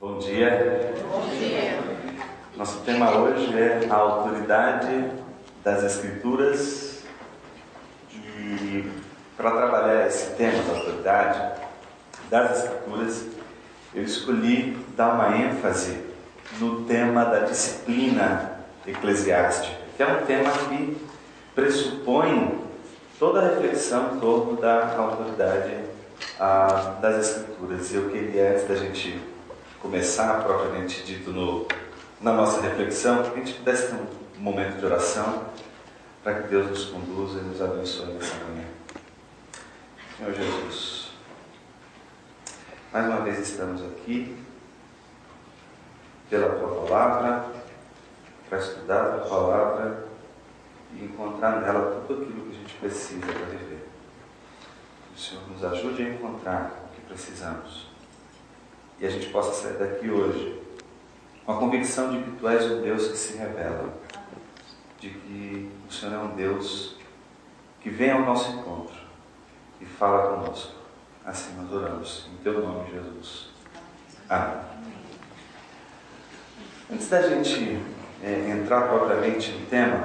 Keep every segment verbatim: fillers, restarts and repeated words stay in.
Bom dia. Bom dia. Nosso tema hoje é a autoridade das Escrituras. E para trabalhar esse tema da autoridade das Escrituras, eu escolhi dar uma ênfase no tema da disciplina eclesiástica, que é um tema que pressupõe toda a reflexão em torno da autoridade ah, das Escrituras. E eu queria, antes da gente começar propriamente dito no, na nossa reflexão, que a gente pudesse ter um momento de oração para que Deus nos conduza e nos abençoe nessa manhã. Senhor Jesus, mais uma vez estamos aqui pela Tua Palavra, para estudar a Tua Palavra e encontrar nela tudo aquilo que a gente precisa para viver. Que o Senhor nos ajude a encontrar o que precisamos e a gente possa sair daqui hoje com a convicção de que Tu és um Deus que se revela, de que o Senhor é um Deus que vem ao nosso encontro e fala conosco. Assim nós oramos, em Teu nome, Jesus. Amém. Antes da gente é, entrar propriamente no tema,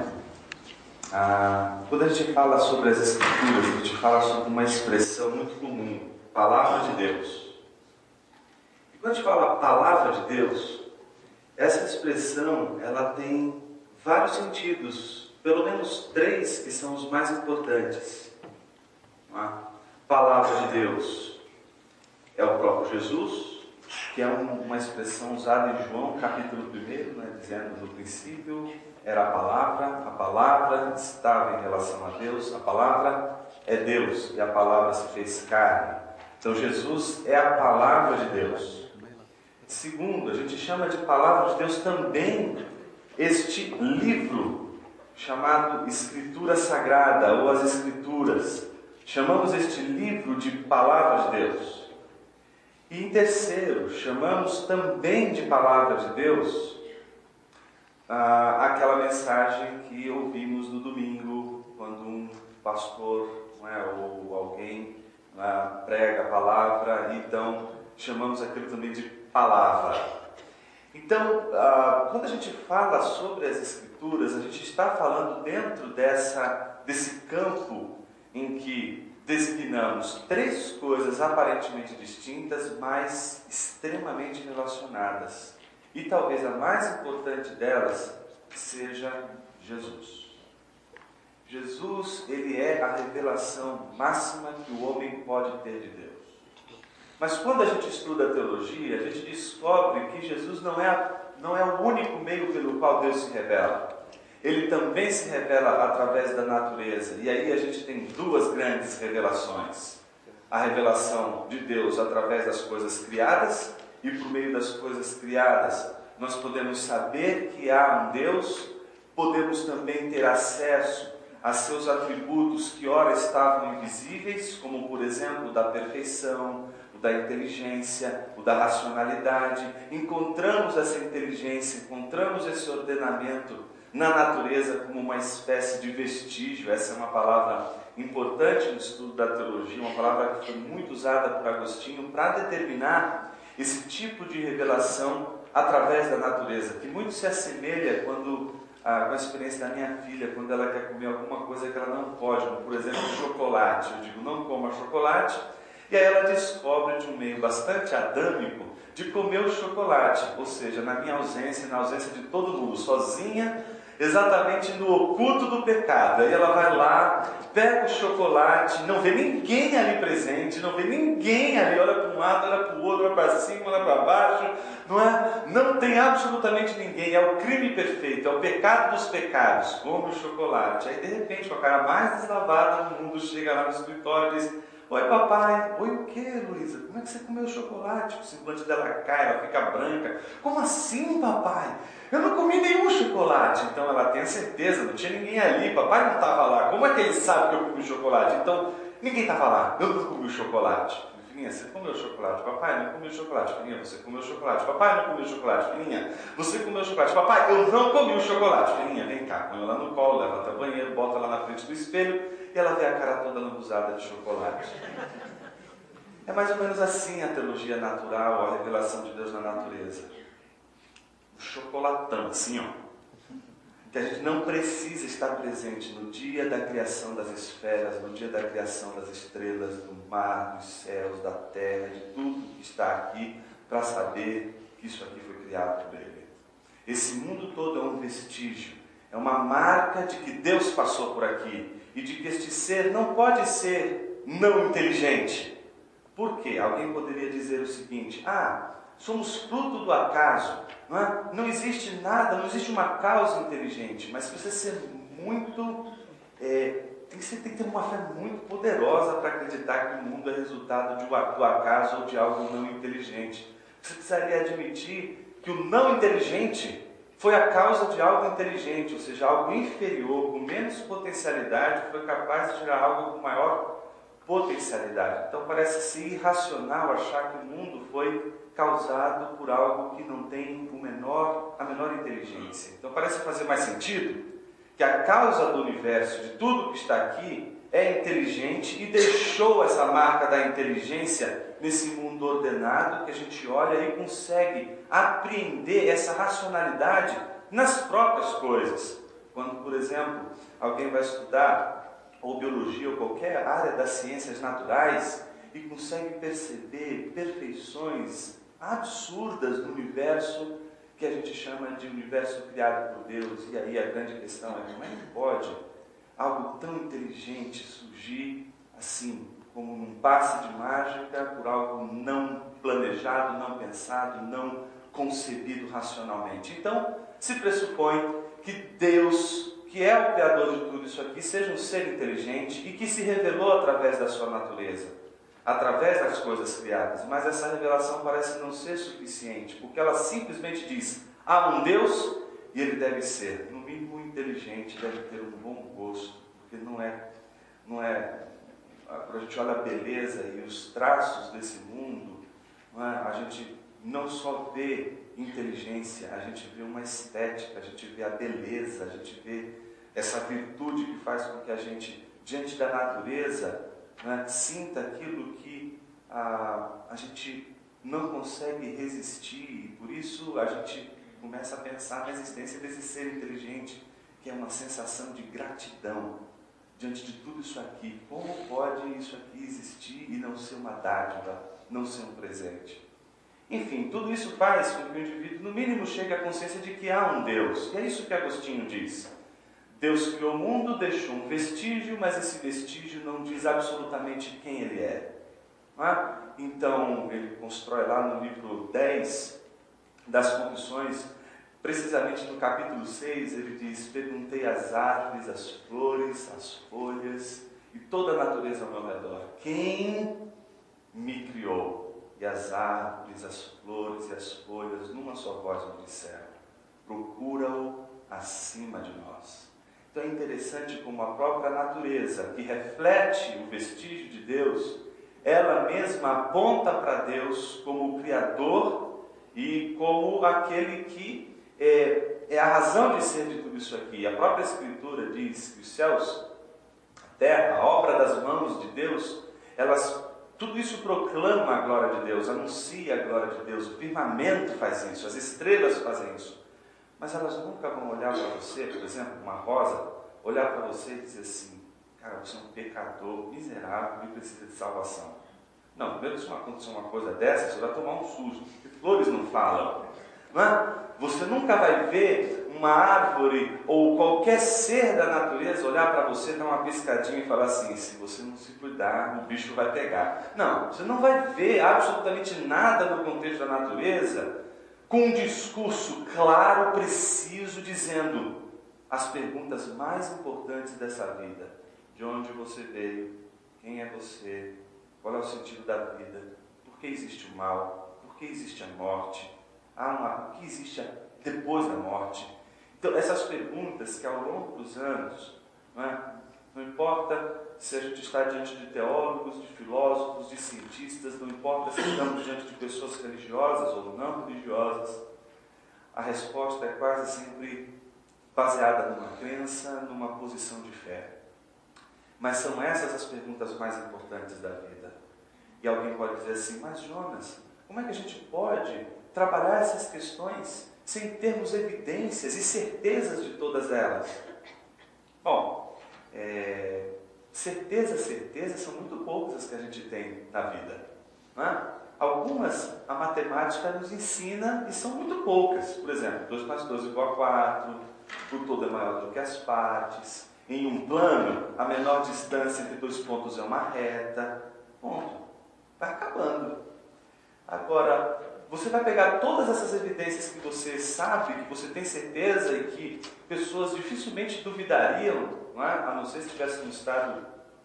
ah, quando a gente fala sobre as Escrituras, a gente fala sobre uma expressão muito comum, Palavra de Deus. E quando a gente fala Palavra de Deus, essa expressão ela tem vários sentidos, pelo menos três que são os mais importantes. A Palavra de Deus é o próprio Jesus, que é uma expressão usada em João capítulo um, né, dizendo: no princípio era a palavra, a palavra estava em relação a Deus, a palavra é Deus e a palavra se fez carne. Então Jesus é a palavra de Deus. Segundo, a gente chama de palavra de Deus também este livro chamado Escritura Sagrada ou as Escrituras. Chamamos este livro de palavra de Deus. E em terceiro, chamamos também de palavra de Deus ah, aquela mensagem que ouvimos no domingo, quando um pastor, não é, ou alguém ah, prega a palavra, e então chamamos aquilo também de palavra. Então, ah, quando a gente fala sobre as Escrituras, a gente está falando dentro dessa, desse campo em que designamos três coisas aparentemente distintas, mas extremamente relacionadas. E talvez a mais importante delas seja Jesus. Jesus, ele é a revelação máxima que o homem pode ter de Deus. Mas quando a gente estuda a teologia, a gente descobre que Jesus não é, não é o único meio pelo qual Deus se revela. Ele também se revela através da natureza. E aí a gente tem duas grandes revelações. A revelação de Deus através das coisas criadas, e por meio das coisas criadas nós podemos saber que há um Deus, podemos também ter acesso a seus atributos que ora estavam invisíveis, como por exemplo da perfeição, o da inteligência, o da racionalidade. Encontramos essa inteligência, encontramos esse ordenamento na natureza como uma espécie de vestígio. Essa é uma palavra importante no estudo da teologia, uma palavra que foi muito usada por Agostinho para determinar esse tipo de revelação através da natureza, que muito se assemelha quando, ah, com a experiência da minha filha, quando ela quer comer alguma coisa que ela não pode, como por exemplo chocolate. Eu digo: não coma chocolate. E aí ela descobre de um meio bastante adâmico de comer o chocolate, ou seja, na minha ausência, na ausência de todo mundo, sozinha, exatamente no oculto do pecado. Aí ela vai lá, pega o chocolate, não vê ninguém ali presente, não vê ninguém ali, olha para um lado, olha para o outro, olha para cima, olha para baixo, não é? Não tem absolutamente ninguém, é o crime perfeito, é o pecado dos pecados, come o chocolate. Aí de repente, com a cara mais deslavada do mundo, chega lá no escritório e diz: oi papai. Oi o que, Luísa? Como é que você comeu o chocolate? O semblante dela cai, ela fica branca. Como assim, papai? Eu não comi nenhum chocolate. Então ela tem a certeza, não tinha ninguém ali, papai não estava lá. Como é que ele sabe que eu comi chocolate? Então, ninguém estava lá, eu não comi o chocolate. Filhinha, você comeu chocolate? Papai, não comeu chocolate. Filhinha, você comeu chocolate? Papai, não comeu chocolate. Filhinha, você comeu chocolate? Papai, eu não comi o chocolate. Filhinha, vem cá, põe ela no colo, leva até o banheiro, bota lá na frente do espelho e ela vê a cara toda lambuzada de chocolate. É mais ou menos assim a teologia natural, a revelação de Deus na natureza. O chocolatão, assim, ó. Que a gente não precisa estar presente no dia da criação das esferas, no dia da criação das estrelas, do mar, dos céus, da terra, de tudo que está aqui, para saber que isso aqui foi criado por Ele. Esse mundo todo é um vestígio, é uma marca de que Deus passou por aqui e de que este ser não pode ser não inteligente. Por quê? Alguém poderia dizer o seguinte: ah, somos fruto do acaso, não é? Não existe nada, não existe uma causa inteligente, mas precisa ser muito, é, tem, que ser, tem que ter uma fé muito poderosa para acreditar que o mundo é resultado de, do acaso ou de algo não inteligente. Você precisaria admitir que o não inteligente foi a causa de algo inteligente, ou seja, algo inferior, com menos potencialidade, que foi capaz de gerar algo com maior potencialidade. Então parece ser irracional achar que o mundo foi causado por algo que não tem o menor, a menor inteligência. Então parece fazer mais sentido que a causa do universo, de tudo que está aqui, é inteligente e deixou essa marca da inteligência nesse mundo ordenado que a gente olha e consegue apreender essa racionalidade nas próprias coisas. Quando, por exemplo, alguém vai estudar ou biologia ou qualquer área das ciências naturais e consegue perceber perfeições absurdas no universo que a gente chama de universo criado por Deus. E aí a grande questão é: como é que pode algo tão inteligente surgir assim, como um passe de mágica, por algo não planejado, não pensado, não concebido racionalmente? Então, se pressupõe que Deus, que é o Criador de tudo isso aqui, seja um ser inteligente e que se revelou através da sua natureza, através das coisas criadas. Mas essa revelação parece não ser suficiente, porque ela simplesmente diz: há um Deus e Ele deve ser, no mínimo, inteligente, deve ter um bom gosto, porque não é, não é, quando a gente olha a beleza e os traços desse mundo, não é, a gente não só vê inteligência, a gente vê uma estética, a gente vê a beleza, a gente vê essa virtude que faz com que a gente, diante da natureza, né, sinta aquilo que a, a gente não consegue resistir, e por isso a gente começa a pensar na existência desse ser inteligente, que é uma sensação de gratidão diante de tudo isso aqui. Como pode isso aqui existir e não ser uma dádiva, não ser um presente? Enfim, tudo isso faz com que o indivíduo, no mínimo, chegue à consciência de que há um Deus. E é isso que Agostinho diz. Deus criou o mundo, deixou um vestígio, mas esse vestígio não diz absolutamente quem Ele é. Não é? Então, ele constrói lá no livro dez das Confissões, precisamente no capítulo seis, ele diz: perguntei às árvores, às flores, às folhas e toda a natureza ao meu redor: quem me criou? E as árvores, as flores e as folhas, numa só voz me disseram: procura-o acima de nós. Então é interessante como a própria natureza, que reflete o vestígio de Deus, ela mesma aponta para Deus como o Criador e como aquele que é, é a razão de ser de tudo isso aqui. A própria Escritura diz que os céus, a terra, a obra das mãos de Deus, elas, tudo isso proclama a glória de Deus, anuncia a glória de Deus. O firmamento faz isso, as estrelas fazem isso. Mas elas nunca vão olhar para você, por exemplo, uma rosa, olhar para você e dizer assim: cara, você é um pecador miserável e precisa de salvação. Não, primeiro, se uma, acontecer uma coisa dessa, você vai tomar um susto, porque flores não falam. Não é? Você nunca vai ver uma árvore ou qualquer ser da natureza olhar para você, dar uma piscadinha e falar assim: se você não se cuidar, o bicho vai pegar. Não, você não vai ver absolutamente nada no contexto da natureza com um discurso claro, preciso, dizendo as perguntas mais importantes dessa vida: de onde você veio, quem é você, qual é o sentido da vida, por que existe o mal, por que existe a morte, há uma, o que existe depois da morte. Então essas perguntas que ao longo dos anos, não é? Não importa se a gente está diante de teólogos, de filósofos, de cientistas, não importa se estamos diante de pessoas religiosas ou não religiosas, a resposta é quase sempre baseada numa crença, numa posição de fé. Mas são essas as perguntas mais importantes da vida. E alguém pode dizer assim, mas Jonas, como é que a gente pode trabalhar essas questões sem termos evidências e certezas de todas elas? Bom, é, certezas, certezas são muito poucas as que a gente tem na vida, não é? Algumas a matemática nos ensina e são muito poucas. Por exemplo, dois mais dois igual a quatro, o todo é maior do que as partes, em um plano, a menor distância entre dois pontos é uma reta. Ponto. Vai acabando. Agora, você vai pegar todas essas evidências que você sabe, que você tem certeza e que pessoas dificilmente duvidariam, não é? A não ser se estivesse num estado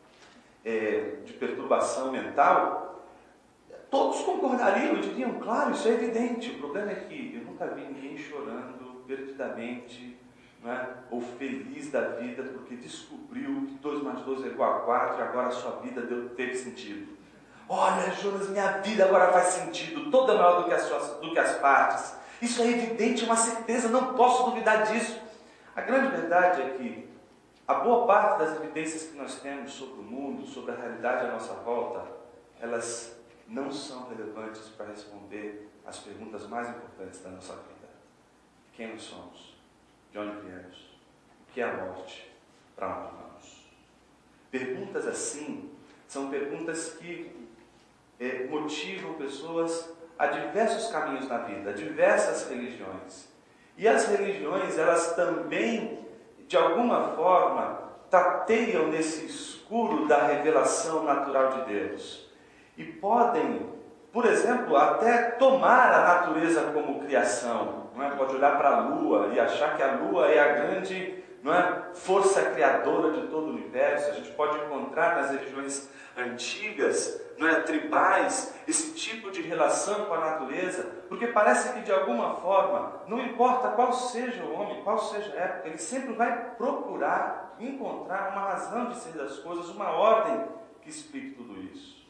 é, de perturbação mental, todos concordariam e diriam, claro, isso é evidente. O problema é que eu nunca vi ninguém chorando perdidamente, não é? Ou feliz da vida porque descobriu que dois mais dois é igual a quatro e agora a sua vida deu, teve sentido. Olha, Jonas, minha vida agora faz sentido, toda maior do que, as suas, do que as partes. Isso é evidente, é uma certeza, não posso duvidar disso. A grande verdade é que a boa parte das evidências que nós temos sobre o mundo, sobre a realidade à nossa volta, elas não são relevantes para responder às perguntas mais importantes da nossa vida. Quem nós somos? De onde viemos? O que é a morte? Para onde vamos? Perguntas assim são perguntas que é, motivam pessoas a diversos caminhos na vida, a diversas religiões. E as religiões, elas também, de alguma forma, tateiam nesse escuro da revelação natural de Deus. E podem, por exemplo, até tomar a natureza como criação. Não é? Pode olhar para a Lua e achar que a Lua é a grande, não é, força criadora de todo o universo. A gente pode encontrar nas religiões antigas, não é, tribais, esse tipo de relação com a natureza, porque parece que de alguma forma, não importa qual seja o homem, qual seja a época, ele sempre vai procurar encontrar uma razão de ser das coisas, uma ordem que explique tudo isso.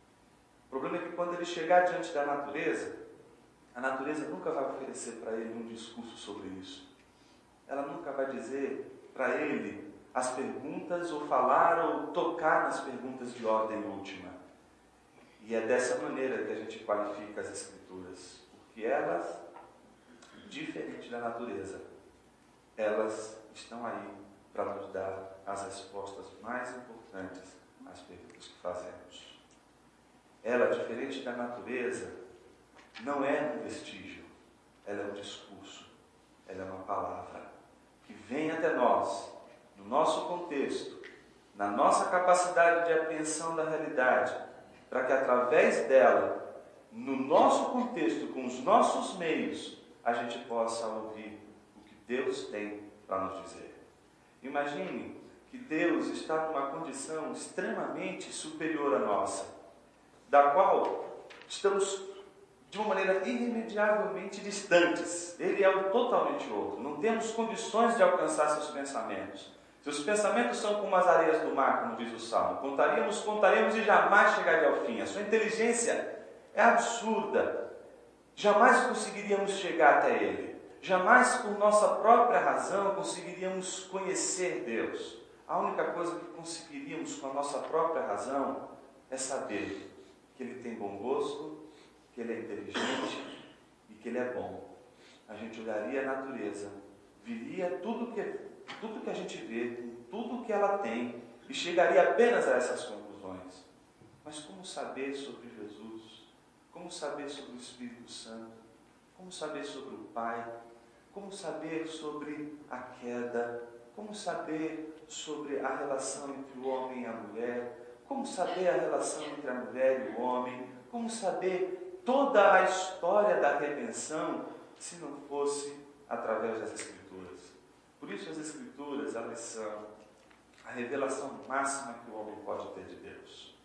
O problema é que quando ele chegar diante da natureza, a natureza nunca vai oferecer para ele um discurso sobre isso. Ela nunca vai dizer para ele as perguntas, ou falar, ou tocar nas perguntas de ordem última. E é dessa maneira que a gente qualifica as Escrituras, porque elas, diferente da natureza, elas estão aí para nos dar as respostas mais importantes às perguntas que fazemos. Ela, diferente da natureza, não é um vestígio, ela é um discurso, ela é uma palavra que vem até nós, no nosso contexto, na nossa capacidade de apreensão da realidade, para que através dela, no nosso contexto, com os nossos meios, a gente possa ouvir o que Deus tem para nos dizer. Imagine que Deus está numa condição extremamente superior à nossa, da qual estamos de uma maneira irremediavelmente distantes. Ele é o totalmente outro. Não temos condições de alcançar seus pensamentos. Seus pensamentos são como as areias do mar, como diz o Salmo. Contaríamos, contaremos e jamais chegaria ao fim. A sua inteligência é absurda. Jamais conseguiríamos chegar até Ele. Jamais, por nossa própria razão, conseguiríamos conhecer Deus. A única coisa que conseguiríamos com a nossa própria razão é saber que Ele tem bom gosto, que Ele é inteligente e que Ele é bom. A gente olharia a natureza, viria tudo que, tudo que a gente vê, tudo que ela tem, e chegaria apenas a essas conclusões. Mas como saber sobre Jesus? Como saber sobre o Espírito Santo? Como saber sobre o Pai? Como saber sobre a queda? Como saber sobre a relação entre o homem e a mulher? Como saber a relação entre a mulher e o homem? Como saber toda a história da redenção se não fosse através das Escrituras? Por isso as Escrituras, elas são a revelação máxima que o homem pode ter de Deus.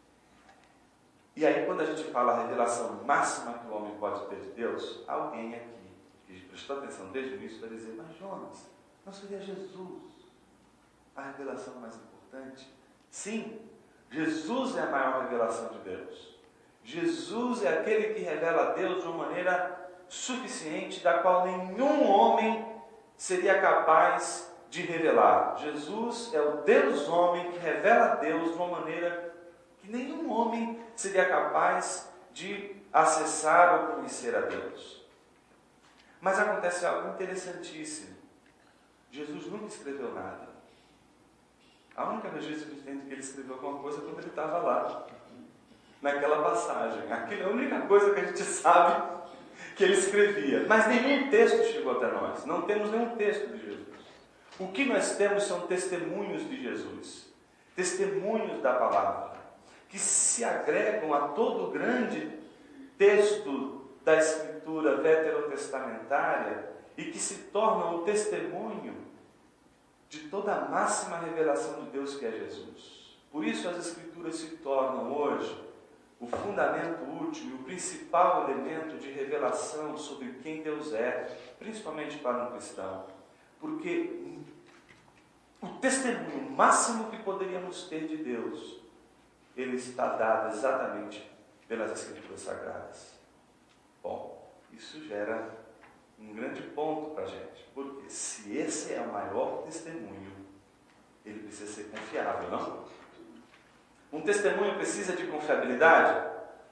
E aí, quando a gente fala a revelação máxima que o homem pode ter de Deus, alguém aqui, que prestou atenção desde o início, vai dizer, mas Jonas, não seria Jesus a revelação mais importante? Sim, Jesus é a maior revelação de Deus. Jesus é aquele que revela a Deus de uma maneira suficiente, da qual nenhum homem seria capaz de revelar. Jesus é o Deus homem que revela a Deus de uma maneira que nenhum homem seria capaz de acessar ou conhecer a Deus. Mas acontece algo interessantíssimo. Jesus nunca escreveu nada. A única registro que a gente tem de que ele escreveu alguma coisa é quando ele estava lá, naquela passagem. Aquilo é a única coisa que a gente sabe que ele escrevia. Mas nenhum texto chegou até nós. Não temos nenhum texto de Jesus. O que nós temos são testemunhos de Jesus. Testemunhos da palavra. Que se agregam a todo o grande texto da Escritura veterotestamentária e que se tornam o testemunho de toda a máxima revelação de Deus que é Jesus. Por isso as Escrituras se tornam hoje o fundamento útil e o principal elemento de revelação sobre quem Deus é, principalmente para um cristão. Porque o testemunho máximo que poderíamos ter de Deus, ele está dado exatamente pelas Escrituras Sagradas. Bom, isso gera um grande ponto para a gente, porque se esse é o maior testemunho, ele precisa ser confiável, não? Um testemunho precisa de confiabilidade?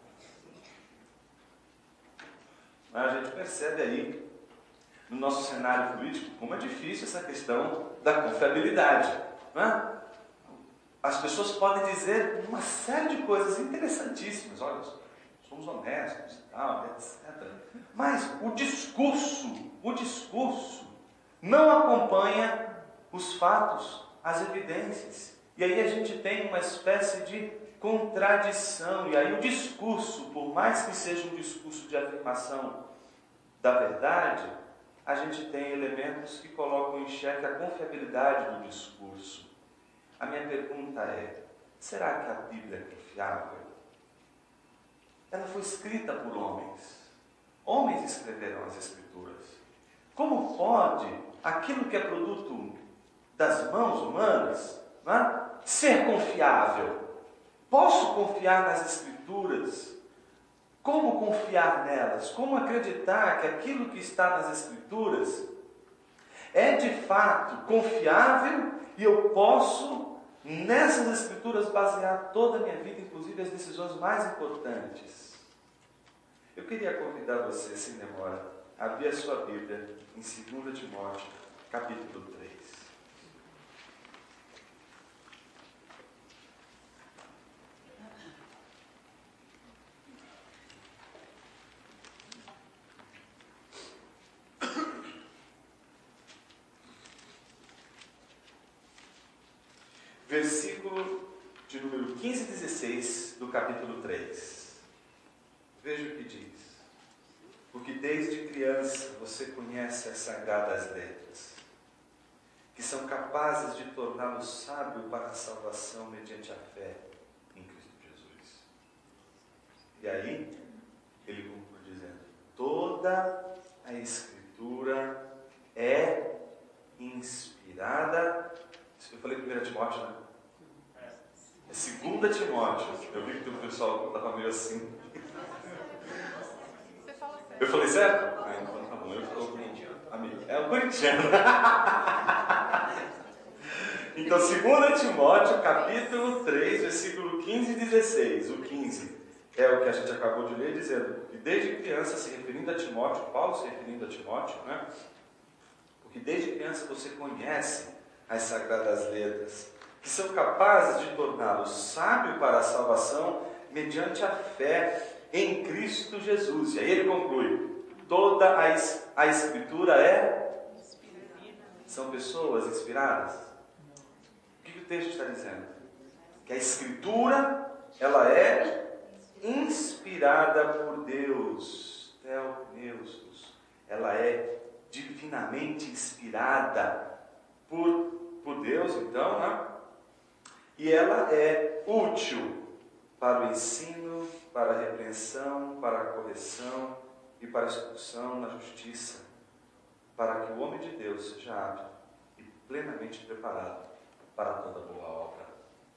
A gente percebe aí, no nosso cenário político, como é difícil essa questão da confiabilidade, não é? As pessoas podem dizer uma série de coisas interessantíssimas, olha, somos honestos e tal, etcétera. Mas o discurso, o discurso não acompanha os fatos, as evidências. E aí a gente tem uma espécie de contradição. E aí o discurso, por mais que seja um discurso de afirmação da verdade, a gente tem elementos que colocam em xeque a confiabilidade do discurso. A minha pergunta é, será que a Bíblia é confiável? Ela foi escrita por homens. Homens escreveram as Escrituras. Como pode aquilo que é produto das mãos humanas, não é, ser confiável? Posso confiar nas Escrituras? Como confiar nelas? Como acreditar que aquilo que está nas Escrituras é de fato confiável e eu posso, nessas Escrituras, basear toda a minha vida, inclusive as decisões mais importantes? Eu queria convidar você, sem demora, a abrir a sua Bíblia em segunda Timóteo, capítulo três. Versículo de número quinze e dezesseis do capítulo três. Veja o que diz. Porque desde criança você conhece as sagradas letras, que são capazes de torná-lo sábio para a salvação mediante a fé em Cristo Jesus. E aí, ele conclui dizendo, toda a Escritura é inspirada. Eu falei primeiro Timóteo, né? É segunda Timóteo. Eu vi que o pessoal estava meio assim. Eu falei certo? Ah, então tá bom. Eu falo com amigo. É o corintiano. Então, segunda Timóteo, capítulo três, versículo quinze e dezesseis. O quinze é o que a gente acabou de ler, dizendo que desde criança, se referindo a Timóteo, Paulo se referindo a Timóteo, né? Porque desde criança você conhece as sagradas letras, que são capazes de torná-lo sábio para a salvação mediante a fé em Cristo Jesus. E aí ele conclui, toda a, es- a Escritura é? São pessoas inspiradas? O que, que o texto está dizendo? Que a Escritura, ela é inspirada por Deus. Theopneustos. Ela é divinamente inspirada por, por Deus, então, né? E ela é útil para o ensino, para a repreensão, para a correção e para a instrução na justiça, para que o homem de Deus seja apto e plenamente preparado para toda boa obra.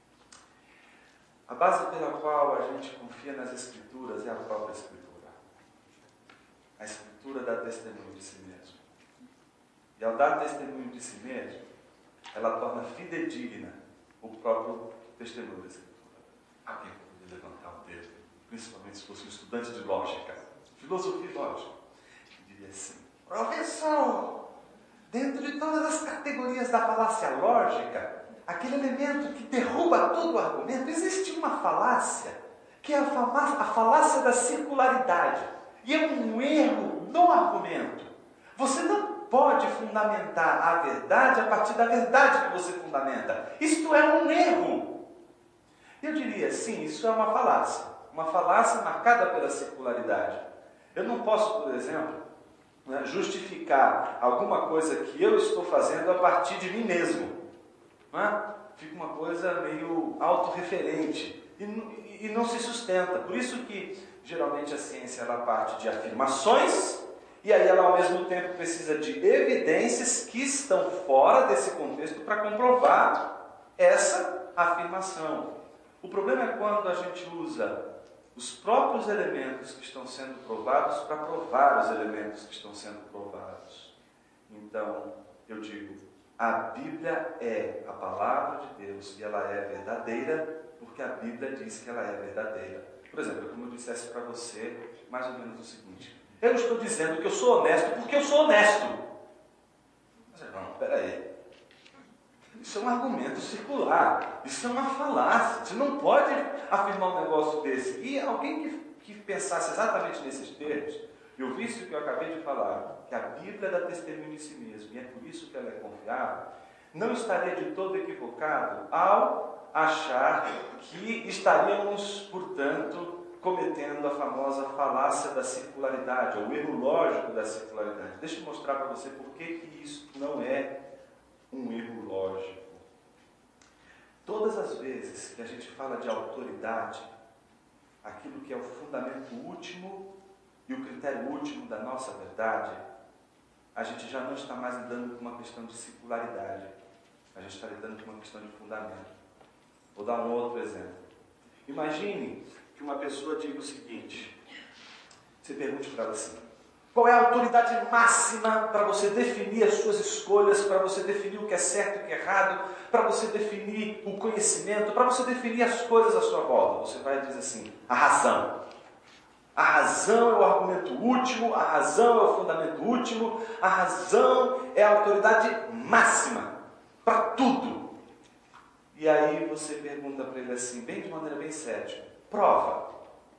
A base pela qual a gente confia nas Escrituras é a própria Escritura. A Escritura dá testemunho de si mesmo. E ao dar testemunho de si mesmo, ela torna fidedigna o próprio testemunho da Escritura. Alguém pode levantar o dedo? principalmente se fosse um estudante de lógica, filosofia e lógica, diria assim: professor, dentro de todas as categorias da falácia lógica, aquele elemento que derruba todo o argumento, existe uma falácia, que é a, fama, a falácia da circularidade. E é um erro no argumento. Você não pode fundamentar a verdade a partir da verdade que você fundamenta. Isto é um erro. Eu diria, sim, isso é uma falácia. Uma falácia marcada pela circularidade. Eu não posso, por exemplo, né, justificar alguma coisa que eu estou fazendo a partir de mim mesmo. Não é? Fica uma coisa meio autorreferente e, e, e não se sustenta. Por isso que, geralmente, a ciência ela parte de afirmações e aí ela, ao mesmo tempo, precisa de evidências que estão fora desse contexto para comprovar essa afirmação. O problema é quando a gente usa os próprios elementos que estão sendo provados para provar os elementos que estão sendo provados. Então, eu digo, a Bíblia é a palavra de Deus e ela é verdadeira porque a Bíblia diz que ela é verdadeira. Por exemplo, como eu dissesse para você, mais ou menos o seguinte: eu estou dizendo que eu sou honesto porque eu sou honesto. Mas, irmão, peraí. Isso é um argumento circular. Isso é uma falácia. Você não pode afirmar um negócio desse. E alguém que, que pensasse exatamente nesses termos, e ouvisse o que eu acabei de falar, que a Bíblia dá testemunho de si mesmo, e é por isso que ela é confiável, não estaria de todo equivocado ao achar que estaríamos, portanto, cometendo a famosa falácia da circularidade, ou o erro lógico da circularidade. Deixa eu mostrar para você por que que isso não é um erro lógico. Todas as vezes que a gente fala de autoridade, aquilo que é o fundamento último e o critério último da nossa verdade, a gente já não está mais lidando com uma questão de circularidade. A gente está lidando com uma questão de fundamento. Vou dar um outro exemplo. Imagine que uma pessoa diga o seguinte: você pergunte para ela assim: qual é a autoridade máxima para você definir as suas escolhas, para você definir o que é certo e o que é errado, para você definir o conhecimento, para você definir as coisas à sua volta? Você vai dizer assim: a razão. A razão é o argumento último, a razão é o fundamento último, a razão é a autoridade máxima para tudo. E aí você pergunta para ele assim, bem de maneira bem cética: prova.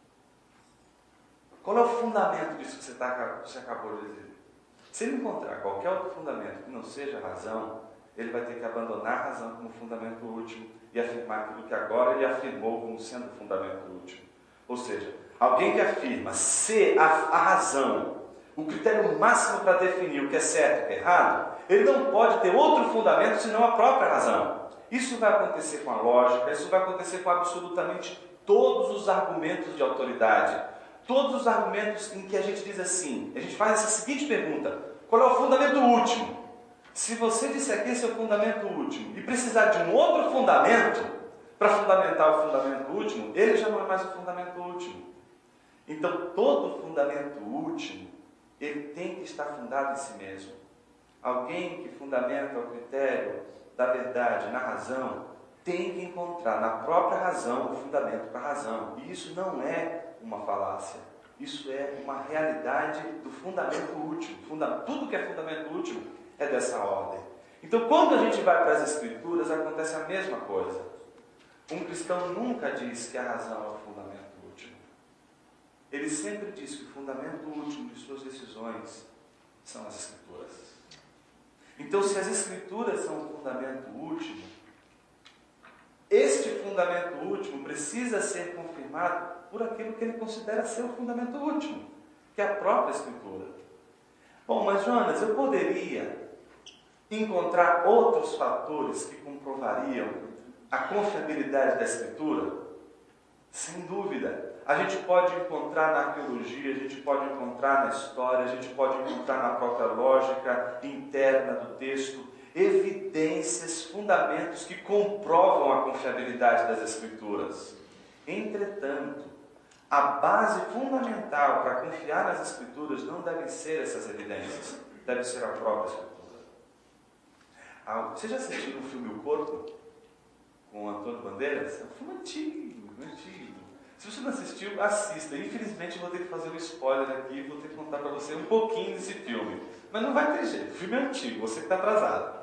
Qual é o fundamento disso que você, tá, você acabou de dizer? Se ele encontrar qualquer outro fundamento que não seja a razão, ele vai ter que abandonar a razão como fundamento último e afirmar aquilo que agora ele afirmou como sendo o fundamento último. Ou seja, alguém que afirma ser a, a razão, o critério máximo para definir o que é certo e o que é errado, ele não pode ter outro fundamento senão a própria razão. Isso vai acontecer com a lógica, isso vai acontecer com absolutamente todos os argumentos de autoridade. Todos os argumentos em que a gente diz assim, a gente faz essa seguinte pergunta: qual é o fundamento último? Se você disser que esse é o fundamento último e precisar de um outro fundamento para fundamentar o fundamento último, ele já não é mais o fundamento último. Então, todo fundamento último, ele tem que estar fundado em si mesmo. Alguém que fundamenta o critério da verdade na razão, tem que encontrar na própria razão o fundamento para a razão. E isso não é uma falácia. Isso é uma realidade do fundamento último. Funda... Tudo que é fundamento último é dessa ordem. Então, quando a gente vai para as Escrituras, acontece a mesma coisa. Um cristão nunca diz que a razão é o fundamento último. Ele sempre diz que o fundamento último de suas decisões são as Escrituras. Então, se as Escrituras são o fundamento último, este fundamento último precisa ser confirmado por aquilo que ele considera ser o fundamento último, que é a própria Escritura. Bom, mas Jonas, eu poderia encontrar outros fatores que comprovariam a confiabilidade da Escritura? Sem dúvida. A gente pode encontrar na arqueologia, a gente pode encontrar na história, a gente pode encontrar na própria lógica interna do texto, evidências, fundamentos que comprovam a confiabilidade das Escrituras. Entretanto, a base fundamental para confiar nas Escrituras não devem ser essas evidências, deve ser a própria Escritura. Você já assistiu o filme O Corpo? Com Antônio Bandeiras? É um filme antigo, antigo. Se você não assistiu, assista. Infelizmente eu vou ter que fazer um spoiler aqui, vou ter que contar para você um pouquinho desse filme. Mas não vai ter jeito, o filme é antigo, você que está atrasado.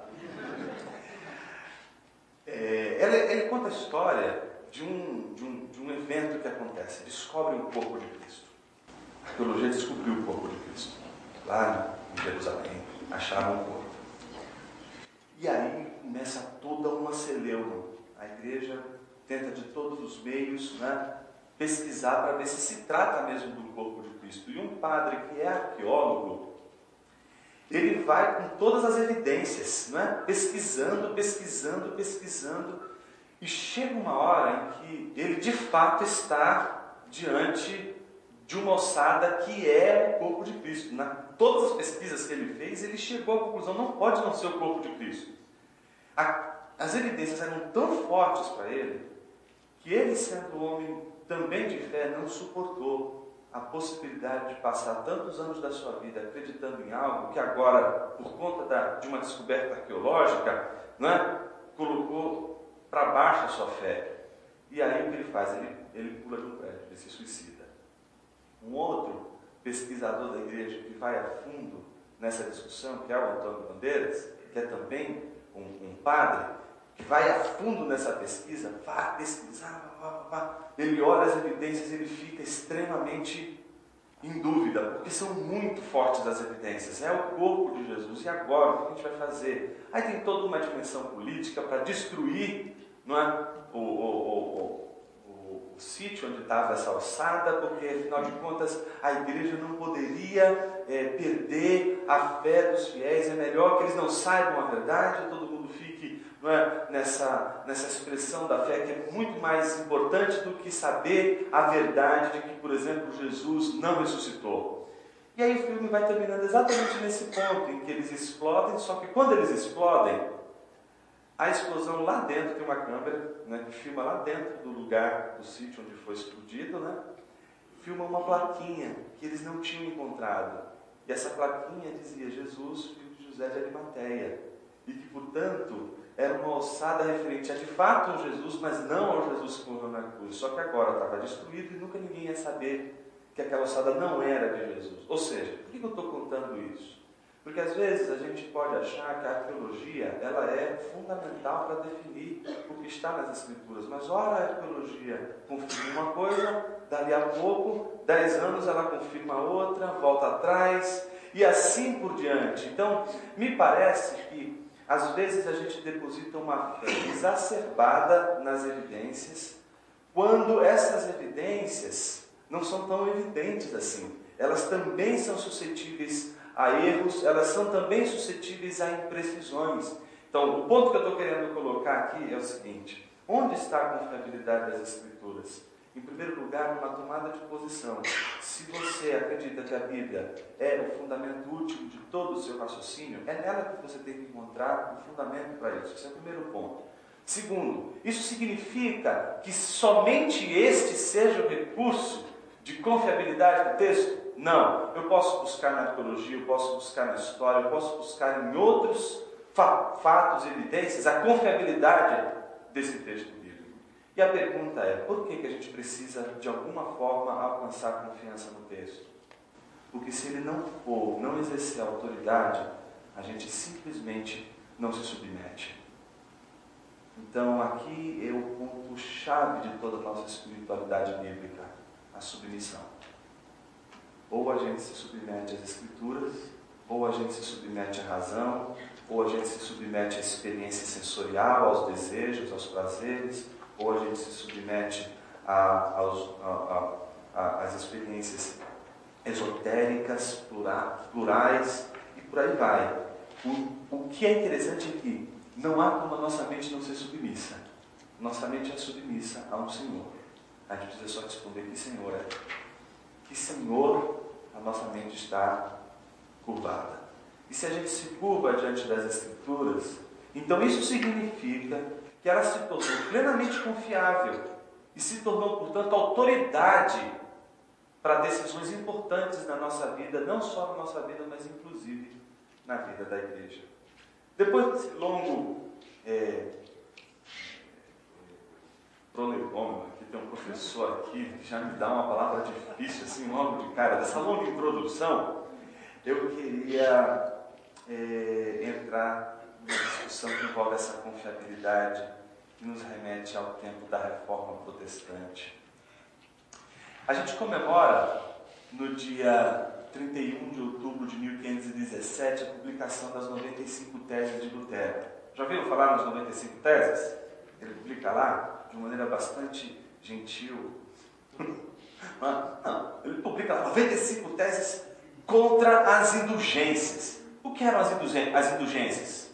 É, ele, ele conta a história de um, de, um, de um evento que acontece. Descobrem o corpo de Cristo. A arqueologia descobriu o corpo de Cristo. Lá em Jerusalém, acharam o corpo. E aí começa toda uma celeuma. A igreja tenta de todos os meios, né, pesquisar para ver se se trata mesmo do corpo de Cristo. E um padre que é arqueólogo, ele vai com todas as evidências, não é? pesquisando, pesquisando, pesquisando, e chega uma hora em que ele de fato está diante de uma ossada que é o corpo de Cristo. Na todas as pesquisas que ele fez, ele chegou à conclusão: não pode não ser o corpo de Cristo. A, as evidências eram tão fortes para ele, que ele, sendo homem também de fé, não suportou a possibilidade de passar tantos anos da sua vida acreditando em algo que agora, por conta da, de uma descoberta arqueológica, não é, colocou para baixo a sua fé. E aí o que ele faz? Ele, ele pula de um prédio, ele se suicida. Um outro pesquisador da igreja que vai a fundo nessa discussão, que é o Antônio Bandeiras, que é também um, um padre, que vai a fundo nessa pesquisa, vai pesquisar, vá, vá, vá. Ele olha as evidências, ele fica extremamente em dúvida, porque são muito fortes as evidências. É o corpo de Jesus, e agora o que a gente vai fazer? Aí tem toda uma dimensão política para destruir, não é, o, o, o, o, o, o sítio onde estava essa ossada, porque afinal de contas a igreja não poderia é, perder a fé dos fiéis. É melhor que eles não saibam a verdade, todo mundo fique, não é, nessa, nessa expressão da fé, que é muito mais importante do que saber a verdade de que, por exemplo, Jesus não ressuscitou. E aí o filme vai terminando exatamente nesse ponto, em que eles explodem, só que quando eles explodem, a explosão lá dentro, tem uma câmera, né, que filma lá dentro do lugar, do sítio onde foi explodido, né, filma uma plaquinha que eles não tinham encontrado. E essa plaquinha dizia: Jesus, filho de José de Arimateia. E que, portanto, era uma ossada referente a de fato um Jesus, mas não ao Jesus que morreu na cruz. Só que agora estava destruído e nunca ninguém ia saber que aquela ossada não era de Jesus. Ou seja, por que eu estou contando isso? Porque às vezes a gente pode achar que a arqueologia ela é fundamental para definir o que está nas Escrituras. Mas ora a arqueologia confirma uma coisa, dali a pouco, dez anos ela confirma outra, volta atrás, e assim por diante. Então, me parece que às vezes a gente deposita uma fé exacerbada nas evidências, quando essas evidências não são tão evidentes assim. Elas também são suscetíveis a erros, elas são também suscetíveis a imprecisões. Então, o ponto que eu estou querendo colocar aqui é o seguinte: onde está a confiabilidade das Escrituras? Em primeiro lugar, numa tomada de posição. Se você acredita que a Bíblia é o fundamento último de todo o seu raciocínio, é nela que você tem que encontrar o fundamento para isso. Esse é o primeiro ponto. Segundo, isso significa que somente este seja o recurso de confiabilidade do texto? Não. Eu posso buscar na arqueologia, eu posso buscar na história, eu posso buscar em outros fa fatos e evidências a confiabilidade desse texto bíblico. E a pergunta é: por que que a gente precisa, de alguma forma, alcançar confiança no texto? Porque se ele não for, não exercer autoridade, a gente simplesmente não se submete. Então, aqui é o ponto-chave de toda a nossa espiritualidade bíblica: a submissão. Ou a gente se submete às Escrituras, ou a gente se submete à razão, ou a gente se submete à experiência sensorial, aos desejos, aos prazeres, ou a gente se submete a, aos, a, a, a, às experiências esotéricas, plura, plurais, e por aí vai. O, o que é interessante é que não há como a nossa mente não ser submissa. Nossa mente é submissa a um Senhor. A gente precisa só responder: que Senhor é? Que Senhor a nossa mente está curvada. E se a gente se curva diante das Escrituras, então isso significa que ela se tornou plenamente confiável e se tornou, portanto, autoridade para decisões importantes na nossa vida, não só na nossa vida, mas inclusive na vida da igreja. Depois desse longo é, prolegômeno, aqui tem um professor aqui que já me dá uma palavra difícil, assim, logo de cara, dessa longa introdução, eu queria é, entrar numa discussão que envolve essa confiabilidade que nos remete ao tempo da Reforma Protestante. A gente comemora no dia trinta e um de outubro de mil quinhentos e dezessete a publicação das noventa e cinco teses de Lutero. Já ouviram falar nas noventa e cinco teses? Ele publica lá de uma maneira bastante gentil. Não, ele publica noventa e cinco teses contra as indulgências. O que eram as indulgências?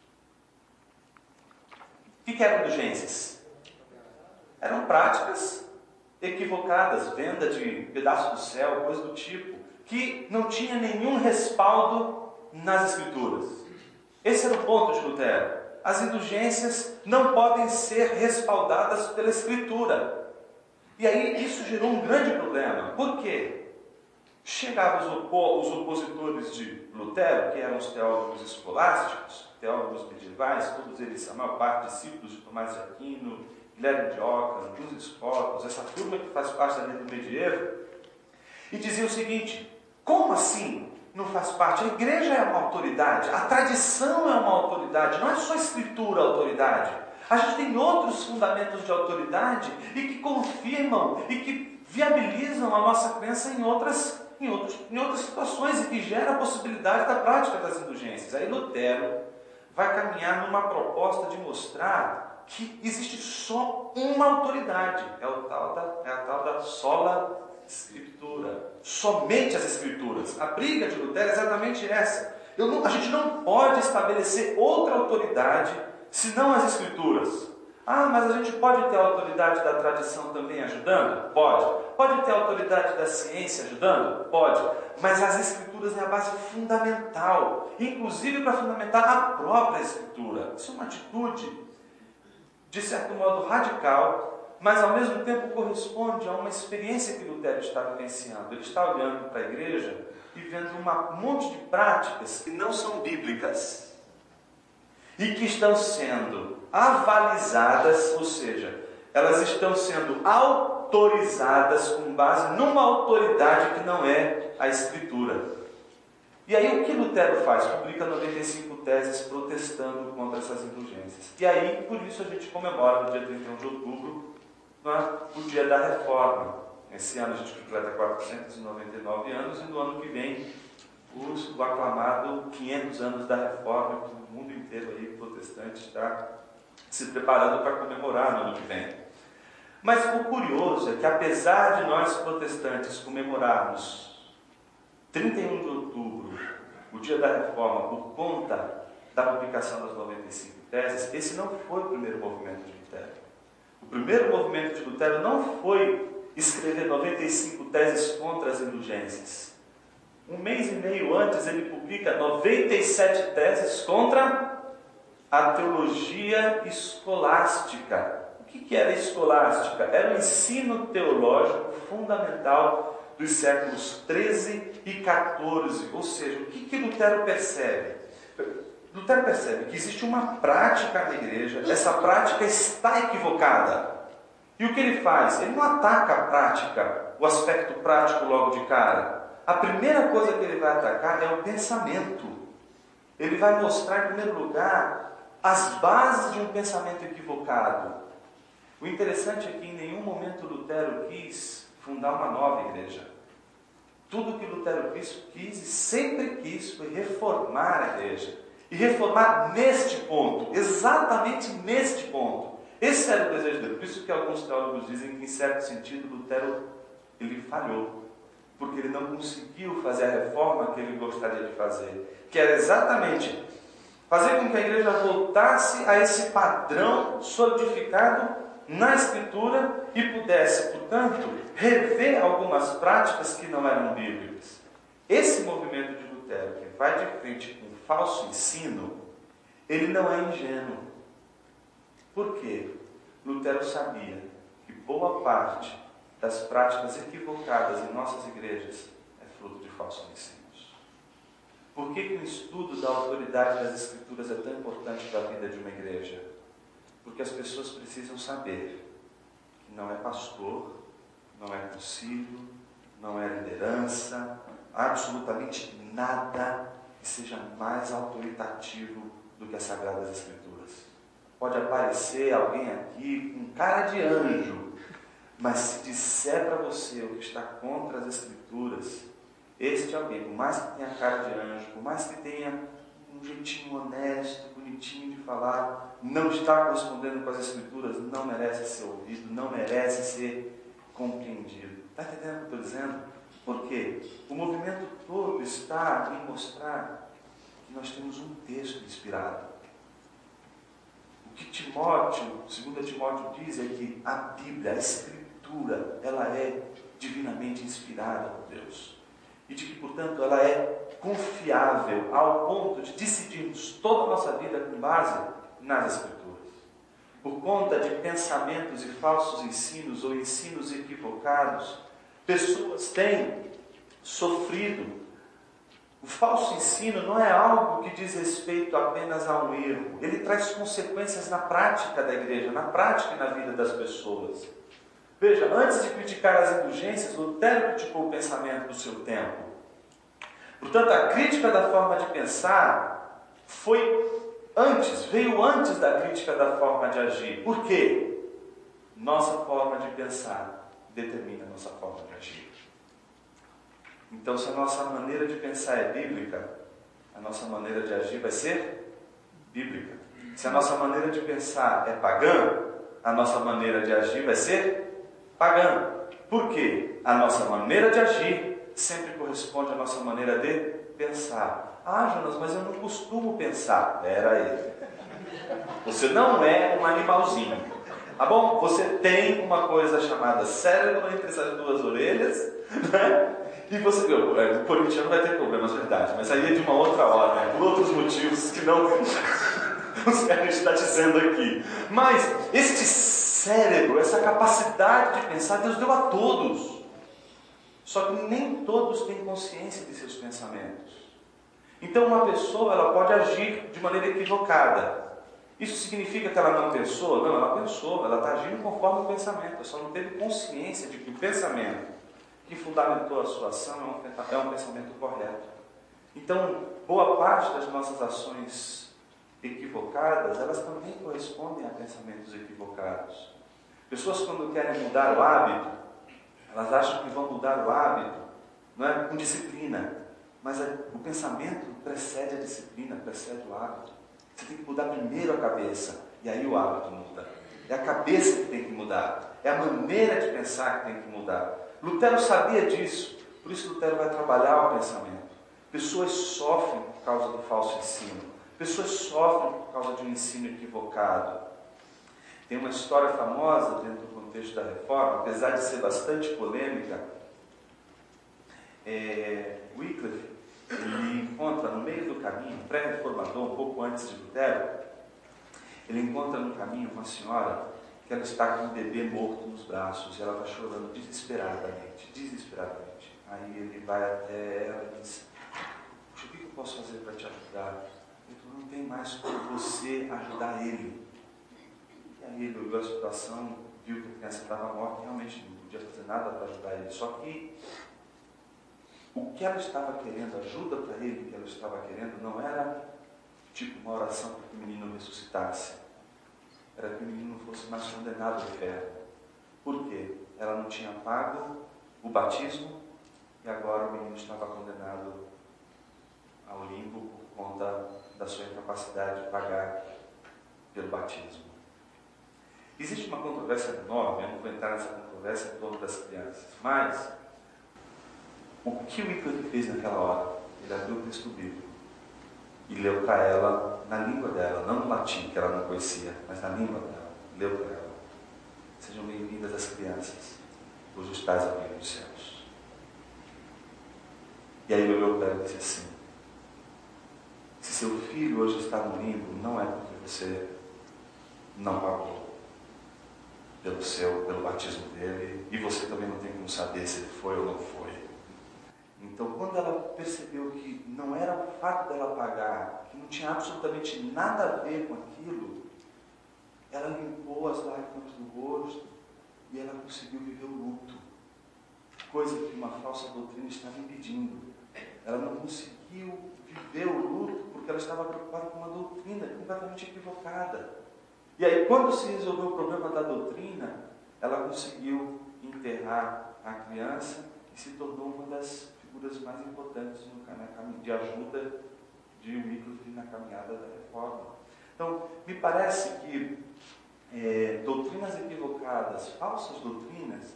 O que eram indulgências? Eram práticas equivocadas, venda de pedaço do céu, coisa do tipo, que não tinha nenhum respaldo nas Escrituras. Esse era o ponto de Lutero. As indulgências não podem ser respaldadas pela Escritura. E aí isso gerou um grande problema. Por quê? Chegavam os, opo os opositores de Lutero, que eram os teólogos escolásticos, teólogos medievais, todos eles, a maior parte, discípulos de Tomás de Aquino, Guilherme de Ockham, Duns Scotus, essa turma que faz parte da lei do medievo, e dizia o seguinte: como assim não faz parte? A igreja é uma autoridade, a tradição é uma autoridade, não é só a escritura a autoridade. A gente tem outros fundamentos de autoridade e que confirmam e que viabilizam a nossa crença em outras, em outros, em outras situações e que gera a possibilidade da prática das indulgências. Aí Lutero vai caminhar numa proposta de mostrar que existe só uma autoridade, é, o tal da, é a tal da sola Escritura, somente as Escrituras. A briga de Lutero é exatamente essa. Eu não, a gente não pode estabelecer outra autoridade senão as Escrituras. Ah, mas a gente pode ter a autoridade da tradição também ajudando? Pode. Pode ter a autoridade da ciência ajudando? Pode. Mas as Escrituras é a base fundamental, inclusive para fundamentar a própria Escritura. Isso é uma atitude, de certo modo, radical, mas ao mesmo tempo corresponde a uma experiência que Lutero está vivenciando. Ele está olhando para a igreja e vendo uma, um monte de práticas que não são bíblicas e que estão sendo avalizadas, ou seja, elas estão sendo autorizadas com base numa autoridade que não é a Escritura. E aí o que Lutero faz? Publica noventa e cinco teses protestando contra essas indulgências. E aí, por isso, a gente comemora no dia trinta e um de outubro, o dia da Reforma. Esse ano a gente completa quatrocentos e noventa e nove anos e no ano que vem o aclamado quinhentos anos da Reforma, que o mundo inteiro aí, protestante, está se preparando para comemorar no ano que vem. Mas o curioso é que, apesar de nós protestantes comemorarmos trinta e um de outubro, o dia da Reforma, por conta da publicação das noventa e cinco teses, esse não foi o primeiro movimento de Lutero. O primeiro movimento de Lutero não foi escrever noventa e cinco teses contra as indulgências. Um mês e meio antes, ele publica noventa e sete teses contra a teologia escolástica. O que era escolástica? Era o ensino teológico fundamental dos séculos treze e quatorze. Ou seja, o que, que Lutero percebe? Lutero percebe que existe uma prática na igreja, essa prática está equivocada. E o que ele faz? Ele não ataca a prática, o aspecto prático logo de cara. A primeira coisa que ele vai atacar é o pensamento. Ele vai mostrar, em primeiro lugar, as bases de um pensamento equivocado. O interessante é que em nenhum momento Lutero quis fundar uma nova igreja. Tudo que Lutero quis, quis e sempre quis foi reformar a igreja. E reformar neste ponto, exatamente neste ponto. Esse era o desejo dele. Por isso que alguns teólogos dizem que, em certo sentido, Lutero ele falhou. Porque ele não conseguiu fazer a reforma que ele gostaria de fazer. Que era exatamente fazer com que a igreja voltasse a esse padrão solidificado na Escritura e pudesse, portanto, rever algumas práticas que não eram bíblicas. Esse movimento de Lutero, que vai de frente com um falso ensino, ele não é ingênuo. Por quê? Lutero sabia que boa parte das práticas equivocadas em nossas igrejas é fruto de falsos ensinos. Por que que o estudo da autoridade das Escrituras é tão importante para a vida de uma igreja? Porque as pessoas precisam saber não é pastor, não é concílio, não é liderança, absolutamente nada que seja mais autoritativo do que as Sagradas Escrituras. Pode aparecer alguém aqui com cara de anjo, mas se disser para você o que está contra as Escrituras, este alguém, por mais que tenha cara de anjo, por mais que tenha um jeitinho honesto, bonitinho de falar, não está correspondendo com as Escrituras, não merece ser ouvido, não merece ser compreendido. Está entendendo o que eu estou dizendo? Por quê? O movimento todo está em mostrar que nós temos um texto inspirado. O que Timóteo, segundo Timóteo diz, é que a Bíblia, a Escritura, ela é divinamente inspirada por Deus. E de que, portanto, ela é confiável ao ponto de decidirmos toda a nossa vida com base nas Escrituras. Por conta de pensamentos e falsos ensinos ou ensinos equivocados, pessoas têm sofrido. O falso ensino não é algo que diz respeito apenas a um erro. Ele traz consequências na prática da igreja, na prática e na vida das pessoas. Veja, antes de criticar as indulgências, Lutero criticou o pensamento do seu tempo. Portanto, a crítica da forma de pensar foi antes, veio antes da crítica da forma de agir. Por quê? Nossa forma de pensar determina a nossa forma de agir. Então, se a nossa maneira de pensar é bíblica, a nossa maneira de agir vai ser bíblica. Se a nossa maneira de pensar é pagã, a nossa maneira de agir vai ser pagã. Por quê? A nossa maneira de agir sempre corresponde à nossa maneira de pensar. Ah, Jonas, mas eu não costumo pensar. Pera aí. Você não é um animalzinho. Tá bom? Você tem uma coisa chamada cérebro entre essas duas orelhas, né? E você, o corintiano vai ter problemas, verdade, mas aí é de uma outra hora, né? Por outros motivos que não os que a gente está dizendo aqui. Mas este cérebro, essa capacidade de pensar, Deus deu a todos. Só que nem todos têm consciência de seus pensamentos. Então uma pessoa ela pode agir de maneira equivocada. Isso significa que ela não pensou? Não, ela pensou, ela está agindo conforme o pensamento, ela só não teve consciência de que o pensamento que fundamentou a sua ação é um, é um pensamento correto. Então, boa parte das nossas ações equivocadas, elas também correspondem a pensamentos equivocados. Pessoas, quando querem mudar o hábito, elas acham que vão mudar o hábito, não é, com disciplina, mas a, o pensamento precede a disciplina, precede o hábito. Você tem que mudar primeiro a cabeça, e aí o hábito muda. É a cabeça que tem que mudar, é a maneira de pensar que tem que mudar. Lutero sabia disso, por isso Lutero vai trabalhar o pensamento. Pessoas sofrem por causa do falso ensino, pessoas sofrem por causa de um ensino equivocado. Tem uma história famosa dentro do contexto da Reforma, apesar de ser bastante polêmica. É, Wycliffe, ele encontra no meio do caminho, pré-reformador, um pouco antes de Lutero, ele encontra no caminho uma senhora que ela está com um bebê morto nos braços e ela está chorando desesperadamente, desesperadamente. Aí ele vai até ela e diz: "Puxa, o que eu posso fazer para te ajudar?" Ele falou: "Não tem mais como você ajudar ele." E aí ele olhou a situação, viu que a criança estava morta e realmente não podia fazer nada para ajudar ele. Só que o que ela estava querendo, a ajuda para ele que ela estava querendo, não era tipo uma oração para que o menino ressuscitasse. Era que o menino fosse mais condenado ao inferno. Por quê? Ela não tinha pago o batismo e agora o menino estava condenado ao limbo por conta da sua incapacidade de pagar pelo batismo. Existe uma controvérsia enorme, eu não vou entrar nessa controvérsia em torno das crianças, mas o que o Wycliffe fez naquela hora? Ele abriu o texto bíblico e leu para ela na língua dela, não no latim, que ela não conhecia, mas na língua dela, leu para ela: "Sejam bem-vindas as crianças, cujos pais abriram os céus." E aí ele olhou para ela e disse assim: "Se seu filho hoje está no limbo, não é porque você não pagou pelo seu, pelo batismo dele, e você também não tem como saber se ele foi ou não foi." Então, quando ela percebeu que não era o fato dela pagar, que não tinha absolutamente nada a ver com aquilo, ela limpou as lágrimas do rosto e ela conseguiu viver o luto, coisa que uma falsa doutrina estava impedindo. Ela não conseguiu viver o luto porque ela estava preocupada com uma doutrina completamente equivocada. E aí, quando se resolveu o problema da doutrina, ela conseguiu enterrar a criança e se tornou uma das figuras mais importantes no, na, de ajuda de Wycliffe na caminhada da reforma. Então, me parece que é, doutrinas equivocadas, falsas doutrinas,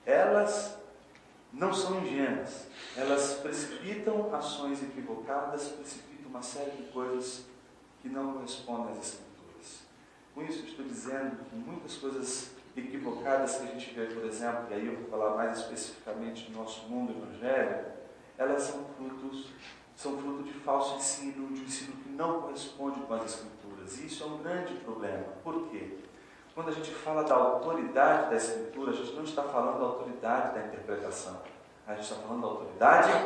elas não são ingênuas. Elas precipitam ações equivocadas, precipitam uma série de coisas que não correspondem às Escrituras. Com isso, estou dizendo que muitas coisas equivocadas que a gente vê, por exemplo, e aí eu vou falar mais especificamente do nosso mundo evangélico, elas são frutos, são fruto de falso ensino, de um ensino que não corresponde com as Escrituras. E isso é um grande problema. Por quê? Quando a gente fala da autoridade da Escritura, a gente não está falando da autoridade da interpretação. A gente está falando da autoridade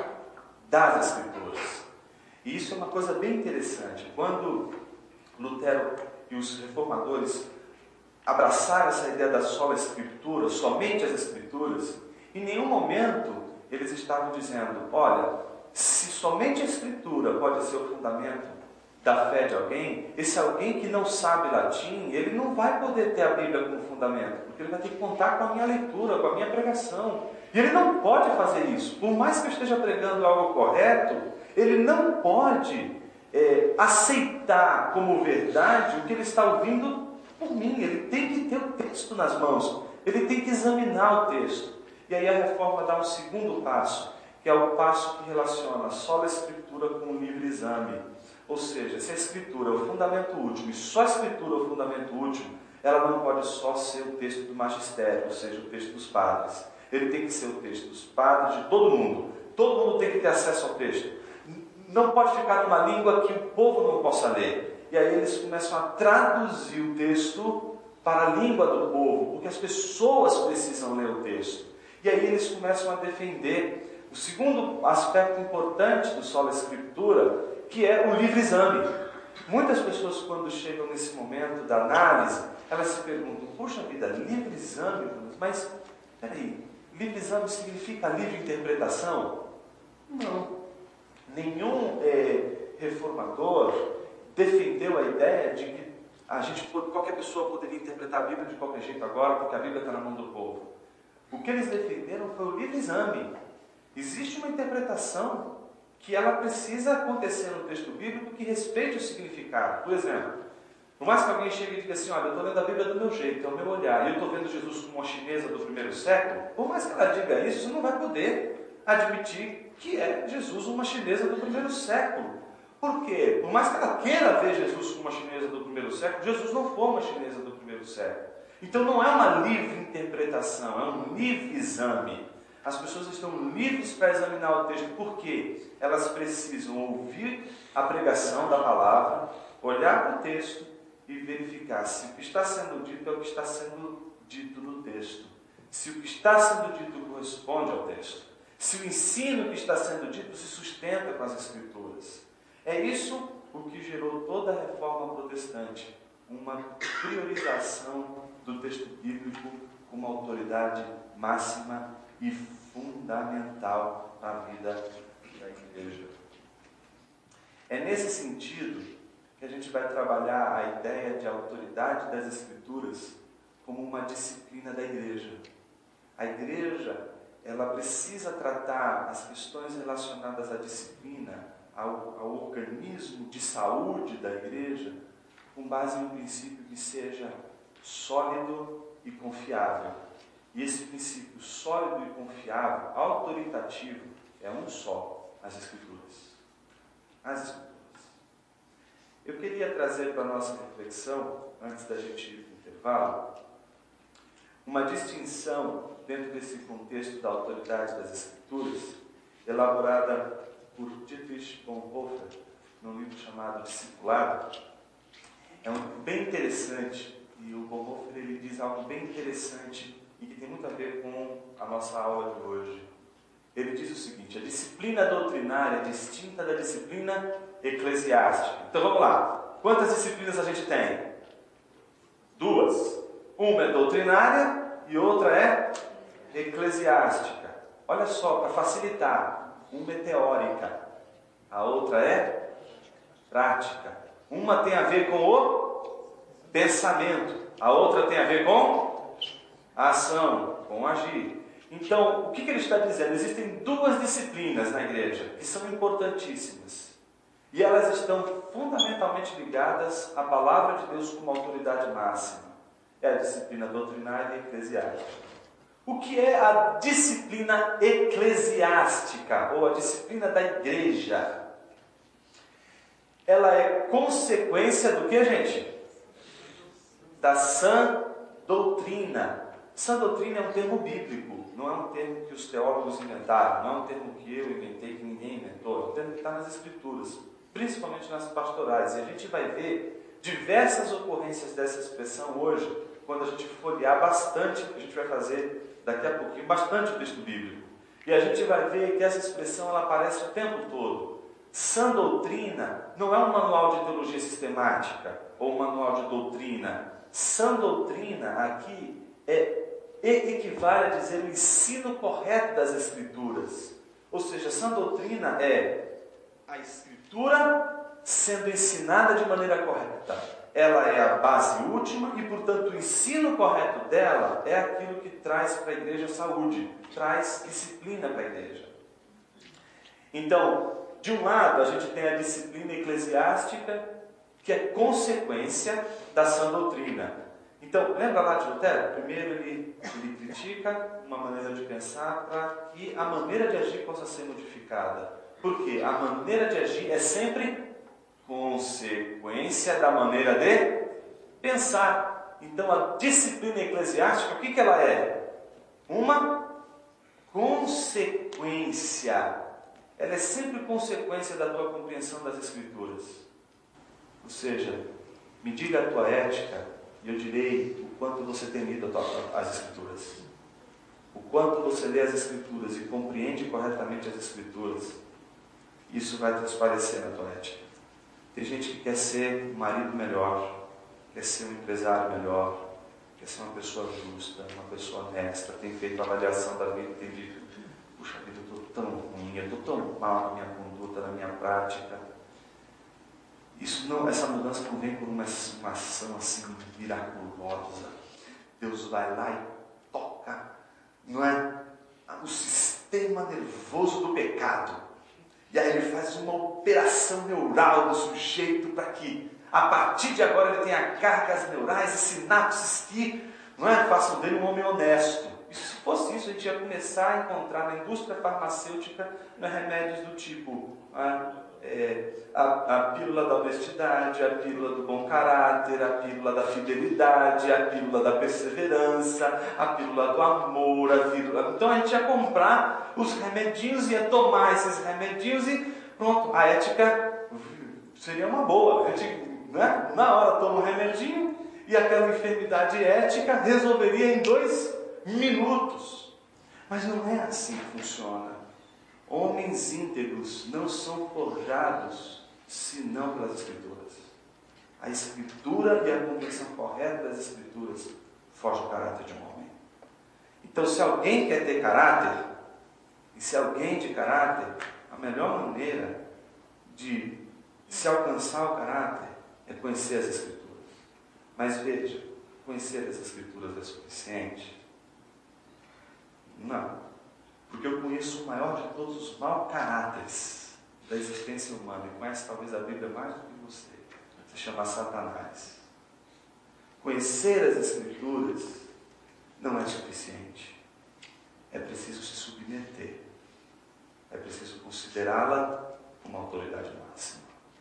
das Escrituras. E isso é uma coisa bem interessante. Quando Lutero e os reformadores abraçaram essa ideia da sola Escritura, somente as Escrituras, em nenhum momento eles estavam dizendo, olha, se somente a Escritura pode ser o fundamento da fé de alguém, esse alguém que não sabe latim, ele não vai poder ter a Bíblia como fundamento, porque ele vai ter que contar com a minha leitura, com a minha pregação. E ele não pode fazer isso. Por mais que eu esteja pregando algo correto, ele não pode é, aceitar como verdade o que ele está ouvindo por mim. Ele tem que ter o texto nas mãos, ele tem que examinar o texto. E aí a reforma dá um segundo passo, que é o passo que relaciona só a Escritura com o livre exame. Ou seja, se a Escritura é o fundamento último, e só a Escritura é o fundamento último, ela não pode só ser o texto do magistério, ou seja, o texto dos padres. Ele tem que ser o texto dos padres, de todo mundo. Todo mundo tem que ter acesso ao texto. Não pode ficar numa língua que o povo não possa ler. E aí eles começam a traduzir o texto para a língua do povo, porque as pessoas precisam ler o texto. E aí eles começam a defender o segundo aspecto importante do sola Escritura, que é o livre exame. Muitas pessoas, quando chegam nesse momento da análise, elas se perguntam, puxa vida, livre exame? Mas, peraí, livre exame significa livre interpretação? Não. Nenhum é, reformador defendeu a ideia de que a gente, qualquer pessoa poderia interpretar a Bíblia de qualquer jeito agora, porque a Bíblia está na mão do povo. O que eles defenderam foi o livre exame. Existe uma interpretação que ela precisa acontecer no texto bíblico que respeite o significado. Por exemplo, por mais que alguém chegue e diga assim, olha, eu estou lendo a Bíblia do meu jeito, é o meu olhar, e eu estou vendo Jesus como uma chinesa do primeiro século, por mais que ela diga isso, você não vai poder admitir que é Jesus uma chinesa do primeiro século. Por quê? Por mais que ela queira ver Jesus como uma chinesa do primeiro século, Jesus não foi uma chinesa do primeiro século. Então não é uma livre interpretação, é um livre exame. As pessoas estão livres para examinar o texto, porque elas precisam ouvir a pregação da palavra, olhar para o texto e verificar se o que está sendo dito é o que está sendo dito no texto. Se o que está sendo dito corresponde ao texto. Se o ensino que está sendo dito se sustenta com as Escrituras. É isso o que gerou toda a reforma protestante. Uma priorização do texto bíblico como autoridade máxima e fundamental na vida da igreja. É nesse sentido que a gente vai trabalhar a ideia de autoridade das Escrituras como uma disciplina da igreja. A igreja, ela precisa tratar as questões relacionadas à disciplina, ao, ao organismo de saúde da igreja, com base em um princípio que seja sólido e confiável. E esse princípio sólido e confiável, autoritativo, é um só, as Escrituras. As Escrituras. Eu queria trazer para a nossa reflexão, antes da gente ir para o intervalo, uma distinção dentro desse contexto da autoridade das Escrituras, elaborada por Dietrich Bonhoeffer, num livro chamado Discipulado. É um livro bem interessante, e o Bonhoeffer ele diz algo bem interessante e que tem muito a ver com a nossa aula de hoje. Ele diz o seguinte: a disciplina doutrinária é distinta da disciplina eclesiástica. Então vamos lá. Quantas disciplinas a gente tem? Duas. Uma é doutrinária e outra é eclesiástica. Olha só, para facilitar, uma é teórica, a outra é prática. Uma tem a ver com o pensamento, a outra tem a ver com a ação, com o agir. Então, o que, que ele está dizendo? Existem duas disciplinas na igreja que são importantíssimas. E elas estão fundamentalmente ligadas à palavra de Deus como autoridade máxima. É a disciplina doutrinária e eclesiástica. O que é a disciplina eclesiástica, ou a disciplina da igreja? Ela é consequência do que, gente? Da sã doutrina. Sã doutrina é um termo bíblico, não é um termo que os teólogos inventaram, não é um termo que eu inventei, que ninguém inventou, é um termo que está nas Escrituras, principalmente nas pastorais. E a gente vai ver diversas ocorrências dessa expressão hoje, quando a gente folhear bastante, que a gente vai fazer daqui a pouquinho, bastante o texto bíblico. E a gente vai ver que essa expressão ela aparece o tempo todo. Sã doutrina não é um manual de teologia sistemática, ou um manual de doutrina. Sã doutrina aqui é, equivale a dizer o ensino correto das Escrituras. Ou seja, sã doutrina é a Escritura sendo ensinada de maneira correta. Ela é a base última e, portanto, o ensino correto dela é aquilo que traz para a igreja saúde, traz disciplina para a igreja. Então, de um lado, a gente tem a disciplina eclesiástica, que é consequência da sã doutrina. Então, lembra lá de Lutero? Primeiro ele, ele critica uma maneira de pensar para que a maneira de agir possa ser modificada. Por quê? A maneira de agir é sempre consequência da maneira de pensar. Então, a disciplina eclesiástica, o que, que ela é? Uma consequência. Ela é sempre consequência da tua compreensão das Escrituras. Ou seja, me diga a tua ética e eu direi o quanto você tem lido as Escrituras. O quanto você lê as Escrituras e compreende corretamente as Escrituras. Isso vai transparecer na tua ética. Tem gente que quer ser um marido melhor, quer ser um empresário melhor, quer ser uma pessoa justa, uma pessoa honesta, tem feito a avaliação da vida e tem dito: puxa vida, eu estou tão ruim, eu estou tão mal na minha conduta, na minha prática. Isso não, essa mudança não vem por uma, uma ação assim miraculosa. Deus vai lá e toca, não é? O sistema nervoso do pecado. E aí ele faz uma operação neural do sujeito para que, a partir de agora, ele tenha cargas neurais e sinapses que, não é, façam dele um homem honesto. E se fosse isso, a gente ia começar a encontrar na indústria farmacêutica né, remédios do tipo a, é, a, a pílula da honestidade, a pílula do bom caráter, a pílula da fidelidade, a pílula da perseverança, a pílula do amor, a pílula... Então a gente ia comprar os remedinhos, ia tomar esses remedinhos e pronto, a ética seria uma boa. A gente, né, na hora toma um remedinho e aquela enfermidade ética resolveria em dois minutos. Mas não é assim que funciona. Homens íntegros não são forjados senão pelas Escrituras. A Escritura e a compreensão correta das Escrituras forjam o caráter de um homem. Então, se alguém quer ter caráter, e se alguém de caráter, a melhor maneira de se alcançar o caráter é conhecer as Escrituras. Mas veja, conhecer as Escrituras é suficiente? Não. Porque eu conheço o maior de todos os mau caráteres da existência humana, e conhece talvez a Bíblia mais do que você, se chama Satanás. Conhecer as Escrituras não é suficiente. É preciso se submeter. É preciso considerá-la uma autoridade máxima.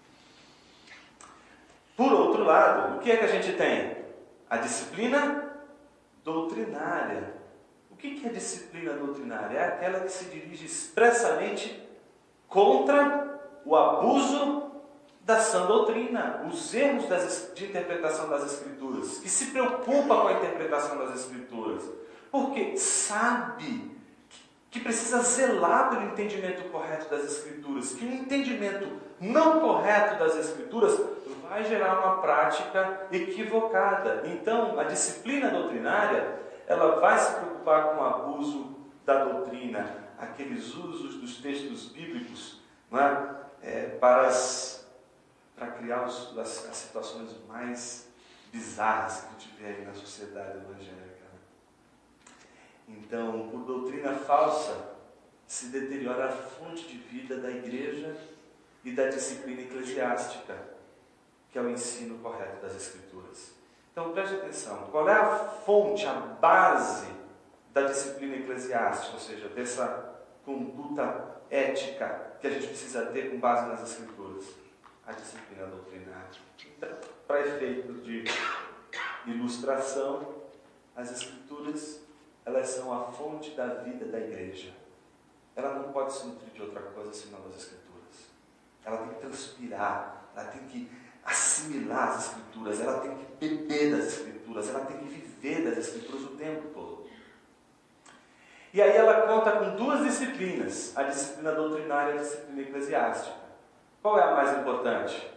Por outro lado, o que é que a gente tem? A disciplina doutrinária. O que é disciplina doutrinária? É aquela que se dirige expressamente contra o abuso da sã doutrina, os erros das, de interpretação das Escrituras, que se preocupa com a interpretação das Escrituras, porque sabe que precisa zelar pelo entendimento correto das Escrituras, que o entendimento não correto das Escrituras vai gerar uma prática equivocada. Então, a disciplina doutrinária ela vai se preocupar com o abuso da doutrina, aqueles usos dos textos bíblicos, não é? É, para, as, para criar os, as, as situações mais bizarras que a gente vê aí na sociedade evangélica. Então, por doutrina falsa, se deteriora a fonte de vida da igreja e da disciplina eclesiástica, que é o ensino correto das Escrituras. Então, preste atenção, qual é a fonte, a base da disciplina eclesiástica, ou seja, dessa conduta ética que a gente precisa ter com base nas Escrituras? A disciplina doutrinária. Então, para efeito de ilustração, as Escrituras, elas são a fonte da vida da igreja. Ela não pode se nutrir de outra coisa senão das Escrituras. Ela tem que transpirar, ela tem que assimilar as Escrituras, ela tem que beber das Escrituras, ela tem que viver das Escrituras o tempo todo. E aí ela conta com duas disciplinas, a disciplina doutrinária e a disciplina eclesiástica. Qual é a mais importante?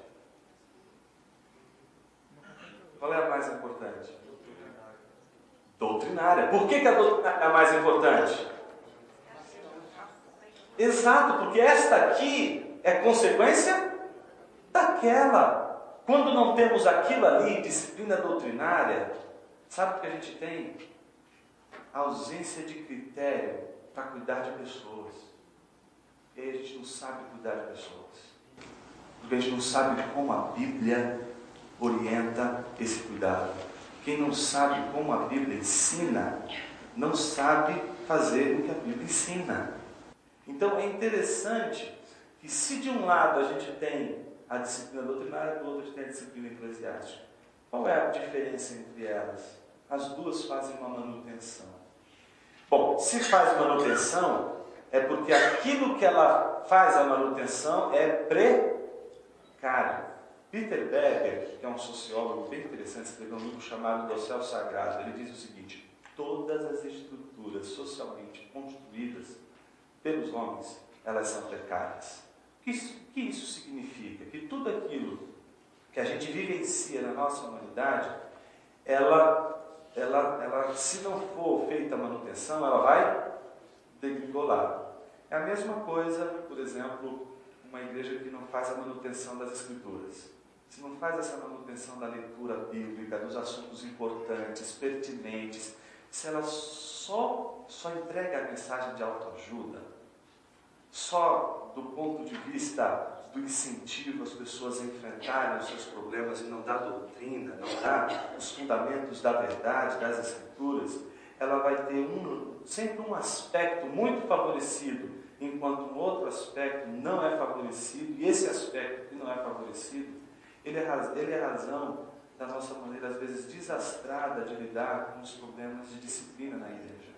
Qual é a mais importante? Doutrinária. Por que, que a doutrinária é a mais importante? Exato, porque esta aqui é consequência daquela. Quando não temos aquilo ali, disciplina doutrinária, sabe o que a gente tem? A ausência de critério para cuidar de pessoas. E aí a gente não sabe cuidar de pessoas. Porque a gente não sabe como a Bíblia orienta esse cuidado. Quem não sabe como a Bíblia ensina, não sabe fazer o que a Bíblia ensina. Então é interessante que se de um lado a gente tem a disciplina doutrinária, do outro a gente tem a disciplina eclesiástica. Qual é a diferença entre elas? As duas fazem uma manutenção. Bom, se faz manutenção, é porque aquilo que ela faz a manutenção é precário. Peter Becker, que é um sociólogo bem interessante, escreveu um livro chamado Do Céu Sagrado. Ele diz o seguinte: todas as estruturas socialmente construídas pelos homens, elas são precárias. O que isso, que isso significa? Que tudo aquilo que a gente vivencia na nossa humanidade, ela, ela, ela, se não for feita a manutenção, ela vai degringolar. É a mesma coisa, por exemplo, uma igreja que não faz a manutenção das Escrituras. Se não faz essa manutenção da leitura bíblica, dos assuntos importantes, pertinentes, se ela só, só entrega a mensagem de autoajuda, só do ponto de vista do incentivo às pessoas a enfrentarem os seus problemas e não dá doutrina, não dá os fundamentos da verdade, das Escrituras, ela vai ter um, sempre um aspecto muito favorecido, enquanto um outro aspecto não é favorecido, e esse aspecto que não é favorecido, ele é, ele é a razão da nossa maneira, às vezes, desastrada de lidar com os problemas de disciplina na igreja.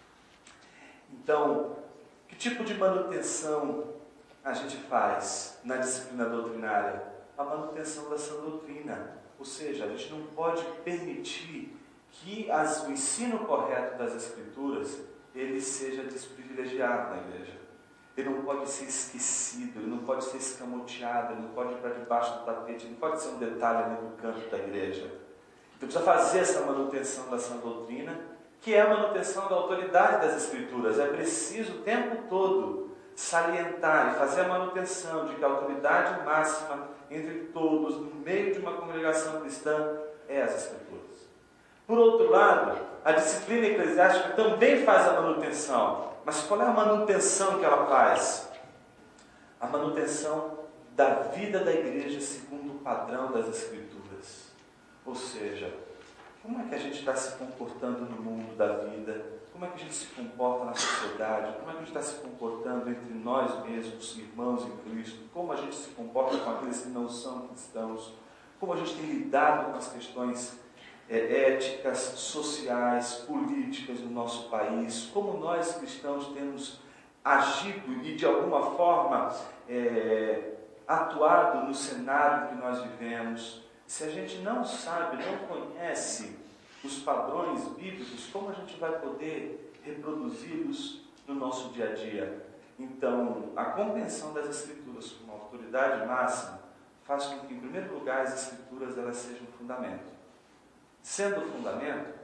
Então, que tipo de manutenção a gente faz na disciplina doutrinária? A manutenção da sã doutrina. Ou seja, a gente não pode permitir que as, o ensino correto das Escrituras ele seja desprivilegiado na igreja. Ele não pode ser esquecido, ele não pode ser escamoteado, ele não pode ir para debaixo do tapete, ele não pode ser um detalhe ali no canto da igreja. Então precisa fazer essa manutenção da sã doutrina, que é a manutenção da autoridade das Escrituras. É preciso o tempo todo salientar e fazer a manutenção de que a autoridade máxima entre todos, no meio de uma congregação cristã, é as Escrituras. Por outro lado, a disciplina eclesiástica também faz a manutenção. Mas qual é a manutenção que ela faz? A manutenção da vida da igreja segundo o padrão das Escrituras. Ou seja, como é que a gente está se comportando no mundo da vida? Como é que a gente se comporta na sociedade? Como é que a gente está se comportando entre nós mesmos, irmãos em Cristo? Como a gente se comporta com aqueles que não são cristãos? Como a gente tem lidado com as questões é, éticas, sociais, políticas do nosso país? Como nós cristãos temos agido e de alguma forma é, atuado no cenário que nós vivemos? Se a gente não sabe, não conhece os padrões bíblicos, como a gente vai poder reproduzi-los no nosso dia a dia? Então, a compreensão das Escrituras como autoridade máxima faz com que, em primeiro lugar, as Escrituras elas sejam um fundamento. Sendo o fundamento,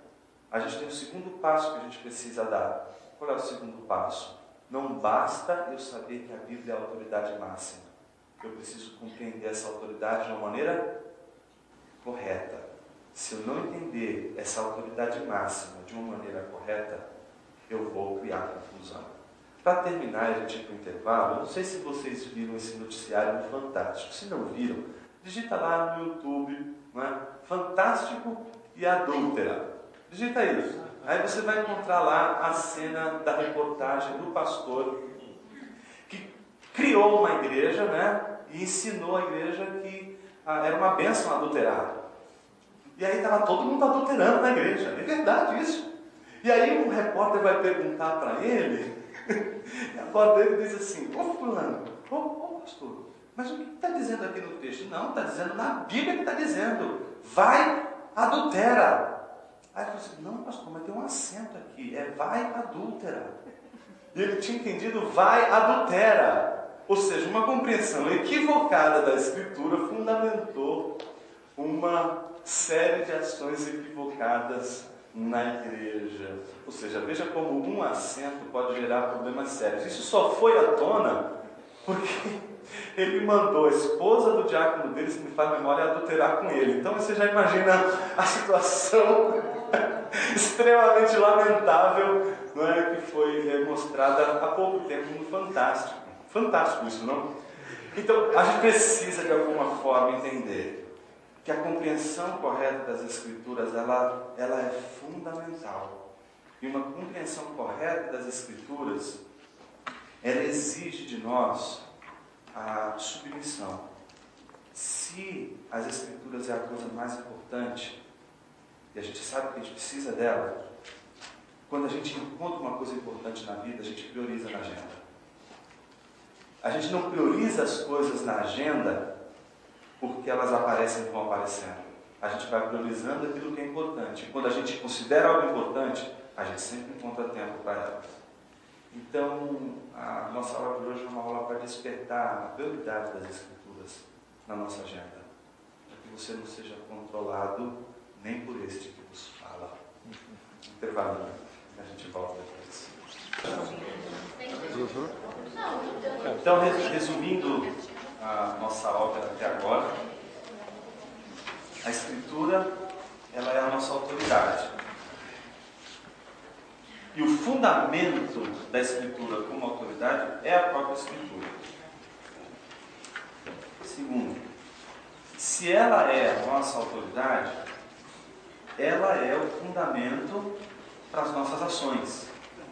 a gente tem o segundo passo que a gente precisa dar. Qual é o segundo passo? Não basta eu saber que a Bíblia é a autoridade máxima. Eu preciso compreender essa autoridade de uma maneira correta. Se eu não entender essa autoridade máxima de uma maneira correta, eu vou criar confusão. Para terminar, a gente ir para o intervalo, eu não sei se vocês viram esse noticiário no Fantástico. Se não viram, digita lá no YouTube, não é? Fantástico e Adúltera. Digita isso. Aí você vai encontrar lá a cena da reportagem do pastor que criou uma igreja, né? E ensinou a igreja que ah, era uma bênção adulterar. E aí estava todo mundo adulterando na igreja. É verdade isso. E aí um repórter vai perguntar para ele, e a voz dele diz assim: ô fulano, ô, ô pastor, mas o que está dizendo aqui no texto? Não, está dizendo na Bíblia que está dizendo, vai, adultera. Aí ele falou assim: não pastor, mas tem um acento aqui, é vai, adúltera. E ele tinha entendido vai, adultera. Ou seja, uma compreensão equivocada da Escritura fundamentou uma série de ações equivocadas na igreja. Ou seja, veja como um acento pode gerar problemas sérios. Isso só foi à tona porque ele mandou a esposa do diácono dele, se me faz memória, adulterar com ele. Então você já imagina a situação extremamente lamentável, não é, que foi é, mostrada há pouco tempo no Fantástico. Fantástico isso, não? Então a gente precisa de alguma forma entender que a compreensão correta das Escrituras, ela, ela é fundamental. E uma compreensão correta das Escrituras, ela exige de nós a submissão. Se as Escrituras é a coisa mais importante, e a gente sabe que a gente precisa dela, quando a gente encontra uma coisa importante na vida, a gente prioriza na agenda. A gente não prioriza as coisas na agenda porque elas aparecem e vão aparecendo. A gente vai priorizando aquilo que é importante. E quando a gente considera algo importante, a gente sempre encontra tempo para elas. Então, a nossa aula de hoje é uma aula para despertar a prioridade das Escrituras na nossa agenda. Para que você não seja controlado nem por este que vos fala. Intervalo, a gente volta depois. Então, resumindo a nossa obra até agora, a Escritura, ela é a nossa autoridade. E o fundamento da Escritura como autoridade é a própria Escritura. Segundo, se ela é a nossa autoridade, ela é o fundamento para as nossas ações.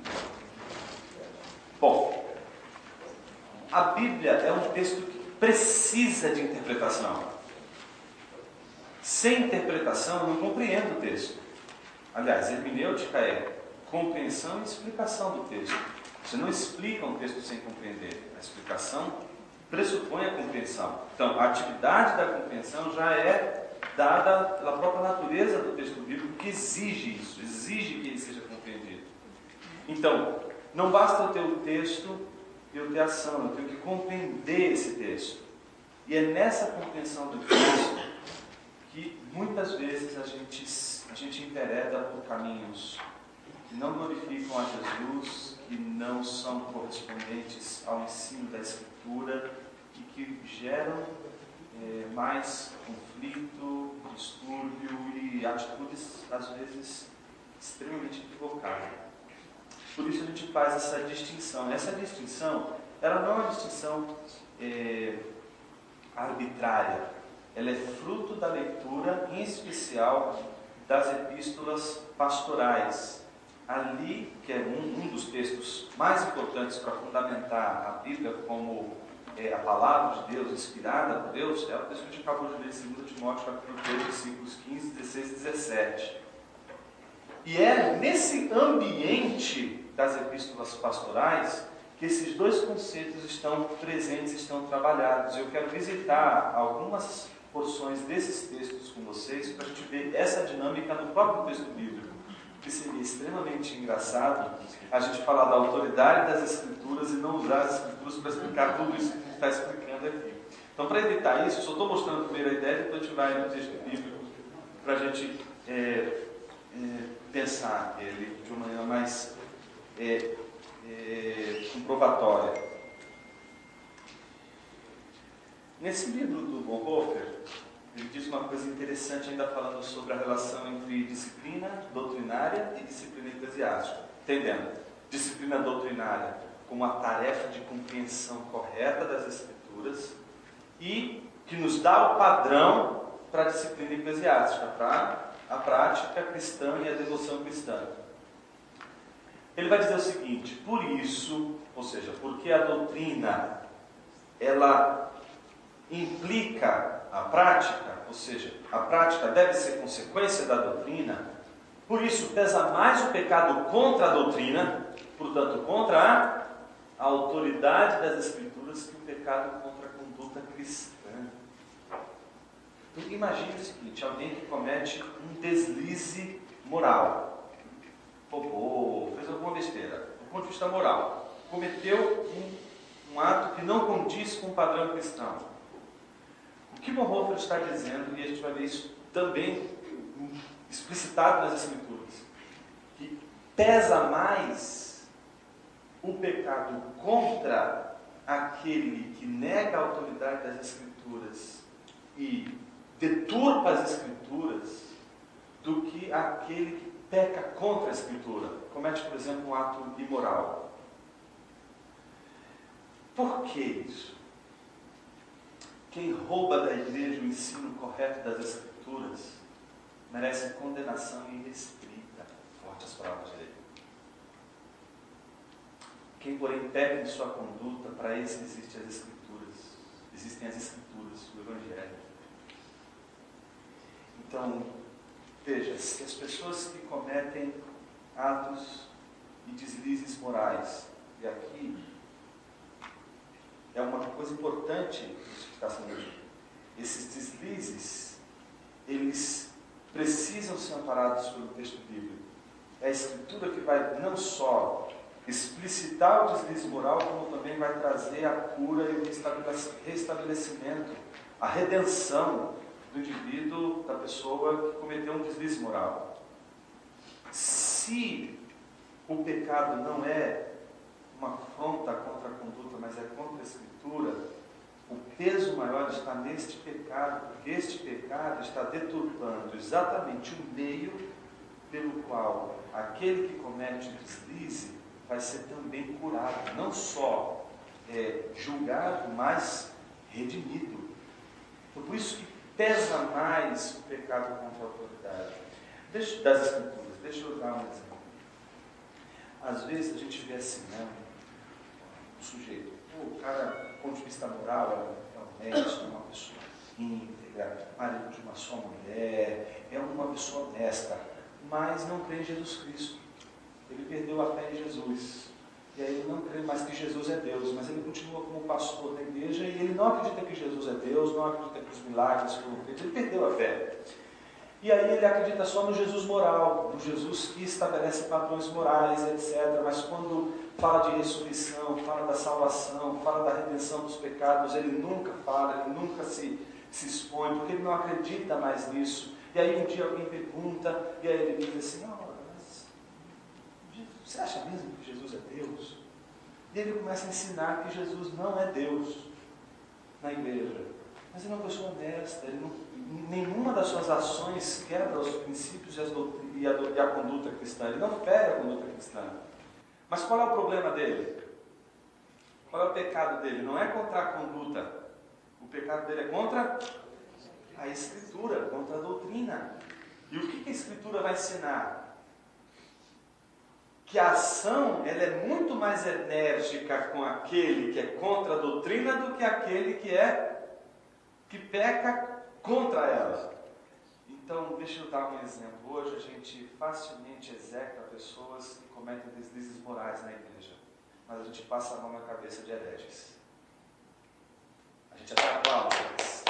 Bom, a Bíblia é um texto que precisa de interpretação. Sem interpretação, eu não compreendo o texto. Aliás, hermenêutica é compreensão e explicação do texto. Você não explica um texto sem compreender. A explicação pressupõe a compreensão. Então, a atividade da compreensão já é dada pela própria natureza do texto bíblico, que exige isso, exige que ele seja compreendido. Então, não basta eu ter o texto e eu ter ação, eu tenho que compreender esse texto. E é nessa compreensão do texto que muitas vezes a gente, a gente envereda por caminhos que não glorificam a Jesus, que não são correspondentes ao ensino da Escritura e que geram é, mais conflito, distúrbio e atitudes, às vezes, extremamente equivocadas. Por isso a gente faz essa distinção. Essa distinção, ela não é uma distinção é, arbitrária. Ela é fruto da leitura, em especial, das epístolas pastorais. Ali, que é um, um dos textos mais importantes para fundamentar a Bíblia como é, a palavra de Deus, inspirada por Deus, é o texto que a gente acabou de ler em dois Timóteo, capítulo três, versículos quinze, dezesseis e dezessete. E é nesse ambiente das epístolas pastorais que esses dois conceitos estão presentes, estão trabalhados. Eu quero visitar algumas porções desses textos com vocês para a gente ver essa dinâmica no próprio texto bíblico, que seria extremamente engraçado a gente falar da autoridade das Escrituras e não usar as Escrituras para explicar tudo isso que a gente está explicando aqui. Então, para evitar isso, eu só estou mostrando primeiro a ideia, depois a gente vai no texto bíblico para a gente é, é, pensar ele de uma maneira mais é, é, comprobatória. Nesse livro do Bonhoeffer, ele diz uma coisa interessante, ainda falando sobre a relação entre disciplina doutrinária e disciplina eclesiástica. Entendendo? Disciplina doutrinária como a tarefa de compreensão correta das Escrituras e que nos dá o padrão para a disciplina eclesiástica, para a prática cristã e a devoção cristã. Ele vai dizer o seguinte: por isso, ou seja, porque a doutrina ela implica a prática, ou seja, a prática deve ser consequência da doutrina, por isso pesa mais o pecado contra a doutrina, portanto, contra a, a autoridade das Escrituras, que o pecado contra a conduta cristã. Então, imagine o seguinte: alguém que comete um deslize moral, roubou, fez alguma besteira, do ponto de vista moral, cometeu um, um ato que não condiz com o padrão cristão. O que Bonhoeffer está dizendo, e a gente vai ver isso também explicitado nas Escrituras, que pesa mais o pecado contra aquele que nega a autoridade das Escrituras e deturpa as Escrituras do que aquele que peca contra a Escritura, comete, por exemplo, um ato imoral. Por que isso? Quem rouba da igreja o ensino correto das Escrituras merece condenação irrestrita. Forte as palavras dele. Quem, porém, peca em sua conduta, para esse existem as Escrituras. Existem as Escrituras, o Evangelho. Então, veja, se as pessoas que cometem atos e deslizes morais, e aqui é uma coisa importante isso que está sendo dito. Esses deslizes, eles precisam ser amparados pelo texto bíblico. É a Escritura que vai não só explicitar o deslize moral, como também vai trazer a cura e o restabelecimento, a redenção do indivíduo, da pessoa que cometeu um deslize moral. Se o pecado não é uma afronta contra a conduta, mas é contra a Escritura, o peso maior está neste pecado, porque este pecado está deturpando exatamente o meio pelo qual aquele que comete o deslize vai ser também curado, não só é, julgado, mas redimido. Então, por isso que pesa mais o pecado contra a autoridade Deixa, das Escrituras. Deixa eu dar um exemplo. Às vezes a gente vê assim, né? O sujeito, o cara, do ponto de vista moral, é honesto, é uma pessoa íntegra, marido de uma só mulher, é uma pessoa honesta, mas não crê em Jesus Cristo. Ele perdeu a fé em Jesus. E aí ele não crê mais que Jesus é Deus, mas ele continua como pastor da igreja e ele não acredita que Jesus é Deus, não acredita que os milagres foram feitos, ele perdeu a fé. E aí ele acredita só no Jesus moral, no Jesus que estabelece padrões morais, etcétera. Mas quando fala de ressurreição, fala da salvação, fala da redenção dos pecados, ele nunca fala, ele nunca se, se expõe, porque ele não acredita mais nisso. E aí um dia alguém pergunta, e aí ele diz assim: oh, mas você acha mesmo que Jesus é Deus? E ele começa a ensinar que Jesus não é Deus na igreja. Mas ele é uma pessoa honesta, ele não, nenhuma das suas ações quebra os princípios e, as e, a, e a conduta cristã. Ele não fere a conduta cristã. Mas qual é o problema dele? Qual é o pecado dele? Não é contra a conduta. O pecado dele é contra a Escritura, contra a doutrina. E o que a Escritura vai ensinar? Que a ação ela é muito mais enérgica com aquele que é contra a doutrina do que aquele que é que peca contra ela. Então, deixa eu dar um exemplo. Hoje a gente facilmente execra pessoas que cometem deslizes morais na igreja, mas a gente passa a mão na cabeça de hereges. A gente até aplaude eles.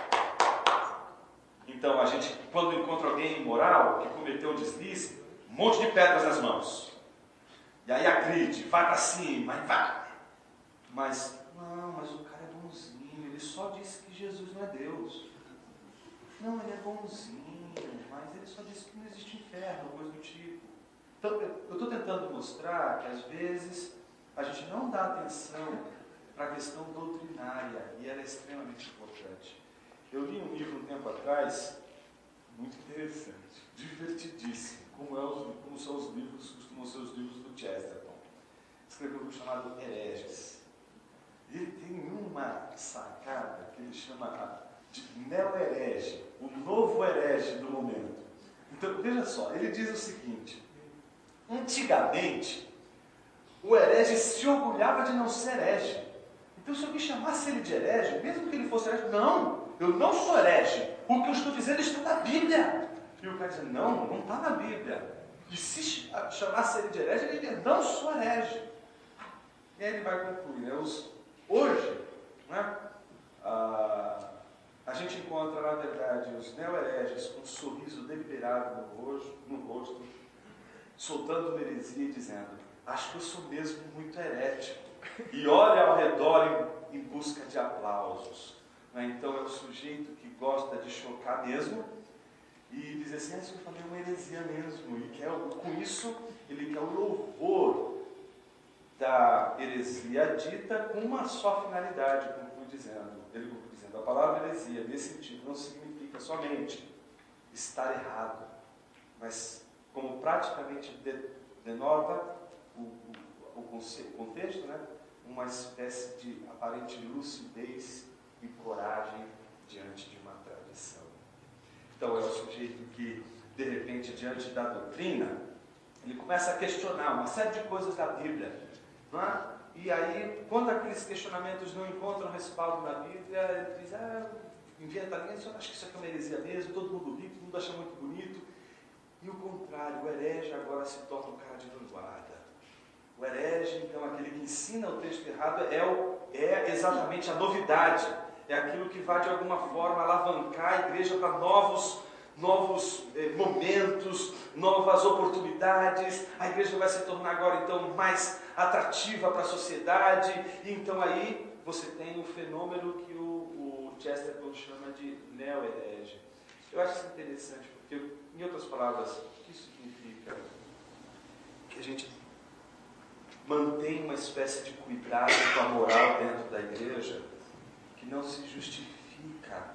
Então, a gente, quando encontra alguém imoral que cometeu um deslize, um monte de pedras nas mãos. E aí agride, vai para cima, vai. Mas, não, mas o cara é bonzinho, ele só disse que Jesus não é Deus. não, ele é bonzinho, mas ele só disse que não existe inferno, coisa do tipo. Então, eu estou tentando mostrar que às vezes a gente não dá atenção para a questão doutrinária, e ela é extremamente importante. Eu li um livro um tempo atrás, muito interessante, divertidíssimo, como, é os, como são os livros, costumam ser os livros do Chesterton. Escreveu um livro chamado Hereges. Ele tem uma sacada que ele chama de neo-herege, o novo herege do momento. Então, veja só, ele diz o seguinte: antigamente, o herege se orgulhava de não ser herege. Então, se alguém chamasse ele de herege, mesmo que ele fosse herege, não, eu não sou herege, o que eu estou dizendo está na Bíblia. E o cara diz, não, não está na Bíblia. E se chamasse ele de herege, ele diria, não sou herege. E aí ele vai concluir, né? Os, hoje, né, a, a gente encontra, na verdade, os neo-hereges com um sorriso deliberado no rosto, no rosto, soltando uma heresia e dizendo, acho que eu sou mesmo muito herético. E olha ao redor em, em busca de aplausos. Né? Então é o sujeito que gosta de chocar mesmo e diz assim, ah, isso que eu falei é uma heresia mesmo. E quer, com isso, ele quer o louvor da heresia dita com uma só finalidade, conclui dizendo. Ele conclui dizendo, a palavra heresia, nesse sentido, não significa somente estar errado, mas como praticamente de, denota o, o, o contexto, né? Uma espécie de aparente lucidez e coragem diante de uma tradição. Então é o sujeito que, de repente, diante da doutrina, ele começa a questionar uma série de coisas da Bíblia. Não é? E aí, quando aqueles questionamentos não encontram respaldo na Bíblia, ele diz, ah, inventa linha, eu acho que isso aqui é uma heresia mesmo, todo mundo ri, todo mundo acha muito bonito. E o contrário, o herege agora se torna um cara de vanguarda. O herege, então, aquele que ensina o texto errado, é, o, é exatamente a novidade. É aquilo que vai, de alguma forma, alavancar a igreja para novos, novos eh, momentos, novas oportunidades. A igreja vai se tornar agora, então, mais atrativa para a sociedade. E, então, aí, você tem o fenômeno que o, o Chesterton chama de neo-herege. Eu acho isso interessante, porque, em outras palavras, o que isso significa? Que a gente mantém uma espécie de cuidado com a moral dentro da igreja que não se justifica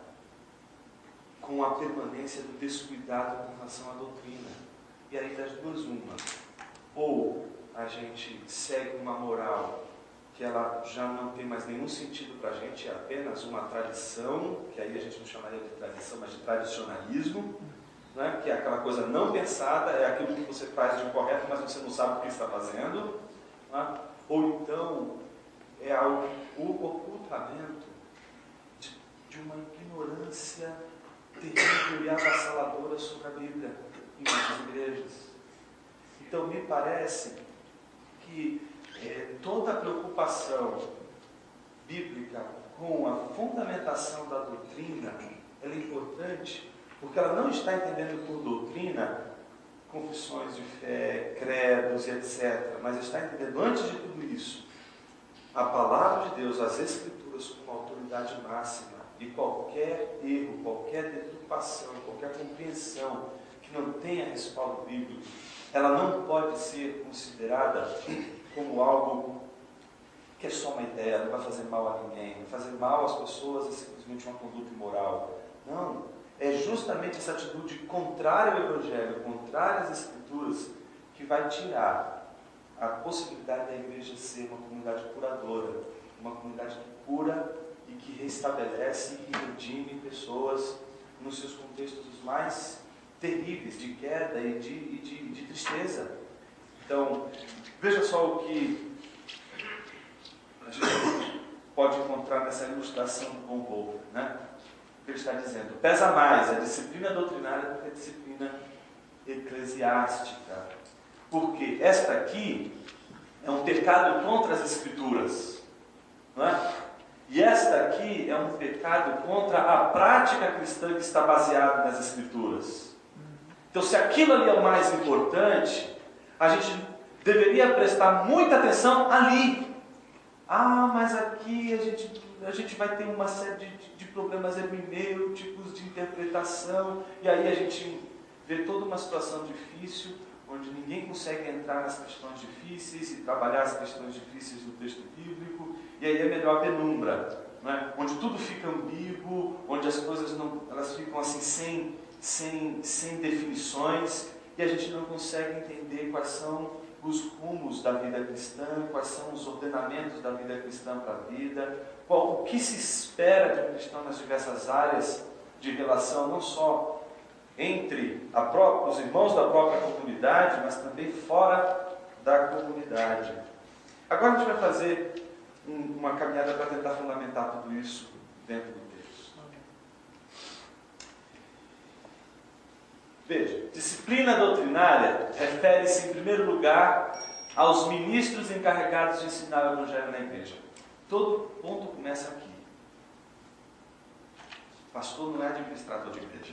com a permanência do descuidado com relação à doutrina. E aí das duas uma. Ou a gente segue uma moral que ela já não tem mais nenhum sentido para a gente, é apenas uma tradição, que aí a gente não chamaria de tradição, mas de tradicionalismo, né? Que é aquela coisa não pensada, é aquilo que você faz de correto, mas você não sabe o que está fazendo. Ou então é o ocultamento de, de uma ignorância terrível e avassaladora sobre a Bíblia em muitas igrejas. Então me parece que é, toda a preocupação bíblica com a fundamentação da doutrina ela é importante, porque ela não está entendendo por doutrina confissões de fé, credos e etcétera. Mas está entendendo, antes de tudo isso, a palavra de Deus, as Escrituras como autoridade máxima, e qualquer erro, qualquer deturpação, qualquer compreensão que não tenha respaldo bíblico, ela não pode ser considerada como algo que é só uma ideia, não vai fazer mal a ninguém, vai fazer mal às pessoas, é simplesmente uma conduta imoral. Não. É justamente essa atitude contrária ao Evangelho, contrária às Escrituras, que vai tirar a possibilidade da igreja ser uma comunidade curadora, uma comunidade que cura e que restabelece e redime pessoas nos seus contextos os mais terríveis, de queda e de, e de, de tristeza. Então, veja só o que a gente pode encontrar nessa ilustração do Bonhoeffer, né? Ele está dizendo, pesa mais a disciplina doutrinária do que a disciplina eclesiástica. Porque esta aqui é um pecado contra as Escrituras. Não é? E esta aqui é um pecado contra a prática cristã que está baseada nas Escrituras. Então, se aquilo ali é o mais importante, a gente deveria prestar muita atenção ali. Ah, mas aqui a gente a gente vai ter uma série de, de problemas hermenêuticos, de interpretação, e aí a gente vê toda uma situação difícil, onde ninguém consegue entrar nas questões difíceis e trabalhar as questões difíceis do texto bíblico, e aí é melhor a penumbra, não é? Onde tudo fica ambíguo, onde as coisas não, elas ficam assim sem, sem, sem definições, e a gente não consegue entender quais são os rumos da vida cristã, quais são os ordenamentos da vida cristã para a vida, qual, o que se espera de um cristão nas diversas áreas de relação, não só entre a própria, os irmãos da própria comunidade, mas também fora da comunidade. Agora a gente vai fazer um, uma caminhada para tentar fundamentar tudo isso dentro do texto. Veja, disciplina doutrinária refere-se em primeiro lugar aos ministros encarregados de ensinar o Evangelho na igreja. Todo ponto começa aqui. O pastor não é administrador de igreja.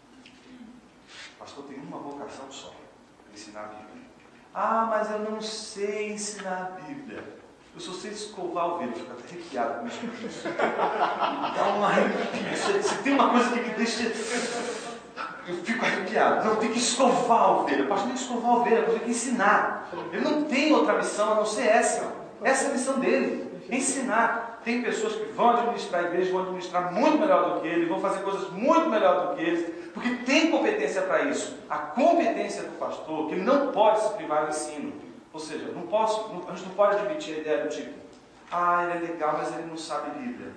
O pastor tem uma vocação só, ensinar a Bíblia. Ah, mas eu não sei ensinar a Bíblia. Eu só sei escovar o ovelha. Eu fico até arrepiado com isso. Dá um arrepio. Se tem uma coisa que me deixa... Eu fico arrepiado. Não, tem que escovar a ovelha. O pastor tem que escovar a ovelha, tem que ensinar. Ele não tem outra missão a não ser essa. Essa é a missão dele. Ensinar. Tem pessoas que vão administrar a igreja, vão administrar muito melhor do que ele, vão fazer coisas muito melhor do que eles, porque tem competência para isso. A competência do pastor, que ele não pode se privar do ensino. Ou seja, não posso, não, a gente não pode admitir a ideia do tipo, ah, ele é legal, mas ele não sabe Bíblia.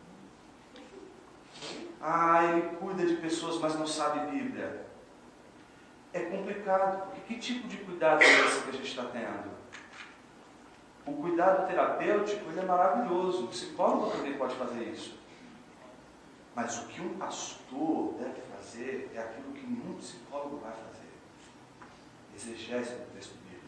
Ah, ele cuida de pessoas, mas não sabe Bíblia. É complicado, porque que tipo de cuidado é esse que a gente está tendo? O cuidado terapêutico, ele é maravilhoso. O psicólogo também pode fazer isso. Mas o que um pastor deve fazer é aquilo que nenhum psicólogo vai fazer. Exegese do texto bíblico.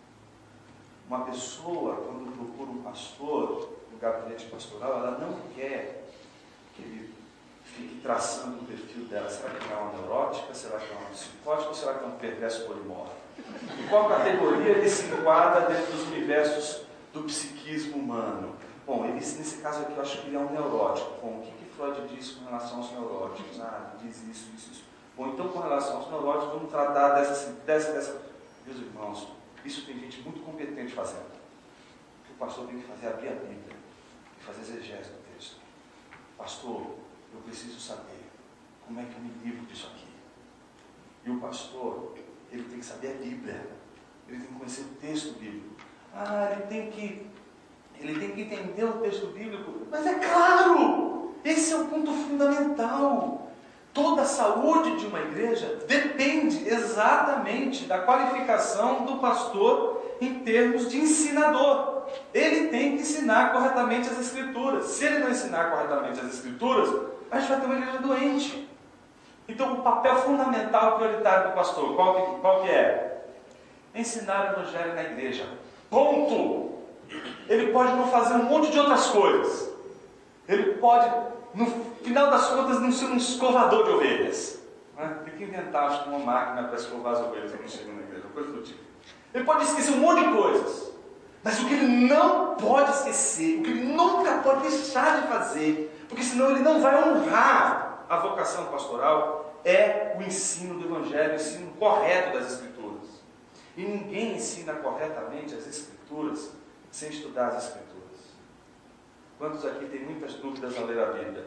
Uma pessoa, quando procura um pastor no gabinete pastoral, ela não quer que ele fique traçando o perfil dela. Será que ela é uma neurótica? Será que ela é uma psicótica? Ou será que é um perverso polimorfo? Em qual categoria ele se enquadra dentro dos universos do psiquismo humano? Bom, ele, nesse caso aqui eu acho que ele é um neurótico. Bom, o que, que Freud diz com relação aos neuróticos? Ah, ele diz isso, isso, isso. Bom, então com relação aos neuróticos, vamos tratar dessa, dessa, dessa... Meus irmãos, isso tem gente muito competente fazendo. O que o pastor tem que fazer é abrir a Bíblia e fazer exegese do texto. Pastor, eu preciso saber como é que eu me livro disso aqui. E o pastor, ele tem que saber a Bíblia. Ele tem que conhecer o texto bíblico. Ah, ele tem que, ele tem que entender o texto bíblico. Mas é claro! Esse é o ponto fundamental. Toda a saúde de uma igreja depende exatamente da qualificação do pastor em termos de ensinador. Ele tem que ensinar corretamente as Escrituras. Se ele não ensinar corretamente as Escrituras, a gente vai ter uma igreja doente. Então, o papel fundamental, prioritário do pastor, qual que, qual que é? Ensinar o Evangelho na igreja. Ponto! Ele pode não fazer um monte de outras coisas. Ele pode, no final das contas, não ser um escovador de ovelhas. Né? Tem que inventar, acho que, uma máquina para escovar as ovelhas quando chega na igreja, coisa do tipo. Ele pode esquecer um monte de coisas. Mas o que ele não pode esquecer, o que ele nunca pode deixar de fazer, porque senão ele não vai honrar a vocação pastoral, é o ensino do Evangelho, o ensino correto das Escrituras. E ninguém ensina corretamente as Escrituras sem estudar as Escrituras. Quantos aqui têm muitas dúvidas ao ler a Bíblia?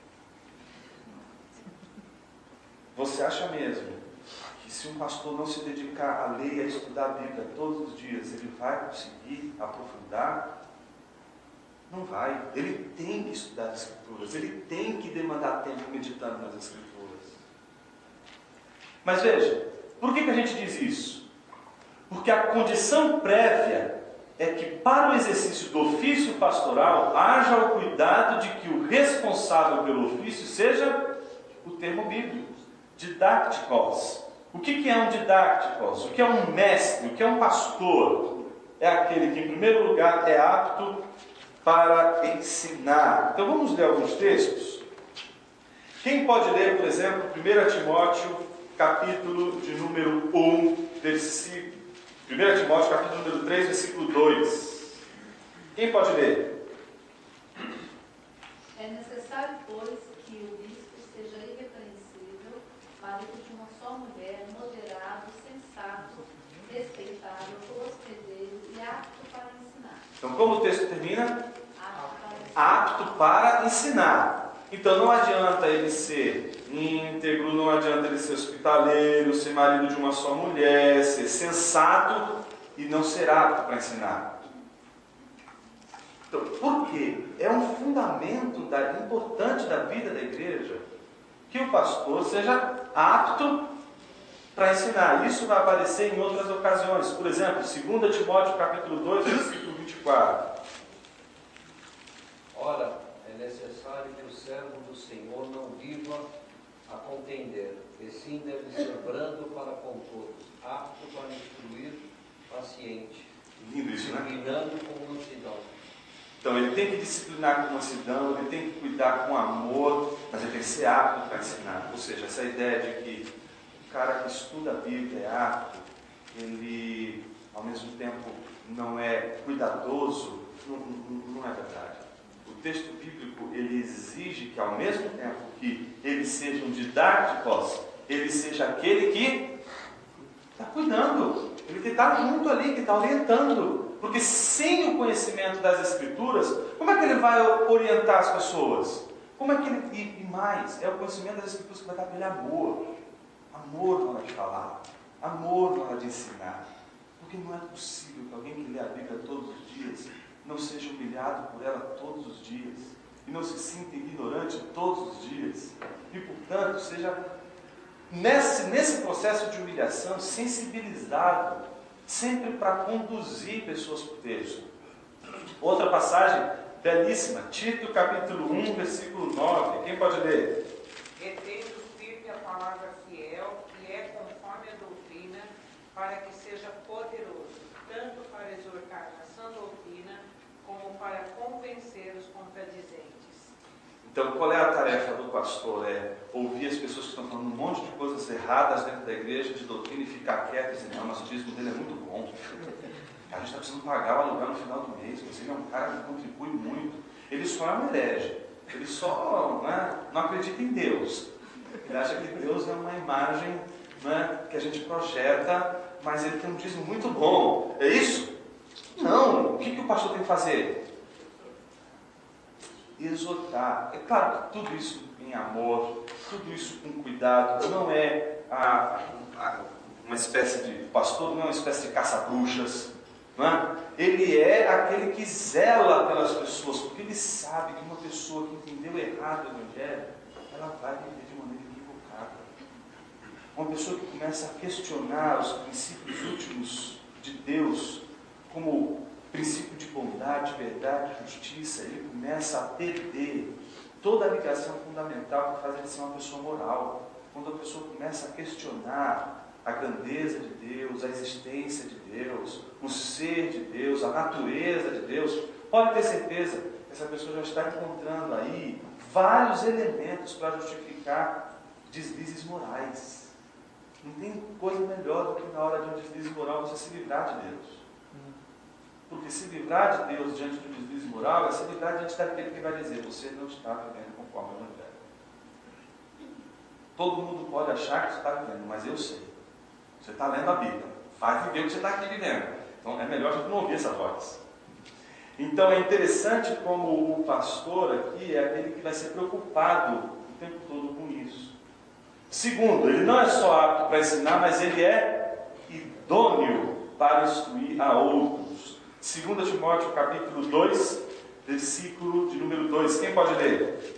Você acha mesmo que se um pastor não se dedicar a ler e a estudar a Bíblia todos os dias, ele vai conseguir aprofundar? Não vai. Ele tem que estudar as Escrituras. Ele tem que demandar tempo meditando nas Escrituras. Mas veja, por que, que a gente diz isso? Porque a condição prévia é que para o exercício do ofício pastoral haja o cuidado de que o responsável pelo ofício seja o termo bíblico, didácticos. O que, que é um didácticos? O que é um mestre? O que é um pastor? É aquele que, em primeiro lugar, é apto para ensinar. Então vamos ler alguns textos. Quem pode ler, por exemplo, primeiro Timóteo, capítulo de número um, versículo... primeiro Timóteo, capítulo número três, versículo dois. Quem pode ler? É necessário, pois, que o bispo seja irrepreensível, marido de uma só mulher, moderado, sensato, respeitável, hospedeiro e apto para ensinar. Então, como o texto termina? Apto para ensinar. Apto para ensinar. Então, não adianta ele ser íntegro, não adianta ele ser hospitaleiro, ser marido de uma só mulher, ser sensato e não ser apto para ensinar. Então, por quê? É um fundamento da, importante da vida da igreja que o pastor seja apto para ensinar. Isso vai aparecer em outras ocasiões. Por exemplo, dois Timóteo capítulo dois, versículo vinte e quatro. Ora, é necessário que o servo do Senhor não viva a contender, e sim deve ser brando para com todos, apto para instruir, paciente, Lindo isso, né? disciplinando com mansidão. Então ele tem que disciplinar com mansidão, ele tem que cuidar com amor, mas ele tem que ser apto para ensinar. Ou seja, essa ideia de que o cara que estuda a Bíblia é apto, ele ao mesmo tempo não é cuidadoso, não, não, não é verdade. O texto bíblico ele exige que ao mesmo tempo que ele seja um didáticos, ele seja aquele que está cuidando, ele que está junto ali, que está orientando. Porque sem o conhecimento das Escrituras, como é que ele vai orientar as pessoas? Como é que ele. E, e mais, é o conhecimento das Escrituras que vai dar para ele amor. Amor na hora de falar, amor na hora de ensinar. Porque não é possível que alguém que lê a Bíblia todos os dias não seja humilhado por ela todos os dias e não se sinta ignorante todos os dias. E, portanto, seja nesse, nesse processo de humilhação sensibilizado sempre para conduzir pessoas para o texto. Outra passagem belíssima, Tito capítulo um, versículo nove. Quem pode ler? Retendo firme a palavra fiel, que é conforme a doutrina, para que seja poderoso, tanto para exortar na sã doutrina, como para convencer os contradizentes. Então, qual é a tarefa do pastor? É ouvir as pessoas que estão falando um monte de coisas erradas dentro da igreja, de doutrina, e ficar quieto e dizer, não, mas o dízimo dele é muito bom. A gente está precisando pagar o aluguel no final do mês, você é um cara que contribui muito. Ele só é um herege, ele só né, não acredita em Deus. Ele acha que Deus é uma imagem né, que a gente projeta, mas ele tem um dízimo muito bom. É isso? Não. O que, que o pastor tem que fazer? Exortar. É claro que tudo isso em amor, tudo isso com cuidado, não é a, a, uma espécie de pastor, não é uma espécie de caça-bruxas, não é? Ele é aquele que zela pelas pessoas, porque ele sabe que uma pessoa que entendeu errado o Evangelho, ela vai viver de maneira equivocada. Uma pessoa que começa a questionar os princípios últimos de Deus, como princípio de bondade, verdade, justiça, ele começa a perder toda a ligação fundamental que faz ele ser uma pessoa moral. Quando a pessoa começa a questionar a grandeza de Deus, a existência de Deus, o ser de Deus, a natureza de Deus, pode ter certeza que essa pessoa já está encontrando aí vários elementos para justificar deslizes morais. Não tem coisa melhor do que na hora de um deslize moral você se livrar de Deus. Porque se livrar de Deus diante do deslize moral é se livrar diante daquele que vai dizer, você não está vivendo conforme o Evangelho. Todo mundo pode achar que você está vivendo, mas eu sei. Você está lendo a Bíblia, vai viver o que você está aqui vivendo. Então é melhor a gente não ouvir essa voz. Então é interessante como o pastor aqui é aquele que vai ser preocupado o tempo todo com isso. Segundo, ele não é só apto para ensinar, mas ele é idôneo para instruir a outros. dois Timóteo capítulo dois, versículo de número dois. Quem pode ler?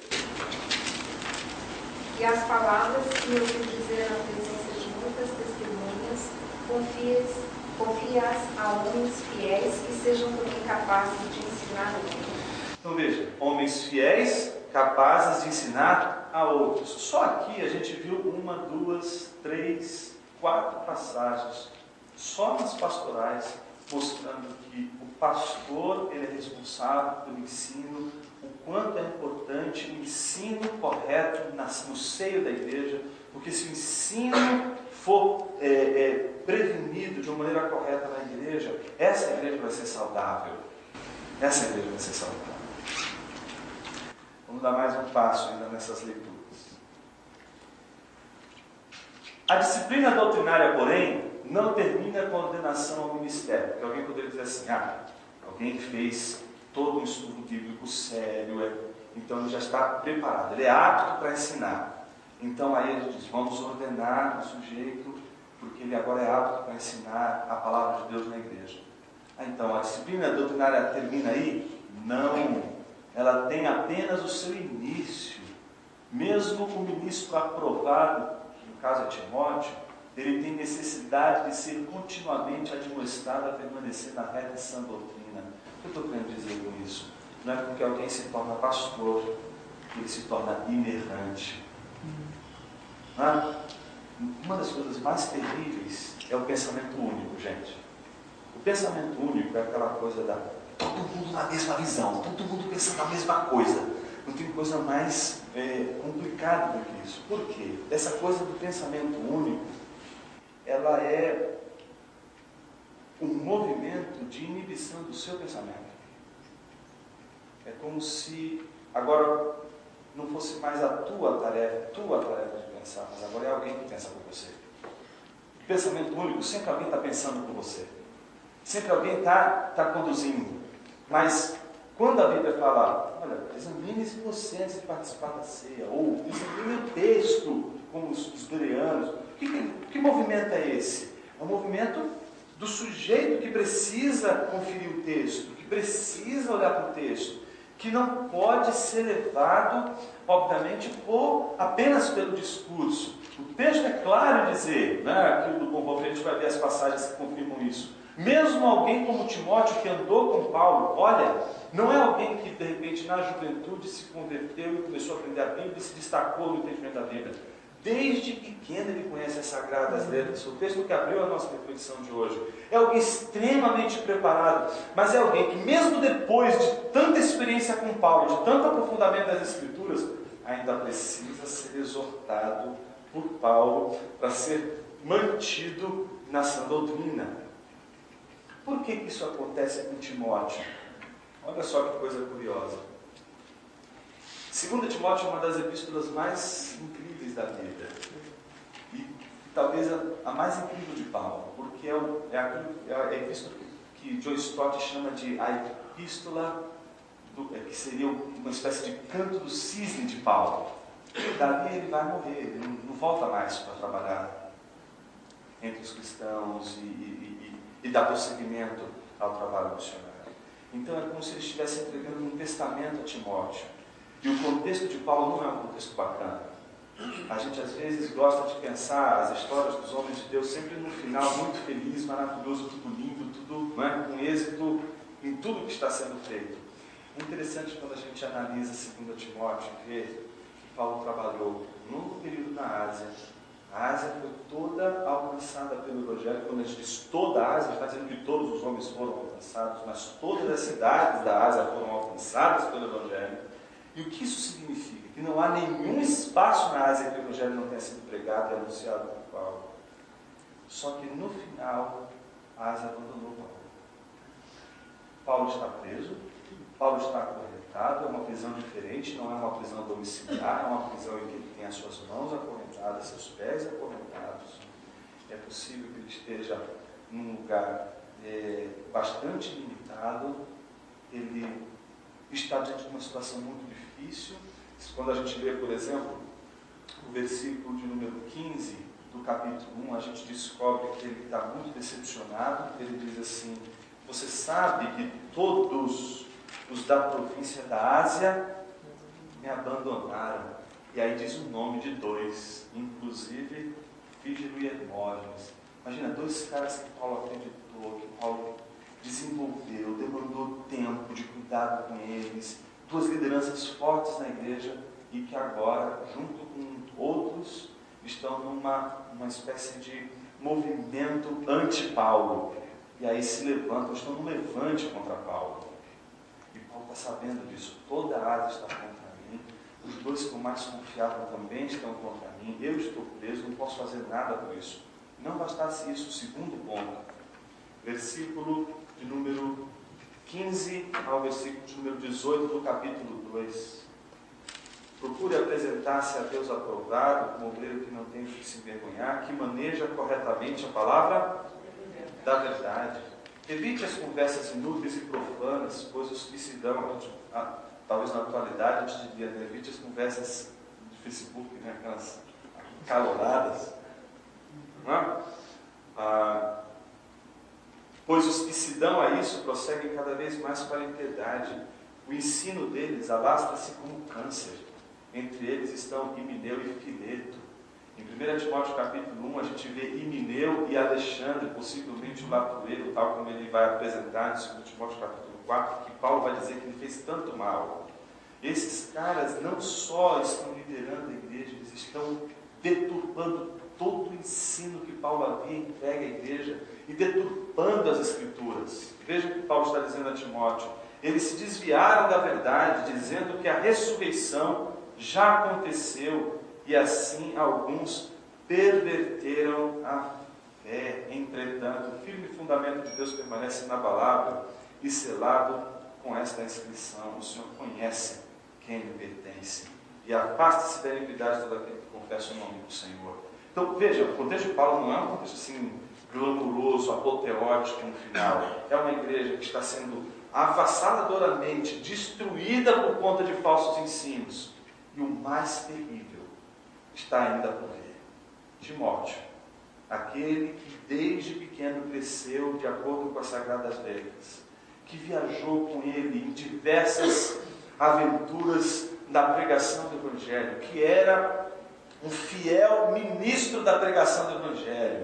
E as palavras que eu vos dizer na presença de muitas testemunhas, confie-as confie a homens fiéis que sejam também capazes de ensinar outros. Então veja, homens fiéis, capazes de ensinar a outros. Só aqui a gente viu uma, duas, três, quatro passagens, só nas pastorais, mostrando que o pastor ele é responsável pelo ensino, o quanto é importante o ensino correto no seio da igreja, porque se o ensino for é, é, prevenido de uma maneira correta na igreja, essa igreja vai ser saudável. Essa igreja vai ser saudável. Vamos dar mais um passo ainda nessas leituras. A disciplina doutrinária, porém, não termina com a ordenação ao ministério. Porque alguém poderia dizer assim, ah, alguém que fez todo um estudo bíblico sério, é, então ele já está preparado, ele é apto para ensinar. Então aí a gente diz, vamos ordenar o sujeito, porque ele agora é apto para ensinar a palavra de Deus na igreja. Ah, então a disciplina doutrinária termina aí? Não, ela tem apenas o seu início. Mesmo o ministro aprovado, que no caso é Timóteo, ele tem necessidade de ser continuamente admoestado a permanecer na reta e sã doutrina. O que eu estou querendo dizer com isso? Não é porque alguém se torna pastor que ele se torna inerrante. Ah, uma das coisas mais terríveis é o pensamento único, gente. O pensamento único é aquela coisa da todo mundo na mesma visão, todo mundo pensando na mesma coisa. Não tem coisa mais é, complicada do que isso. Por quê? Essa coisa do pensamento único, ela é um movimento de inibição do seu pensamento. É como se agora não fosse mais a tua tarefa, tua tarefa de pensar, mas agora é alguém que pensa por você. O pensamento único, sempre alguém está pensando por você. Sempre alguém está tá conduzindo. Mas quando a Bíblia fala, olha, examine-se você antes de participar da ceia, ou examine o texto, como os, os bereanos, que, que, que movimento é esse? É um movimento do sujeito que precisa conferir o texto, que precisa olhar para o texto, que não pode ser levado, obviamente, por, apenas pelo discurso. O texto é claro em dizer, né, aquilo do Bonhoeffer, a gente vai ver as passagens que confirmam isso. Mesmo alguém como Timóteo, que andou com Paulo, olha, não é alguém que de repente na juventude se converteu e começou a aprender a Bíblia e se destacou no entendimento da Bíblia. Desde pequeno ele conhece as Sagradas Letras. O texto que abriu a nossa reflexão de hoje é alguém extremamente preparado, mas é alguém que mesmo depois de tanta experiência com Paulo, de tanto aprofundamento das Escrituras, ainda precisa ser exortado por Paulo para ser mantido na sã doutrina. Por que isso acontece com Timóteo? Olha só que coisa curiosa. Segunda Timóteo é uma das epístolas mais incríveis da Bíblia. E talvez a, a mais incrível de Paulo, porque é, o, é, a, é a epístola que, que John Stott chama de a epístola, do, é, que seria uma espécie de canto do cisne de Paulo. Dali ele vai morrer, ele não, não volta mais para trabalhar entre os cristãos e, e, e, e dar prosseguimento ao trabalho missionário. Então é como se ele estivesse entregando um testamento a Timóteo. E o contexto de Paulo não é um contexto bacana. A gente às vezes gosta de pensar as histórias dos homens de Deus sempre no final muito feliz, maravilhoso, tudo lindo, tudo, não é, com êxito em tudo que está sendo feito. É interessante quando a gente analisa Segunda Timóteo e vê que Paulo trabalhou num longo período na Ásia. A Ásia foi toda alcançada pelo Evangelho. Quando a gente diz toda a Ásia, está dizendo que todos os homens foram alcançados, mas todas as cidades da Ásia foram alcançadas pelo Evangelho. E o que isso significa? Que não há nenhum espaço na Ásia que o Evangelho não tenha sido pregado e anunciado por Paulo. Só que no final, a Ásia abandonou Paulo. Paulo está preso, Paulo está acorrentado, é uma prisão diferente, não é uma prisão domiciliar, é uma prisão em que ele tem as suas mãos acorrentadas, seus pés acorrentados. É possível que ele esteja num lugar é, bastante limitado, ele está diante de uma situação muito difícil. Quando a gente lê, por exemplo, o versículo de número quinze do capítulo um, a gente descobre que ele está muito decepcionado. Ele diz assim: você sabe que todos os da província da Ásia me abandonaram. E aí diz o nome de dois, inclusive Fígelo e Hermógenes. Imagina, dois caras que Paulo acreditou, que Paulo desenvolveu, demandou tempo de cuidado com eles, duas lideranças fortes na igreja e que agora, junto com outros, estão numa uma espécie de movimento anti-Paulo. E aí se levantam, estão num levante contra Paulo. E Paulo está sabendo disso. Toda a Ásia está contra mim. Os dois que eu mais confiava também estão contra mim. Eu estou preso, não posso fazer nada por isso. Não bastasse isso, o segundo ponto. Versículo de número quinze ao versículo de número dezoito do capítulo dois. procure apresentar-se a Deus aprovado, como obreiro que não tem o que se envergonhar, que maneja corretamente a palavra da verdade. Evite as conversas inúteis e profanas, pois os que se dão, ah, talvez na atualidade, a gente diria, evite as conversas de Facebook, né, aquelas caloradas. Não é? Ah, pois os que se dão a isso prosseguem cada vez mais para a impiedade. O ensino deles alastra-se como câncer. Entre eles estão Himeneu e Fileto. Em primeiro Timóteo capítulo um, a gente vê Himeneu e Alexandre, possivelmente o latoeiro, tal como ele vai apresentar em segundo Timóteo capítulo quatro, que Paulo vai dizer que ele fez tanto mal. Esses caras não só estão liderando a igreja, eles estão deturpando todo o ensino que Paulo havia entregue à igreja e deturpando as Escrituras. Veja o que Paulo está dizendo a Timóteo. Eles se desviaram da verdade, dizendo que a ressurreição já aconteceu, e assim alguns perverteram a fé. Entretanto, o firme fundamento de Deus permanece inabalável e selado com esta inscrição: o Senhor conhece quem lhe pertence, e afaste-se da iniquidade de todo aquele que confessa o nome do Senhor. Então, veja, o contexto de Paulo não é um contexto assim glamuroso, apoteótico no final. É uma igreja que está sendo avassaladoramente destruída por conta de falsos ensinos. E o mais terrível está ainda por vir. Timóteo, aquele que desde pequeno cresceu de acordo com as Sagradas Letras, que viajou com ele em diversas aventuras da pregação do Evangelho, que era um fiel ministro da pregação do Evangelho,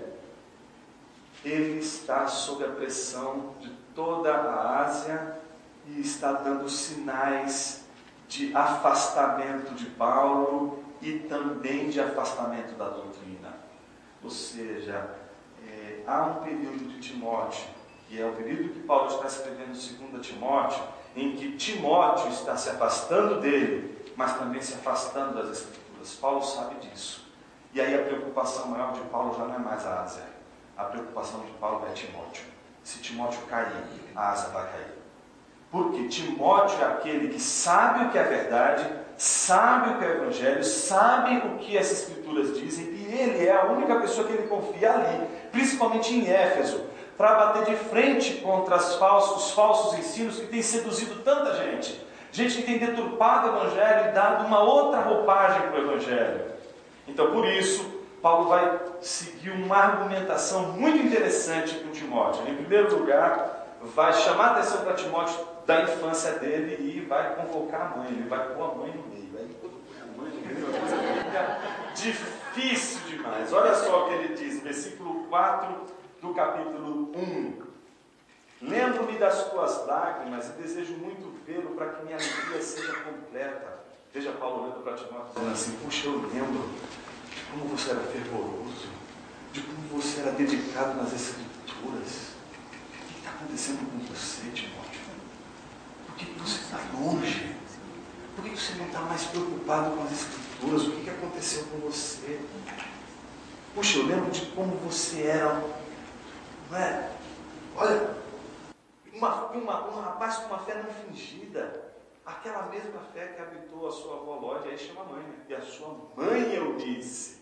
ele está sob a pressão de toda a Ásia e está dando sinais de afastamento de Paulo e também de afastamento da doutrina. Ou seja, é, há um período de Timóteo, que é o período que Paulo está escrevendo segundo Timóteo, em que Timóteo está se afastando dele, mas também se afastando das Escrituras. Paulo sabe disso. E aí a preocupação maior de Paulo já não é mais a Ásia. A preocupação de Paulo é Timóteo. Se Timóteo cair, a Ásia vai cair. Porque Timóteo é aquele que sabe o que é verdade, sabe o que é o Evangelho, sabe o que as Escrituras dizem, e ele é a única pessoa que ele confia ali, principalmente em Éfeso, para bater de frente contra os falsos, os falsos ensinos que têm seduzido tanta gente. Gente que tem deturpado o Evangelho e dado uma outra roupagem para o Evangelho. Então, por isso, Paulo vai seguir uma argumentação muito interessante com Timóteo. Em primeiro lugar, vai chamar a atenção para Timóteo da infância dele e vai convocar a mãe. Ele vai pôr a mãe no meio. Aí, quando põe a mãe no meio, a coisa fica difícil demais. Olha só o que ele diz, versículo quatro do capítulo um. Lembro-me das tuas lágrimas e desejo muito vê-lo para que minha alegria seja completa. Veja Paulo olhando para Timóteo dizendo assim: puxa, eu lembro de como você era fervoroso, de como você era dedicado nas Escrituras. O que está acontecendo com você, Timóteo? Por que você está longe? Por que você não está mais preocupado com as Escrituras? O que aconteceu com você? Puxa, eu lembro de como você era, não é? Olha, uma, uma, um rapaz com uma fé não fingida. Aquela mesma fé que habitou a sua avó Lóide, aí chama a mãe, né? E a sua mãe eu disse.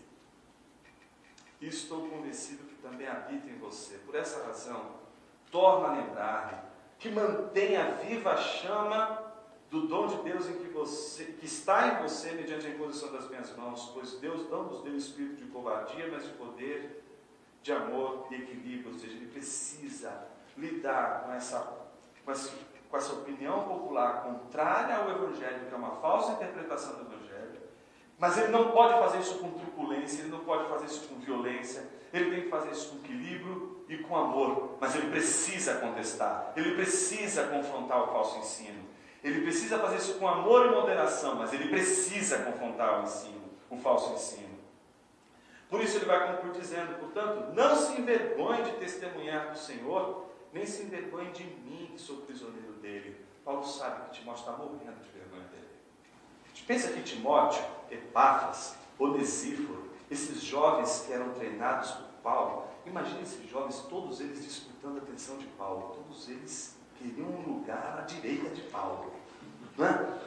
E estou convencido que também habita em você. Por essa razão, torna a lembrar-lhe que mantenha viva a chama do dom de Deus em que, você, que está em você mediante a imposição das minhas mãos, pois Deus não nos deu espírito de covardia, mas de poder, de amor e equilíbrio. Ou seja, ele precisa lidar com essa, com essa, com essa opinião popular contrária ao Evangelho, que é uma falsa interpretação do Evangelho, mas ele não pode fazer isso com truculência, ele não pode fazer isso com violência, ele tem que fazer isso com equilíbrio e com amor, mas ele precisa contestar, ele precisa confrontar o falso ensino, ele precisa fazer isso com amor e moderação, mas ele precisa confrontar o ensino, o falso ensino. Por isso ele vai concluir dizendo, portanto, não se envergonhe de testemunhar do Senhor, nem se envergonhe de mim, que sou prisioneiro dele. Paulo sabe que Timóteo está morrendo de vergonha dele. Pensa que Timóteo, Epáfras, Onesíforo, esses jovens que eram treinados por Paulo, imagine esses jovens, todos eles disputando a atenção de Paulo, todos eles queriam um lugar à direita de Paulo, não é?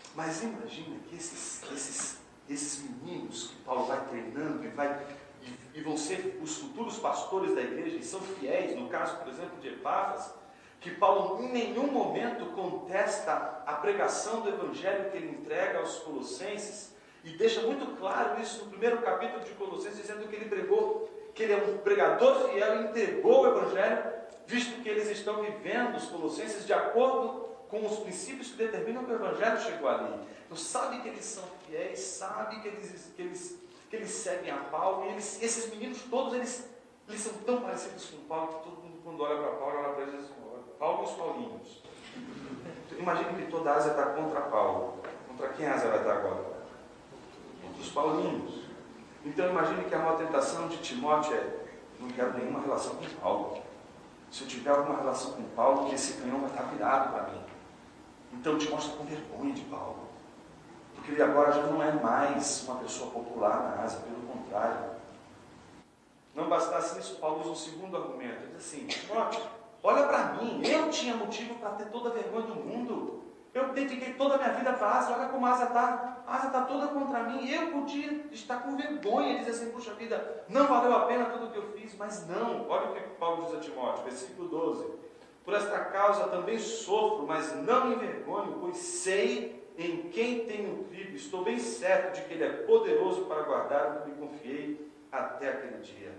Mas imagina que esses, esses, esses meninos que Paulo vai treinando e, vai, e, e vão ser os futuros pastores da igreja, e são fiéis, no caso, por exemplo, de Epáfras, que Paulo em nenhum momento contesta a pregação do evangelho que ele entrega aos colossenses, e deixa muito claro isso no primeiro capítulo de Colossenses, dizendo que ele pregou, que ele é um pregador fiel e entregou o evangelho, visto que eles estão vivendo, os colossenses, de acordo com os princípios que determinam que o evangelho chegou ali. Então sabe que eles são fiéis, sabe que eles, que eles, que eles seguem a Paulo, e eles, esses meninos todos, eles, eles são tão parecidos com Paulo, que todo mundo quando olha para Paulo, olha para eles assim, Paulo e os Paulinhos. Imagina que toda a Ásia está contra Paulo. Contra quem a Ásia vai estar agora? Contra os Paulinhos. Então imagine que a maior tentação de Timóteo é: não quero nenhuma relação com Paulo. Se eu tiver alguma relação com Paulo, esse canhão vai estar virado para mim. Então Timóteo está com vergonha de Paulo, porque ele agora já não é mais uma pessoa popular na Ásia, pelo contrário. Não bastasse isso, Paulo usa um segundo argumento. Ele diz assim: Timóteo, olha para mim, eu tinha motivo para ter toda a vergonha do mundo. Eu dediquei toda a minha vida para a Ásia, olha como a Ásia está. A Ásia está toda contra mim. Eu podia estar com vergonha e dizer assim: puxa vida, não valeu a pena tudo o que eu fiz. Mas não, olha o que Paulo diz a Timóteo, versículo doze. Por esta causa também sofro, mas não me envergonho, pois sei em quem tenho crido. Estou bem certo de que Ele é poderoso para guardar o que me confiei até aquele dia.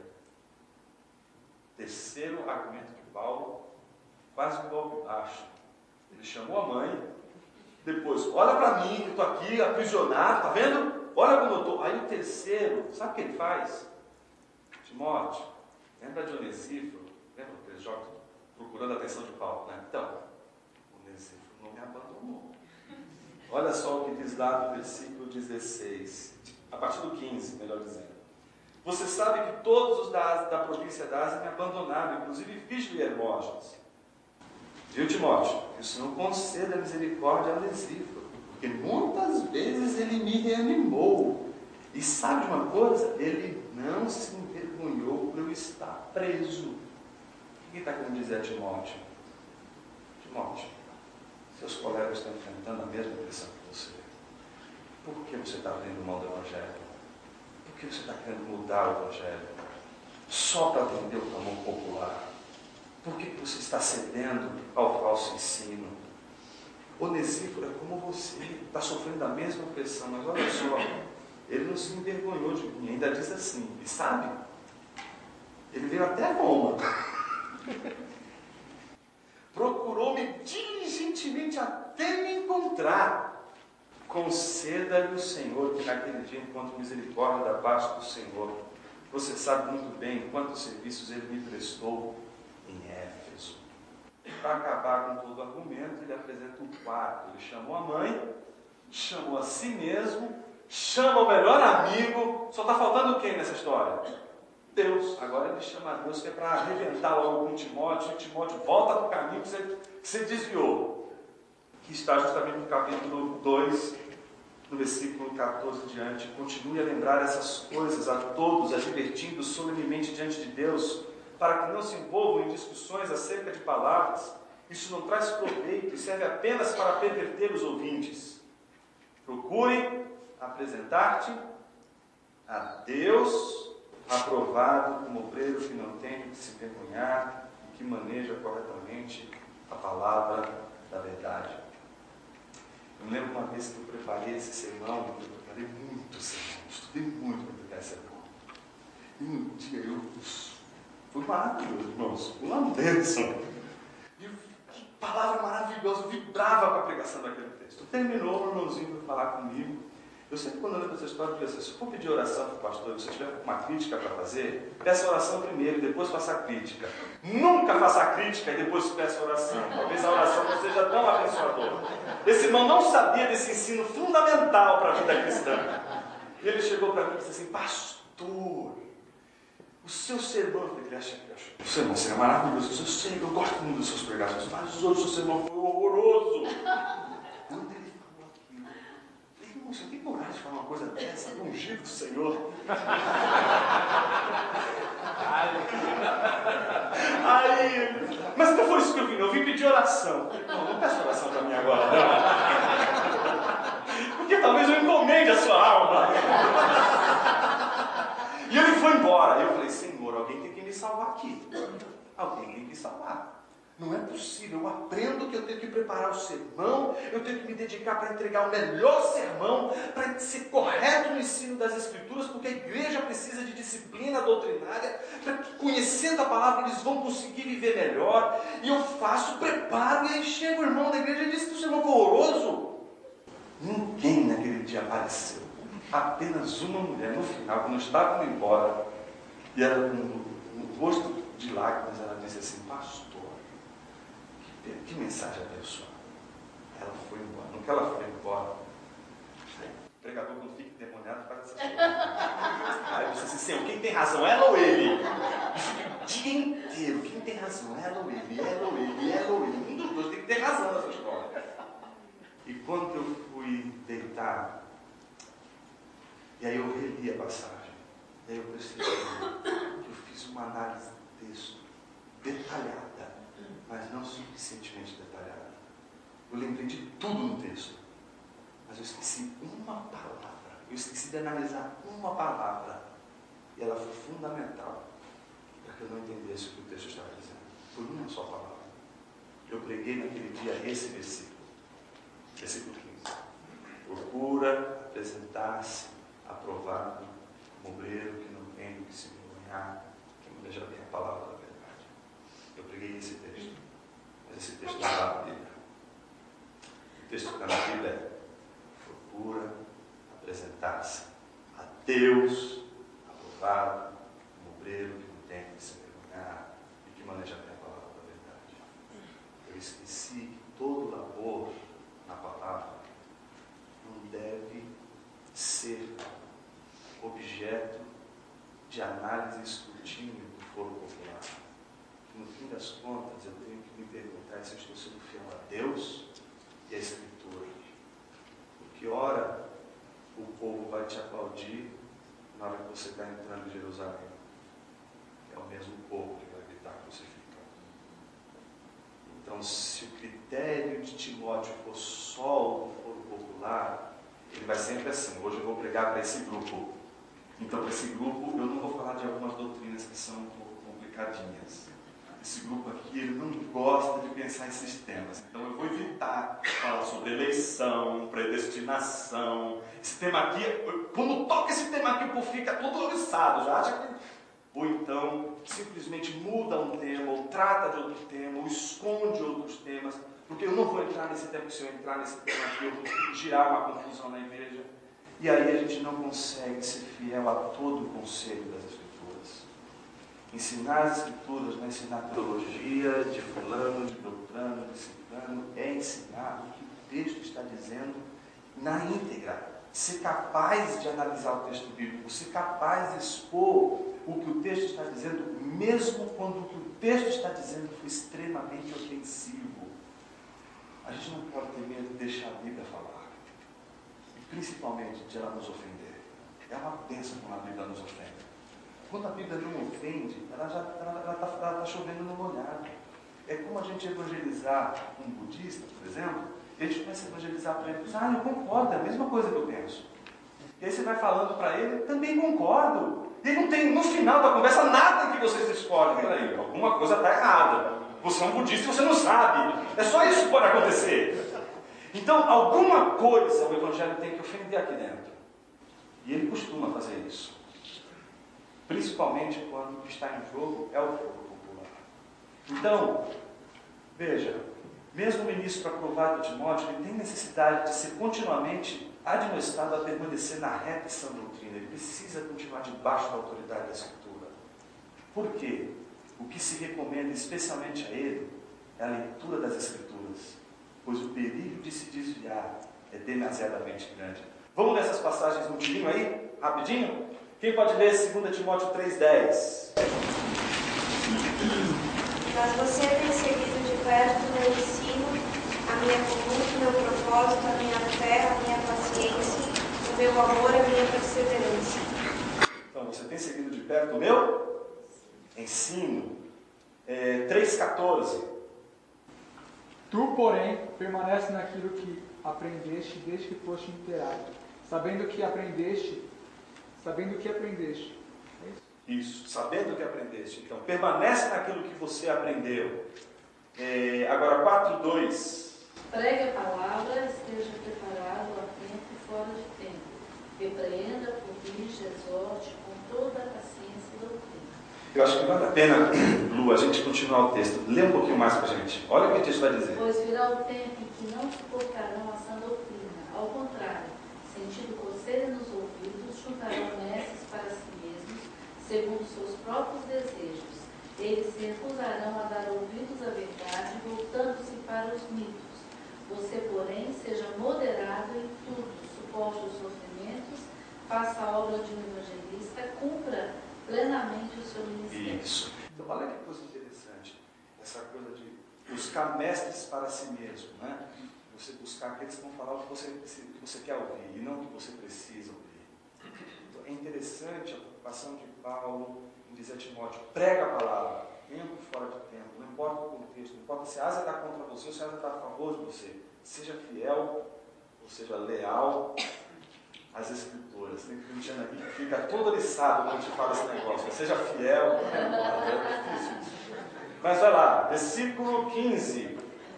Terceiro argumento de Paulo, quase um golpe baixo. Ele chamou a mãe, depois, olha para mim, que eu estou aqui aprisionado, está vendo? Olha como eu estou. Aí o terceiro, sabe o que ele faz? Timóteo, lembra de Onesíforo? Lembra que eles jogam procurando a atenção de Paulo, né? Então, Onesíforo não me abandonou. Olha só o que diz lá no versículo dezesseis, a partir do quinze, melhor dizendo. Você sabe que todos os da, da província da Ásia me abandonaram, inclusive Fígelo e Hermógenes. Viu, Timóteo? Isso não conceda misericórdia a Onesíforo, porque muitas vezes ele me reanimou. E sabe de uma coisa? Ele não se envergonhou por eu estar preso. O que está querendo dizer a Timóteo? Timóteo, seus colegas estão enfrentando a mesma pressão que você. Por que você está abrindo mão do Evangelho? Por que você está querendo mudar o Evangelho? Só para atender o clamor popular? Por que você está cedendo ao falso ensino? Onesíforo é como você, está sofrendo a mesma pressão, mas olha só, ele não se envergonhou de mim, ainda diz assim, e sabe? Ele veio até Roma. Procurou-me diligentemente até me encontrar. Conceda-lhe o Senhor que naquele dia encontre misericórdia da parte do Senhor. Você sabe muito bem quantos serviços ele me prestou em Éfeso. Para acabar com todo o argumento, ele apresenta um quarto. Ele chamou a mãe, chamou a si mesmo, chama o melhor amigo. Só está faltando quem nessa história? Deus. Agora ele chama a Deus, que é para arrebentar logo com Timóteo. E Timóteo volta para o caminho que você, que você desviou. Que está justamente no capítulo dois, no versículo catorze diante. Continue a lembrar essas coisas a todos, advertindo solenemente diante de Deus, para que não se envolvam em discussões acerca de palavras. Isso não traz proveito e serve apenas para perverter os ouvintes. Procure apresentar-te a Deus aprovado como obreiro que não tem de se envergonhar e que maneja corretamente a palavra da verdade. Eu me lembro uma vez que eu preparei esse sermão, eu preparei muito sermão, estudei muito para preparar esse sermão. E um dia eu... Foi maravilhoso, irmãos. Foi uma bênção. E que palavra maravilhosa. Eu vibrava com a pregação daquele texto. Terminou, o irmãozinho veio falar comigo. Eu sempre, quando eu lembro essa história, eu digo assim: se for pedir oração para o pastor e você tiver uma crítica para fazer, peça oração primeiro e depois faça a crítica. Nunca faça a crítica e depois peça a oração. Talvez a oração não seja tão abençoadora. Esse irmão não sabia desse ensino fundamental para a vida cristã. E ele chegou para mim e disse assim: pastor, o seu sermão, eu falei, ele acha que acha. O sermão seria maravilhoso. Eu sei, eu gosto muito dos seus pregações, mas os outros, o seu sermão foi horroroso. Quando ele falou aquilo, eu falei, irmão, você tem coragem de falar uma coisa dessa? Ungido do Senhor. Aí, mas não foi isso que eu vim, eu vim pedir oração. Eu falei, não, não peça oração para mim agora, não. palavra. E ele foi embora. Eu falei, Senhor, alguém tem que me salvar aqui. Alguém tem que salvar. Não é possível. Eu aprendo que eu tenho que preparar o sermão, eu tenho que me dedicar para entregar o melhor sermão, para ser correto no ensino das Escrituras, porque a igreja precisa de disciplina doutrinária, para que, conhecendo a palavra, eles vão conseguir viver melhor. E eu faço, preparo, e aí chega o irmão da igreja e diz que o sermão foi horroroso. Ninguém naquele dia apareceu. Apenas uma mulher, no final, quando estava indo embora, e ela com um rosto de lágrimas, ela disse assim, pastor, que, que mensagem abençoada. Ela foi embora. No que ela foi embora, o pregador, quando fica endemoniado, faz essas coisas. Aí eu disse assim, Senhor, quem tem razão, ela ou ele? E fica o dia inteiro, quem tem razão, ela ou ele, ela ou ele, ela ou ele. Um dos dois tem que ter razão nessa história. E quando eu fui deitar, e aí eu reli a passagem, e aí eu percebi que eu fiz uma análise do texto detalhada, mas não suficientemente detalhada. Eu lembrei de tudo no texto, mas eu esqueci uma palavra. Eu esqueci de analisar uma palavra, e ela foi fundamental para que eu não entendesse o que o texto estava dizendo. Por uma só palavra. Eu preguei naquele dia esse versículo, versículo quinze. Procura apresentar-se aprovado, como obreiro que não tem do que se envergonhar, que maneja bem a palavra da verdade. Eu preguei esse texto, mas esse texto não está na Bíblia. O texto que está na Bíblia é: procura apresentar-se a Deus aprovado, como obreiro que não tem do que se envergonhar e que maneja bem a palavra da verdade. Eu esqueci que todo labor na palavra não deve ser objeto de análise e escrutínio do foro popular. No fim das contas, eu tenho que me perguntar se eu estou sendo fiel a Deus e à Escritura. Porque, ora, o povo vai te aplaudir na hora que você está entrando em Jerusalém. É o mesmo povo que vai gritar crucificado. Então, se o critério de Timóteo for só o foro popular, ele vai sempre assim: hoje eu vou pregar para esse grupo. Então, para esse grupo, eu não vou falar de algumas doutrinas que são um pouco complicadinhas. Esse grupo aqui, ele não gosta de pensar esses temas. Então, eu vou evitar falar sobre eleição, predestinação. Esse tema aqui, quando toca esse tema aqui, o povo fica todo oriçado, já acha que... Ou então, simplesmente muda um tema, ou trata de outro tema, ou esconde outros temas. Porque eu não vou entrar nesse tema, porque se eu entrar nesse tema aqui, eu vou girar uma confusão na igreja. E aí a gente não consegue ser fiel a todo o conselho das Escrituras. Ensinar as Escrituras não é ensinar teologia de fulano, de Beltrano, de ciclano, é ensinar o que o texto está dizendo na íntegra. Ser capaz de analisar o texto bíblico, ser capaz de expor o que o texto está dizendo, mesmo quando o que o texto está dizendo foi extremamente ofensivo. A gente não pode ter medo de deixar a Bíblia falar. E principalmente de ela nos ofender. É uma bênção quando a Bíblia nos ofende. Quando a Bíblia não ofende, ela já está tá chovendo no molhado. É como a gente evangelizar um budista, por exemplo, e a gente começa a evangelizar para ele. Ah, eu concordo, é a mesma coisa que eu penso. E aí você vai falando para ele, também concordo. E não tem, no final da conversa, nada que vocês discordem. Peraí, alguma coisa está errada. Você é um budista e você não sabe. É só isso que pode acontecer. Então, alguma coisa o Evangelho tem que ofender aqui dentro. E ele costuma fazer isso. Principalmente quando o que está em jogo é o fogo popular. Então, veja, mesmo o ministro aprovado de Timóteo, ele tem necessidade de ser continuamente admoestado a permanecer na reta e sã doutrina. Ele precisa continuar debaixo da autoridade da Escritura. Por quê? O que se recomenda especialmente a ele é a leitura das Escrituras, pois o perigo de se desviar é demasiadamente grande. Vamos ler essas passagens um tirinho aí, rapidinho? Quem pode ler dois Timóteo três, dez? Mas você tem seguido de perto o meu ensino, a minha conduta, o meu propósito, a minha fé, a minha paciência, o meu amor, a minha perseverança. Então, você tem seguido de perto o meu ensino. É, três, quatorze. Tu, porém, permanece naquilo que aprendeste desde que foste inteirado, Sabendo que aprendeste, sabendo que aprendeste. É isso? Isso, sabendo que aprendeste. Então, permanece naquilo que você aprendeu. É, agora, quatro, dois. Pregue a palavra, esteja preparado a tempo e fora de tempo. Repreenda, corrija, exorte com toda a paciência e doutrina. Eu acho que vale a pena, Lu, a gente continuar o texto. Lê um pouquinho mais para a gente. Olha o que o texto vai dizer. Pois virá o tempo em que não suportarão a sã doutrina. Ao contrário, sentindo coceira nos ouvidos, juntarão mestres para si mesmos, segundo seus próprios desejos. Eles se recusarão a dar ouvidos à verdade, voltando-se para os mitos. Você, porém, seja moderado em tudo, suporte os sofrimentos, faça a obra de um evangelista, cumpra plenamente o seu ministério. Isso. Então, olha que coisa interessante. Essa coisa de buscar mestres para si mesmo, né? Você buscar aqueles que vão falar o que você, que você quer ouvir e não o que você precisa ouvir. Então, é interessante a preocupação de Paulo em dizer a Timóteo: prega a palavra, tempo e fora de tempo, não importa o contexto, não importa se a Ásia está contra você ou se a Ásia está a favor de você. Seja fiel, ou seja, leal às Escrituras. Tem cristiano aqui que fica todo aliçado quando te fala esse negócio. Seja fiel. É difícil. Mas vai lá, versículo quinze.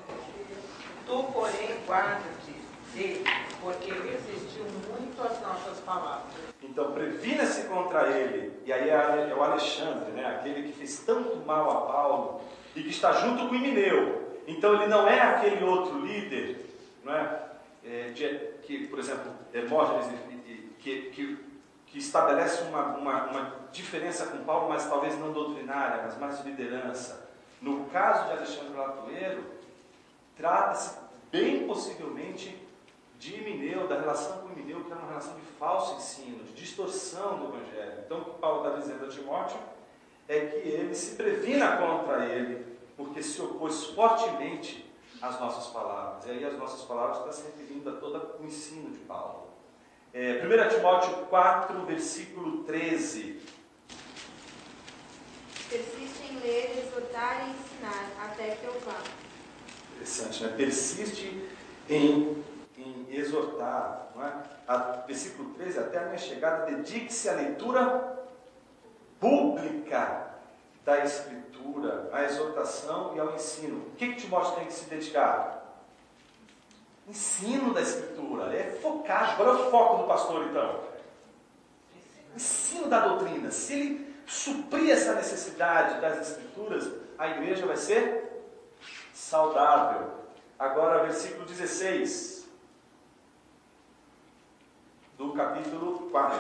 Tu, porém, guarda-te dele, porque resistiu muito às nossas palavras. Então, previna-se contra ele. E aí é o Alexandre, né? Aquele que fez tanto mal a Paulo e que está junto com Himeneu. Então, ele não é aquele outro líder, não é? É, de, que, por exemplo, Hermógenes, que, que, que estabelece uma, uma, uma diferença com Paulo, mas talvez não doutrinária, mas mais de liderança. No caso de Alexandre Latoeiro, trata-se bem possivelmente de Himeneu, da relação com Himeneu, que era uma relação de falso ensino, de distorção do Evangelho. Então, o que Paulo está dizendo a Timóteo é que ele se previna contra ele, porque se opôs fortemente às nossas palavras. E aí as nossas palavras estão se referindo a todo o ensino de Paulo. É, primeiro Timóteo quatro, versículo treze. Persiste em ler, exortar e ensinar, até que eu vá. Interessante, né? Persiste em, em exortar. Não é? A, versículo treze, até a minha chegada, dedique-se à leitura pública da Escritura, à exortação e ao ensino. O que, que Timóteo tem que se dedicar? Ensino da Escritura. É focar. Agora é o foco do pastor, então. Ensino da doutrina. Se ele suprir essa necessidade das Escrituras, a igreja vai ser saudável. Agora, versículo dezesseis do capítulo quatro.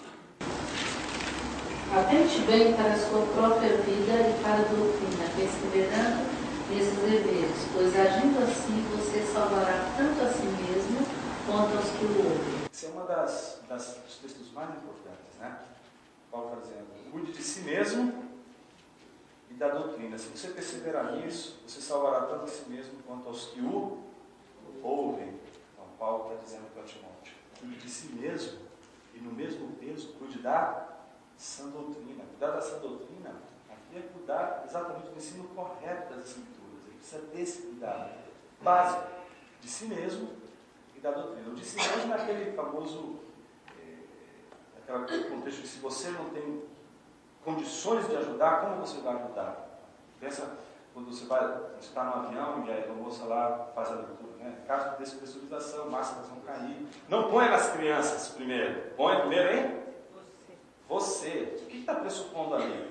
Atente bem para a sua própria vida e para a doutrina, perseverando nesses deveres, pois agindo assim você salvará tanto a si mesmo quanto aos que o ouvem. Esse é um das, das, dos textos mais importantes, né? Paulo está dizendo: cuide de si mesmo e da doutrina. Se você perseverar nisso, você salvará tanto a si mesmo quanto aos que o ouvem. Então, Paulo está dizendo para Timóteo: cuide de si mesmo e, no mesmo peso, cuide da sã doutrina. Cuidar da sã doutrina aqui é cuidar exatamente do ensino correto das Escrituras. Ele precisa desse cuidado básico de si mesmo e da doutrina. O de si mesmo é aquele famoso, é, aquele contexto de se você não tem condições de ajudar, como você vai ajudar? Pensa quando você vai, você está no avião e a moça lá faz a leitura, né? Caso de despressurização, máscaras vão cair. Não ponha nas crianças primeiro. Põe primeiro em você. O que está pressupondo ali?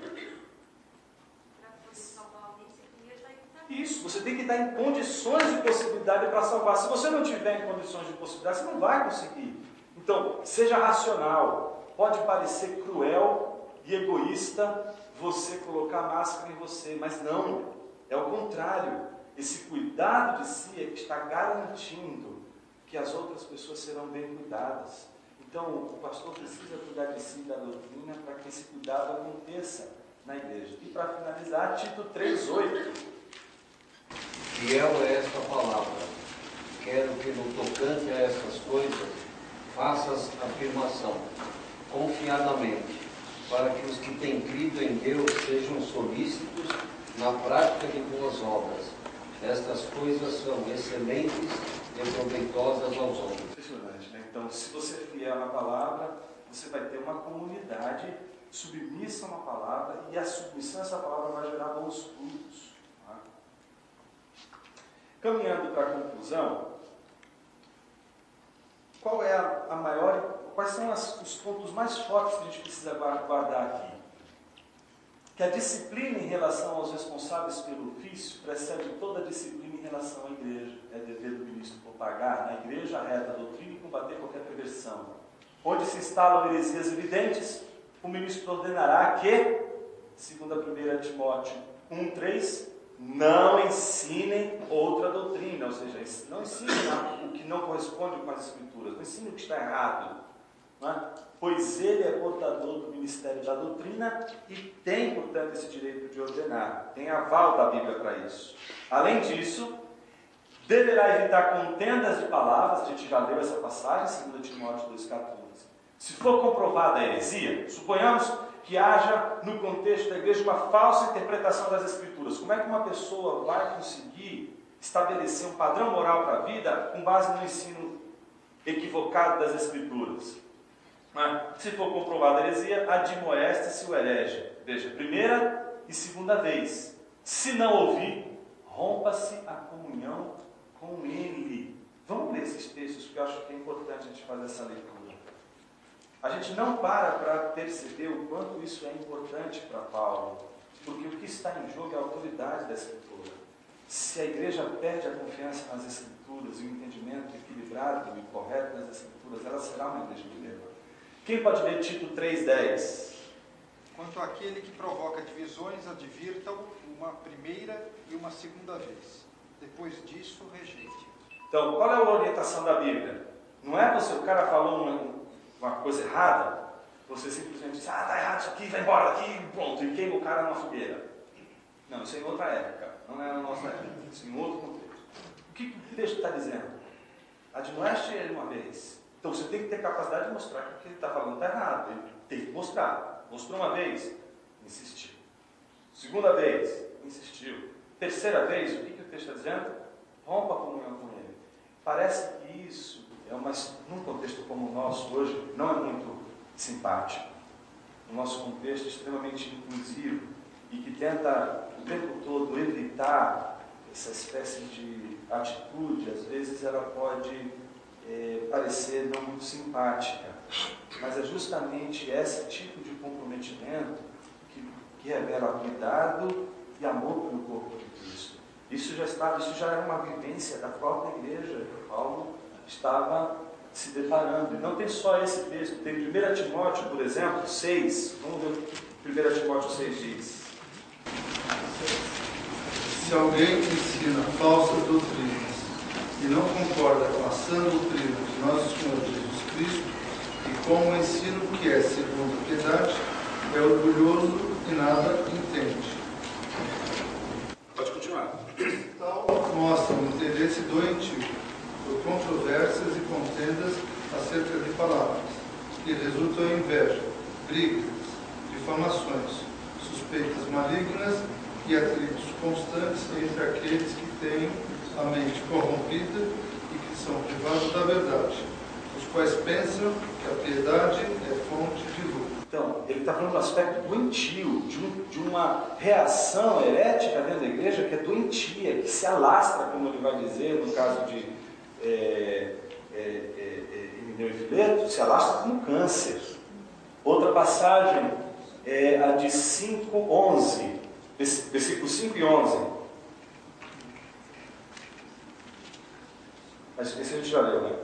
Isso, você tem que estar em condições de possibilidade para salvar. Se você não tiver em condições de possibilidade, você não vai conseguir. Então, seja racional. Pode parecer cruel e egoísta você colocar máscara em você, mas não. É o contrário. Esse cuidado de si é que está garantindo que as outras pessoas serão bem cuidadas. Então, o pastor precisa cuidar de si e da doutrina para que esse cuidado aconteça na igreja. E para finalizar, Tito três, oito. Fiel é esta palavra. Quero que no tocante a estas coisas faças afirmação, confiadamente, para que os que têm crido em Deus sejam solícitos na prática de boas obras. Estas coisas são excelentes e proveitosas aos homens. Impressionante, né? Então, se você é fiel na palavra, você vai ter uma comunidade submissa a uma palavra, e a submissão a essa palavra vai gerar bons frutos. Tá? Caminhando para a conclusão, qual é a, a maior, quais são as, os pontos mais fortes que a gente precisa guardar aqui? Que a disciplina em relação aos responsáveis pelo ofício precede toda a disciplina em relação à igreja. É dever do ministro propagar na igreja a reta doutrina e combater qualquer perversão. Onde se instalam heresias evidentes, o ministro ordenará que, segundo a primeira Timóteo um, três, não ensinem outra doutrina, ou seja, não ensinem o que não corresponde com as Escrituras, não ensinem o que está errado, não é? Pois ele é portador do ministério da doutrina e tem, portanto, esse direito de ordenar, tem aval da Bíblia para isso. Além disso, deverá evitar contendas de palavras, a gente já leu essa passagem, segundo Timóteo dois, quatorze. Se for comprovada a heresia, suponhamos que haja no contexto da igreja uma falsa interpretação das Escrituras. Como é que uma pessoa vai conseguir estabelecer um padrão moral para a vida com base no ensino equivocado das Escrituras? Se for comprovada a heresia, admoeste-se o herege. Veja, primeira e segunda vez. Se não ouvir, rompa-se a comunhão com ele. Vamos ler esses textos, porque eu acho que é importante a gente fazer essa leitura. A gente não para para perceber o quanto isso é importante para Paulo, porque o que está em jogo é a autoridade da Escritura. Se a igreja perde a confiança nas Escrituras e o entendimento equilibrado e correto das Escrituras, ela será uma igreja de leva. Quem pode ler Tito três, dez? Quanto àquele que provoca divisões, advirta-o uma primeira e uma segunda vez. Depois disso, rejeite. Então, qual é a orientação da Bíblia? Não é você, o cara falou uma, uma coisa errada, você simplesmente diz, ah, está errado isso aqui, vai embora daqui, e pronto, e queima o cara numa fogueira. Não, isso é em outra época, não é na nossa época, isso é em outro contexto. O que o texto está dizendo? Admoeste ele uma vez. Então você tem que ter capacidade de mostrar que o que ele está falando está errado. Ele tem que mostrar. Mostrou uma vez, insistiu. Segunda vez, insistiu. Terceira vez, o que, que o texto está dizendo? Rompa a comunhão com ele. Parece que isso, é uma, num contexto como o nosso hoje, não é muito simpático. No nosso contexto extremamente inclusivo e que tenta o tempo todo evitar essa espécie de atitude, às vezes ela pode É, parecer não muito simpática, mas é justamente esse tipo de comprometimento que, que revela cuidado e amor pelo corpo de Cristo. Isso já, estava, isso já era uma vivência da própria igreja que Paulo estava se deparando. E não tem só esse texto, tem primeira Timóteo, por exemplo, seis, vamos ver o que primeira Timóteo seis diz. Se alguém ensina falsas doutrinas e não concorda com a sã doutrina de nosso Senhor Jesus Cristo e com o ensino que é segundo a piedade, é orgulhoso e nada entende. Pode continuar. Tal mostra um interesse doentio por controvérsias e contendas acerca de palavras, que resultam em inveja, brigas, difamações, suspeitas malignas e atritos constantes entre aqueles que têm a mente corrompida e que são privados da verdade, os quais pensam que a piedade é fonte de lucro. Então, ele está falando do aspecto doentio, de, um, de uma reação herética dentro da igreja que é doentia, que se alastra, como ele vai dizer, no caso de é, é, é, Himeneu e Fileto, se alastra como câncer. Outra passagem é a de cinco, onze, versículos cinco e onze. Mas esse a gente já leu, né?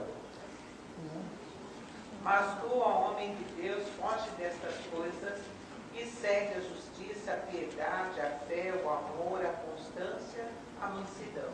Mas tu, ó homem de Deus, foge destas coisas e segue a justiça, a piedade, a fé, o amor, a constância, a mansidão.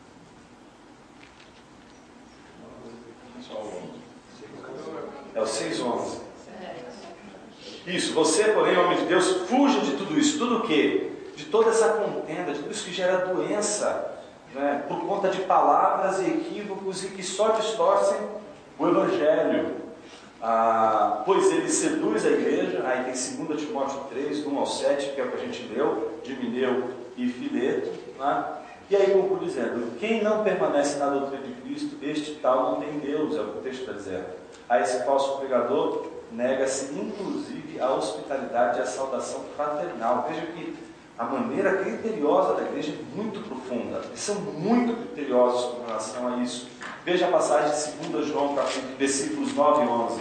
É o seis, onze. Isso, você, porém, homem de Deus, fuja de tudo isso. Tudo o quê? De toda essa contenda, de tudo isso que gera doença, né, por conta de palavras e equívocos e que só distorcem o Evangelho. Ah, pois ele seduz a igreja. Aí tem dois Timóteo três, do um ao sete, que é o que a gente leu, de Himeneu e Fileto, né? E aí conclui dizendo, quem não permanece na doutrina de Cristo, este tal não tem Deus, é o que o texto está dizendo. A esse falso pregador nega-se inclusive a hospitalidade e a saudação fraternal. Veja que a maneira criteriosa da igreja é muito profunda. Eles são muito criteriosos com relação a isso. Veja a passagem de segundo João, capítulo, versículos nove e onze.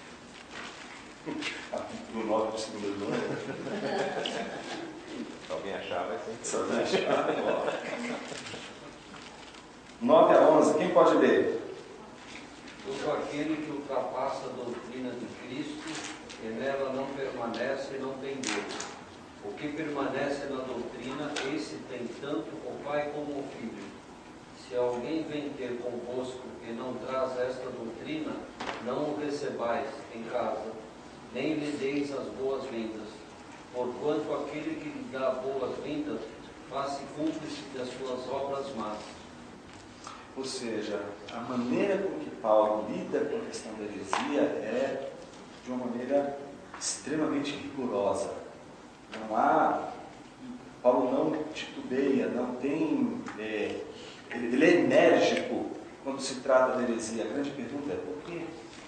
Capítulo nove de segundo João. Se alguém achar, vai ser. Se alguém achar, nove a onze, quem pode ler? Todo aquele que ultrapassa a doutrina de Cristo e nela não permanece, não tem Deus. O que permanece na doutrina, esse tem tanto o Pai como o Filho. Se alguém vem ter convosco e não traz esta doutrina, não o recebais em casa, nem lhe deis as boas-vindas. Porquanto aquele que lhe dá boas-vindas, faz-se cúmplice das suas obras más. Ou seja, a maneira com que Paulo lida com a questão da heresia é de uma maneira extremamente rigorosa. Não há, Paulo não titubeia, não tem, é, ele é enérgico quando se trata da heresia. A grande pergunta é por quê?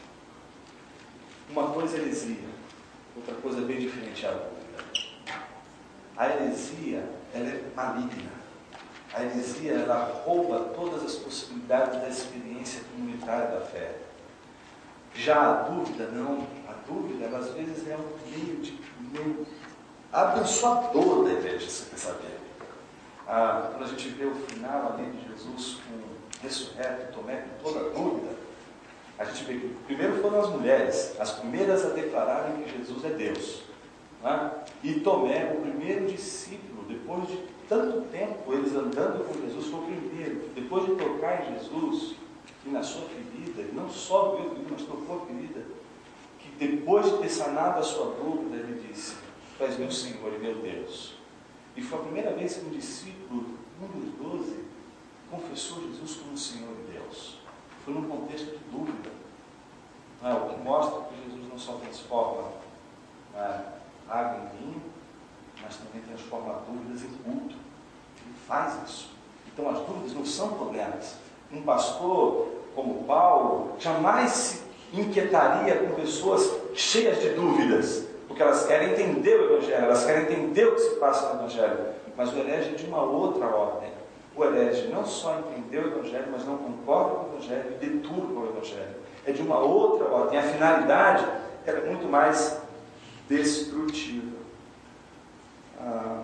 Uma coisa é heresia, outra coisa bem diferente é a dúvida. A heresia, ela é maligna. A heresia, ela rouba todas as possibilidades da experiência comunitária da fé. Já a dúvida, não. A dúvida, ela, às vezes, é um meio, de, meio abençoador da igreja, você quer saber. Ah, quando a gente vê o final ali de Jesus com ressurreto, Tomé com toda a dúvida, a gente vê que primeiro foram as mulheres, as primeiras a declararem que Jesus é Deus. Não é? E Tomé, o primeiro discípulo, depois de tanto tempo eles andando com Jesus, foi o primeiro. Depois de tocar em Jesus e na sua ferida, ele não só viu a ferida, mas tocou a ferida, que depois de ter sanado a sua dúvida, ele disse: "Tu és meu Senhor e meu Deus." E foi a primeira vez que um discípulo, um dos doze, confessou Jesus como Senhor e Deus. Foi num contexto de dúvida. Não é? O que mostra que Jesus não só transforma é, água em vinho, mas também transforma dúvidas em culto. Ele faz isso. Então as dúvidas não são problemas. Um pastor como Paulo jamais se inquietaria com pessoas cheias de dúvidas, porque elas querem entender o Evangelho, elas querem entender o que se passa no Evangelho. Mas o herege é de uma outra ordem. O herege não só entendeu o Evangelho, mas não concorda com o Evangelho e deturpa o Evangelho. É de uma outra ordem. A finalidade ela é muito mais destrutiva. Ah,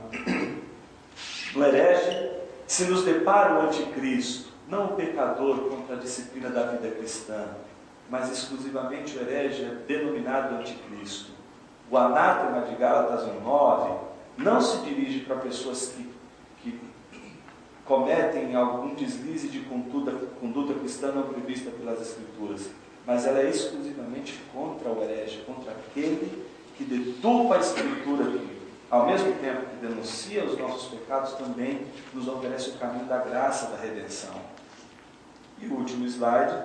no herege se nos depara o anticristo, não o pecador contra a disciplina da vida cristã, mas exclusivamente o herege é denominado anticristo. O anátema de Gálatas um nove não se dirige para pessoas que, que cometem algum deslize de conduta, conduta cristã não prevista pelas Escrituras, mas ela é exclusivamente contra o herege, contra aquele que deturpa a Escritura, que ao mesmo tempo que denuncia os nossos pecados, também nos oferece o caminho da graça da redenção. E o último slide,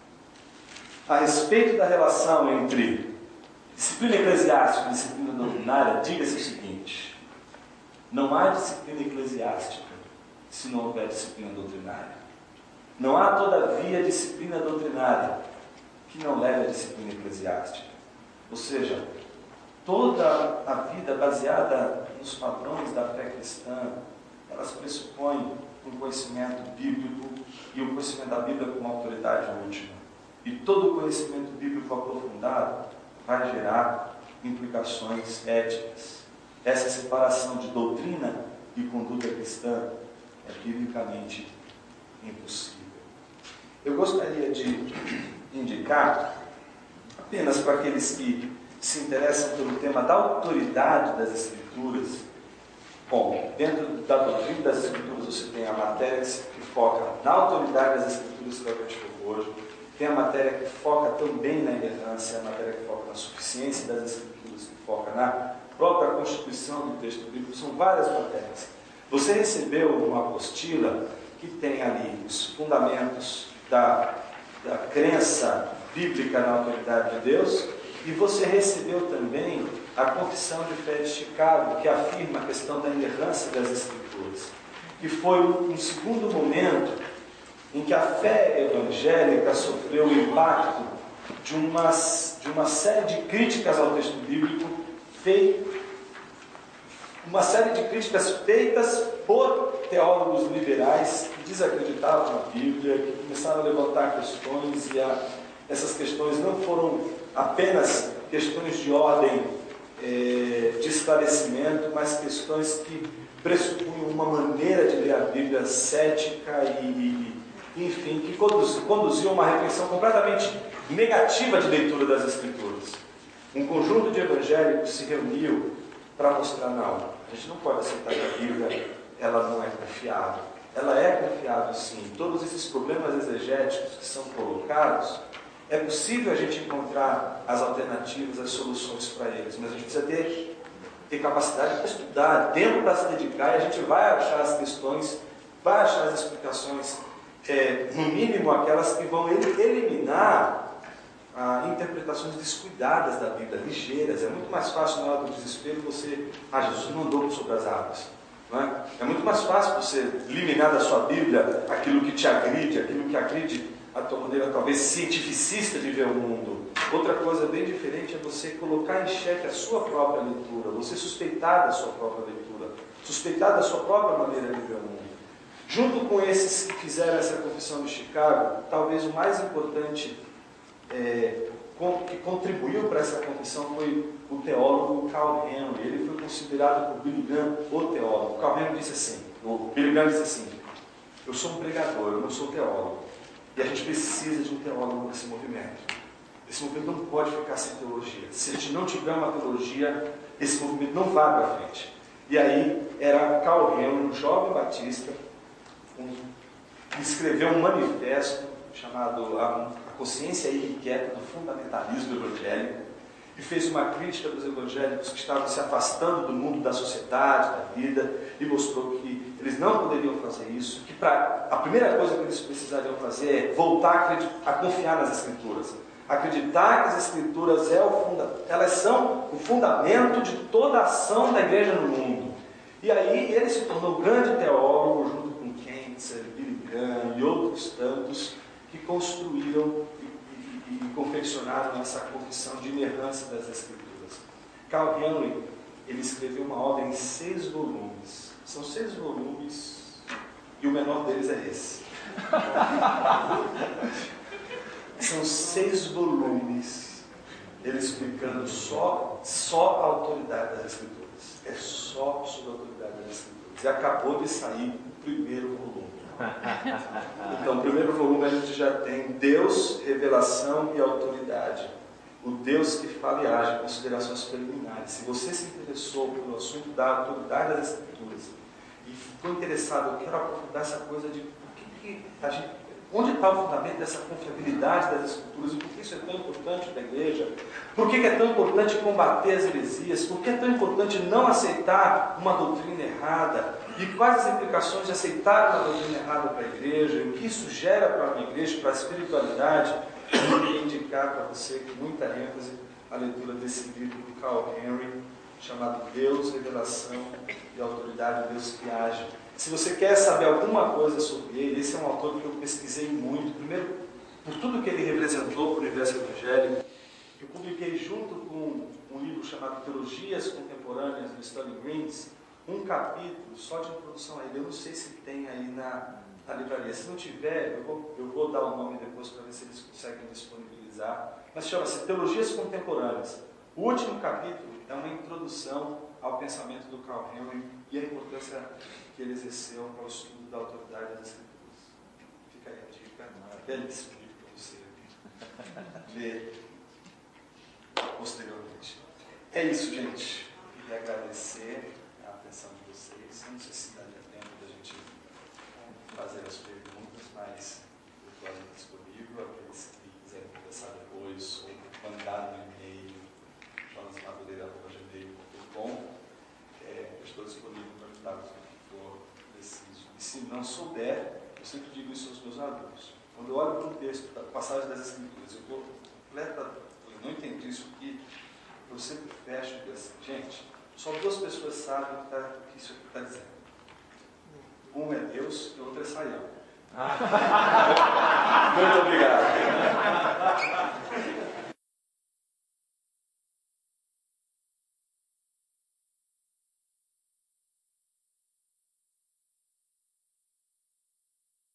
a respeito da relação entre disciplina eclesiástica e disciplina doutrinária, diga-se o seguinte: não há disciplina eclesiástica se não houver disciplina doutrinária. Não há, todavia, disciplina doutrinária que não leve à disciplina eclesiástica. Ou seja, toda a vida baseada nos padrões da fé cristã, elas pressupõem um conhecimento bíblico e um conhecimento da Bíblia com autoridade última. E todo conhecimento bíblico aprofundado vai gerar implicações éticas. Essa separação de doutrina e conduta cristã é biblicamente impossível. Eu gostaria de indicar, apenas para aqueles que se interessam pelo tema da autoridade das Escrituras. Bom, dentro da doutrina das Escrituras você tem a matéria que foca na autoridade das Escrituras, que é o que a gente falou hoje. Tem a matéria que foca também na inerrância, a matéria que foca na suficiência das Escrituras, que foca na própria constituição do texto bíblico. São várias matérias. Você recebeu uma apostila que tem ali os fundamentos da, da crença bíblica na autoridade de Deus, e você recebeu também a Confissão de Fé de Chicago, que afirma a questão da inerrância das Escrituras. que foi um segundo momento em que a fé evangélica sofreu o impacto de uma, de uma série de críticas ao texto bíblico, feito, uma série de críticas feitas por teólogos liberais que desacreditavam na Bíblia, que começaram a levantar questões, e a, essas questões não foram apenas questões de ordem eh, de esclarecimento, mas questões que pressupunham uma maneira de ler a Bíblia cética e, e enfim, que conduziam a uma reflexão completamente negativa de leitura das Escrituras. Um conjunto de evangélicos se reuniu para mostrar, não, a gente não pode aceitar que a Bíblia ela não é confiável. Ela é confiável, sim. Todos esses problemas exegéticos que são colocados, é possível a gente encontrar as alternativas, as soluções para eles, mas a gente precisa ter, ter capacidade para estudar, tempo para se dedicar, e a gente vai achar as questões, vai achar as explicações, é, no mínimo aquelas que vão eliminar ah, interpretações descuidadas da Bíblia, ligeiras. É muito mais fácil na hora do desespero você, ah, Jesus não andou sobre as águas. Não é? É muito mais fácil você eliminar da sua Bíblia aquilo que te agride, aquilo que agride a tua maneira talvez cientificista de ver o mundo. Outra coisa bem diferente é você colocar em xeque a sua própria leitura, você suspeitar da sua própria leitura, suspeitar da sua própria maneira de ver o mundo. Junto com esses que fizeram essa confissão de Chicago, talvez o mais importante é, que contribuiu para essa confissão foi o teólogo Carl Henry. Ele foi considerado por Billy Graham o teólogo. Carl Henry disse assim, o Billy Graham disse assim, eu sou um pregador, eu não sou teólogo. E a gente precisa de um teólogo nesse movimento. Esse movimento não pode ficar sem teologia. Se a gente não tiver uma teologia, esse movimento não vai para frente. E aí era Carl Henry, um jovem batista, um, que escreveu um manifesto chamado A Consciência Irrequieta do Fundamentalismo Evangélico, e fez uma crítica dos evangélicos que estavam se afastando do mundo, da sociedade, da vida, e mostrou que eles não poderiam fazer isso, que pra, a primeira coisa que eles precisariam fazer é voltar a, a confiar nas Escrituras, acreditar que as Escrituras é o funda, elas são o fundamento de toda a ação da igreja no mundo. E aí ele se tornou grande teólogo, junto com Kentzer, Billy Graham e outros tantos, que construíram e confeccionaram essa confissão de inerrância das Escrituras. Carl Henry, ele escreveu uma obra em seis volumes. São seis volumes e o menor deles é esse. São seis volumes, ele explicando só, só a autoridade das Escrituras. É só sobre a autoridade das Escrituras. E acabou de sair o primeiro volume. Então, no primeiro volume a gente já tem Deus, revelação e autoridade. O Deus que fala e age, considerações preliminares. Se você se interessou pelo assunto da autoridade das Escrituras e ficou interessado, eu quero aprofundar essa coisa de por que, que a gente, onde está o fundamento dessa confiabilidade das Escrituras e por que isso é tão importante para a igreja, por que, que é tão importante combater as heresias, por que é tão importante não aceitar uma doutrina errada, e quais as implicações de aceitar uma doutrina errada para a igreja, e o que isso gera para a igreja, para a espiritualidade. Eu queria indicar para você com muita ênfase a leitura desse livro do Carl Henry, chamado Deus, Revelação e Autoridade, Deus que age. Se você quer saber alguma coisa sobre ele, esse é um autor que eu pesquisei muito, primeiro por tudo que ele representou para o universo evangélico. Eu publiquei junto com um livro chamado Teologias Contemporâneas, do Stanley Greens, um capítulo só de introdução a ele. Eu não sei se tem aí na, na livraria. Se não tiver, eu vou, eu vou dar o nome depois para ver se eles conseguem disponibilizar. Mas chama-se Teologias Contemporâneas. O último capítulo é uma introdução ao pensamento do Carl Henry e a importância que ele exerceu para o estudo da autoridade das Escrituras. Fica aí a dica, belíssimo livro para você ler posteriormente. É isso, gente. Queria agradecer a atenção de vocês. Não sei se daria tempo da gente fazer as perguntas, mas eu estou ali disponível. Aqueles que quiserem conversar depois ou mandar no e-mail jonas madureira arroba gmail ponto com, é, eu estou disponível para ajudar no que for preciso. E se não souber, eu sempre digo isso aos meus alunos. Quando eu olho para um texto, da passagem das Escrituras, eu estou completa, eu não entendi isso aqui, eu sempre fecho e digo assim, gente, só duas pessoas sabem o que isso aqui está dizendo. Um é Deus e o outro é Saião. Muito obrigado.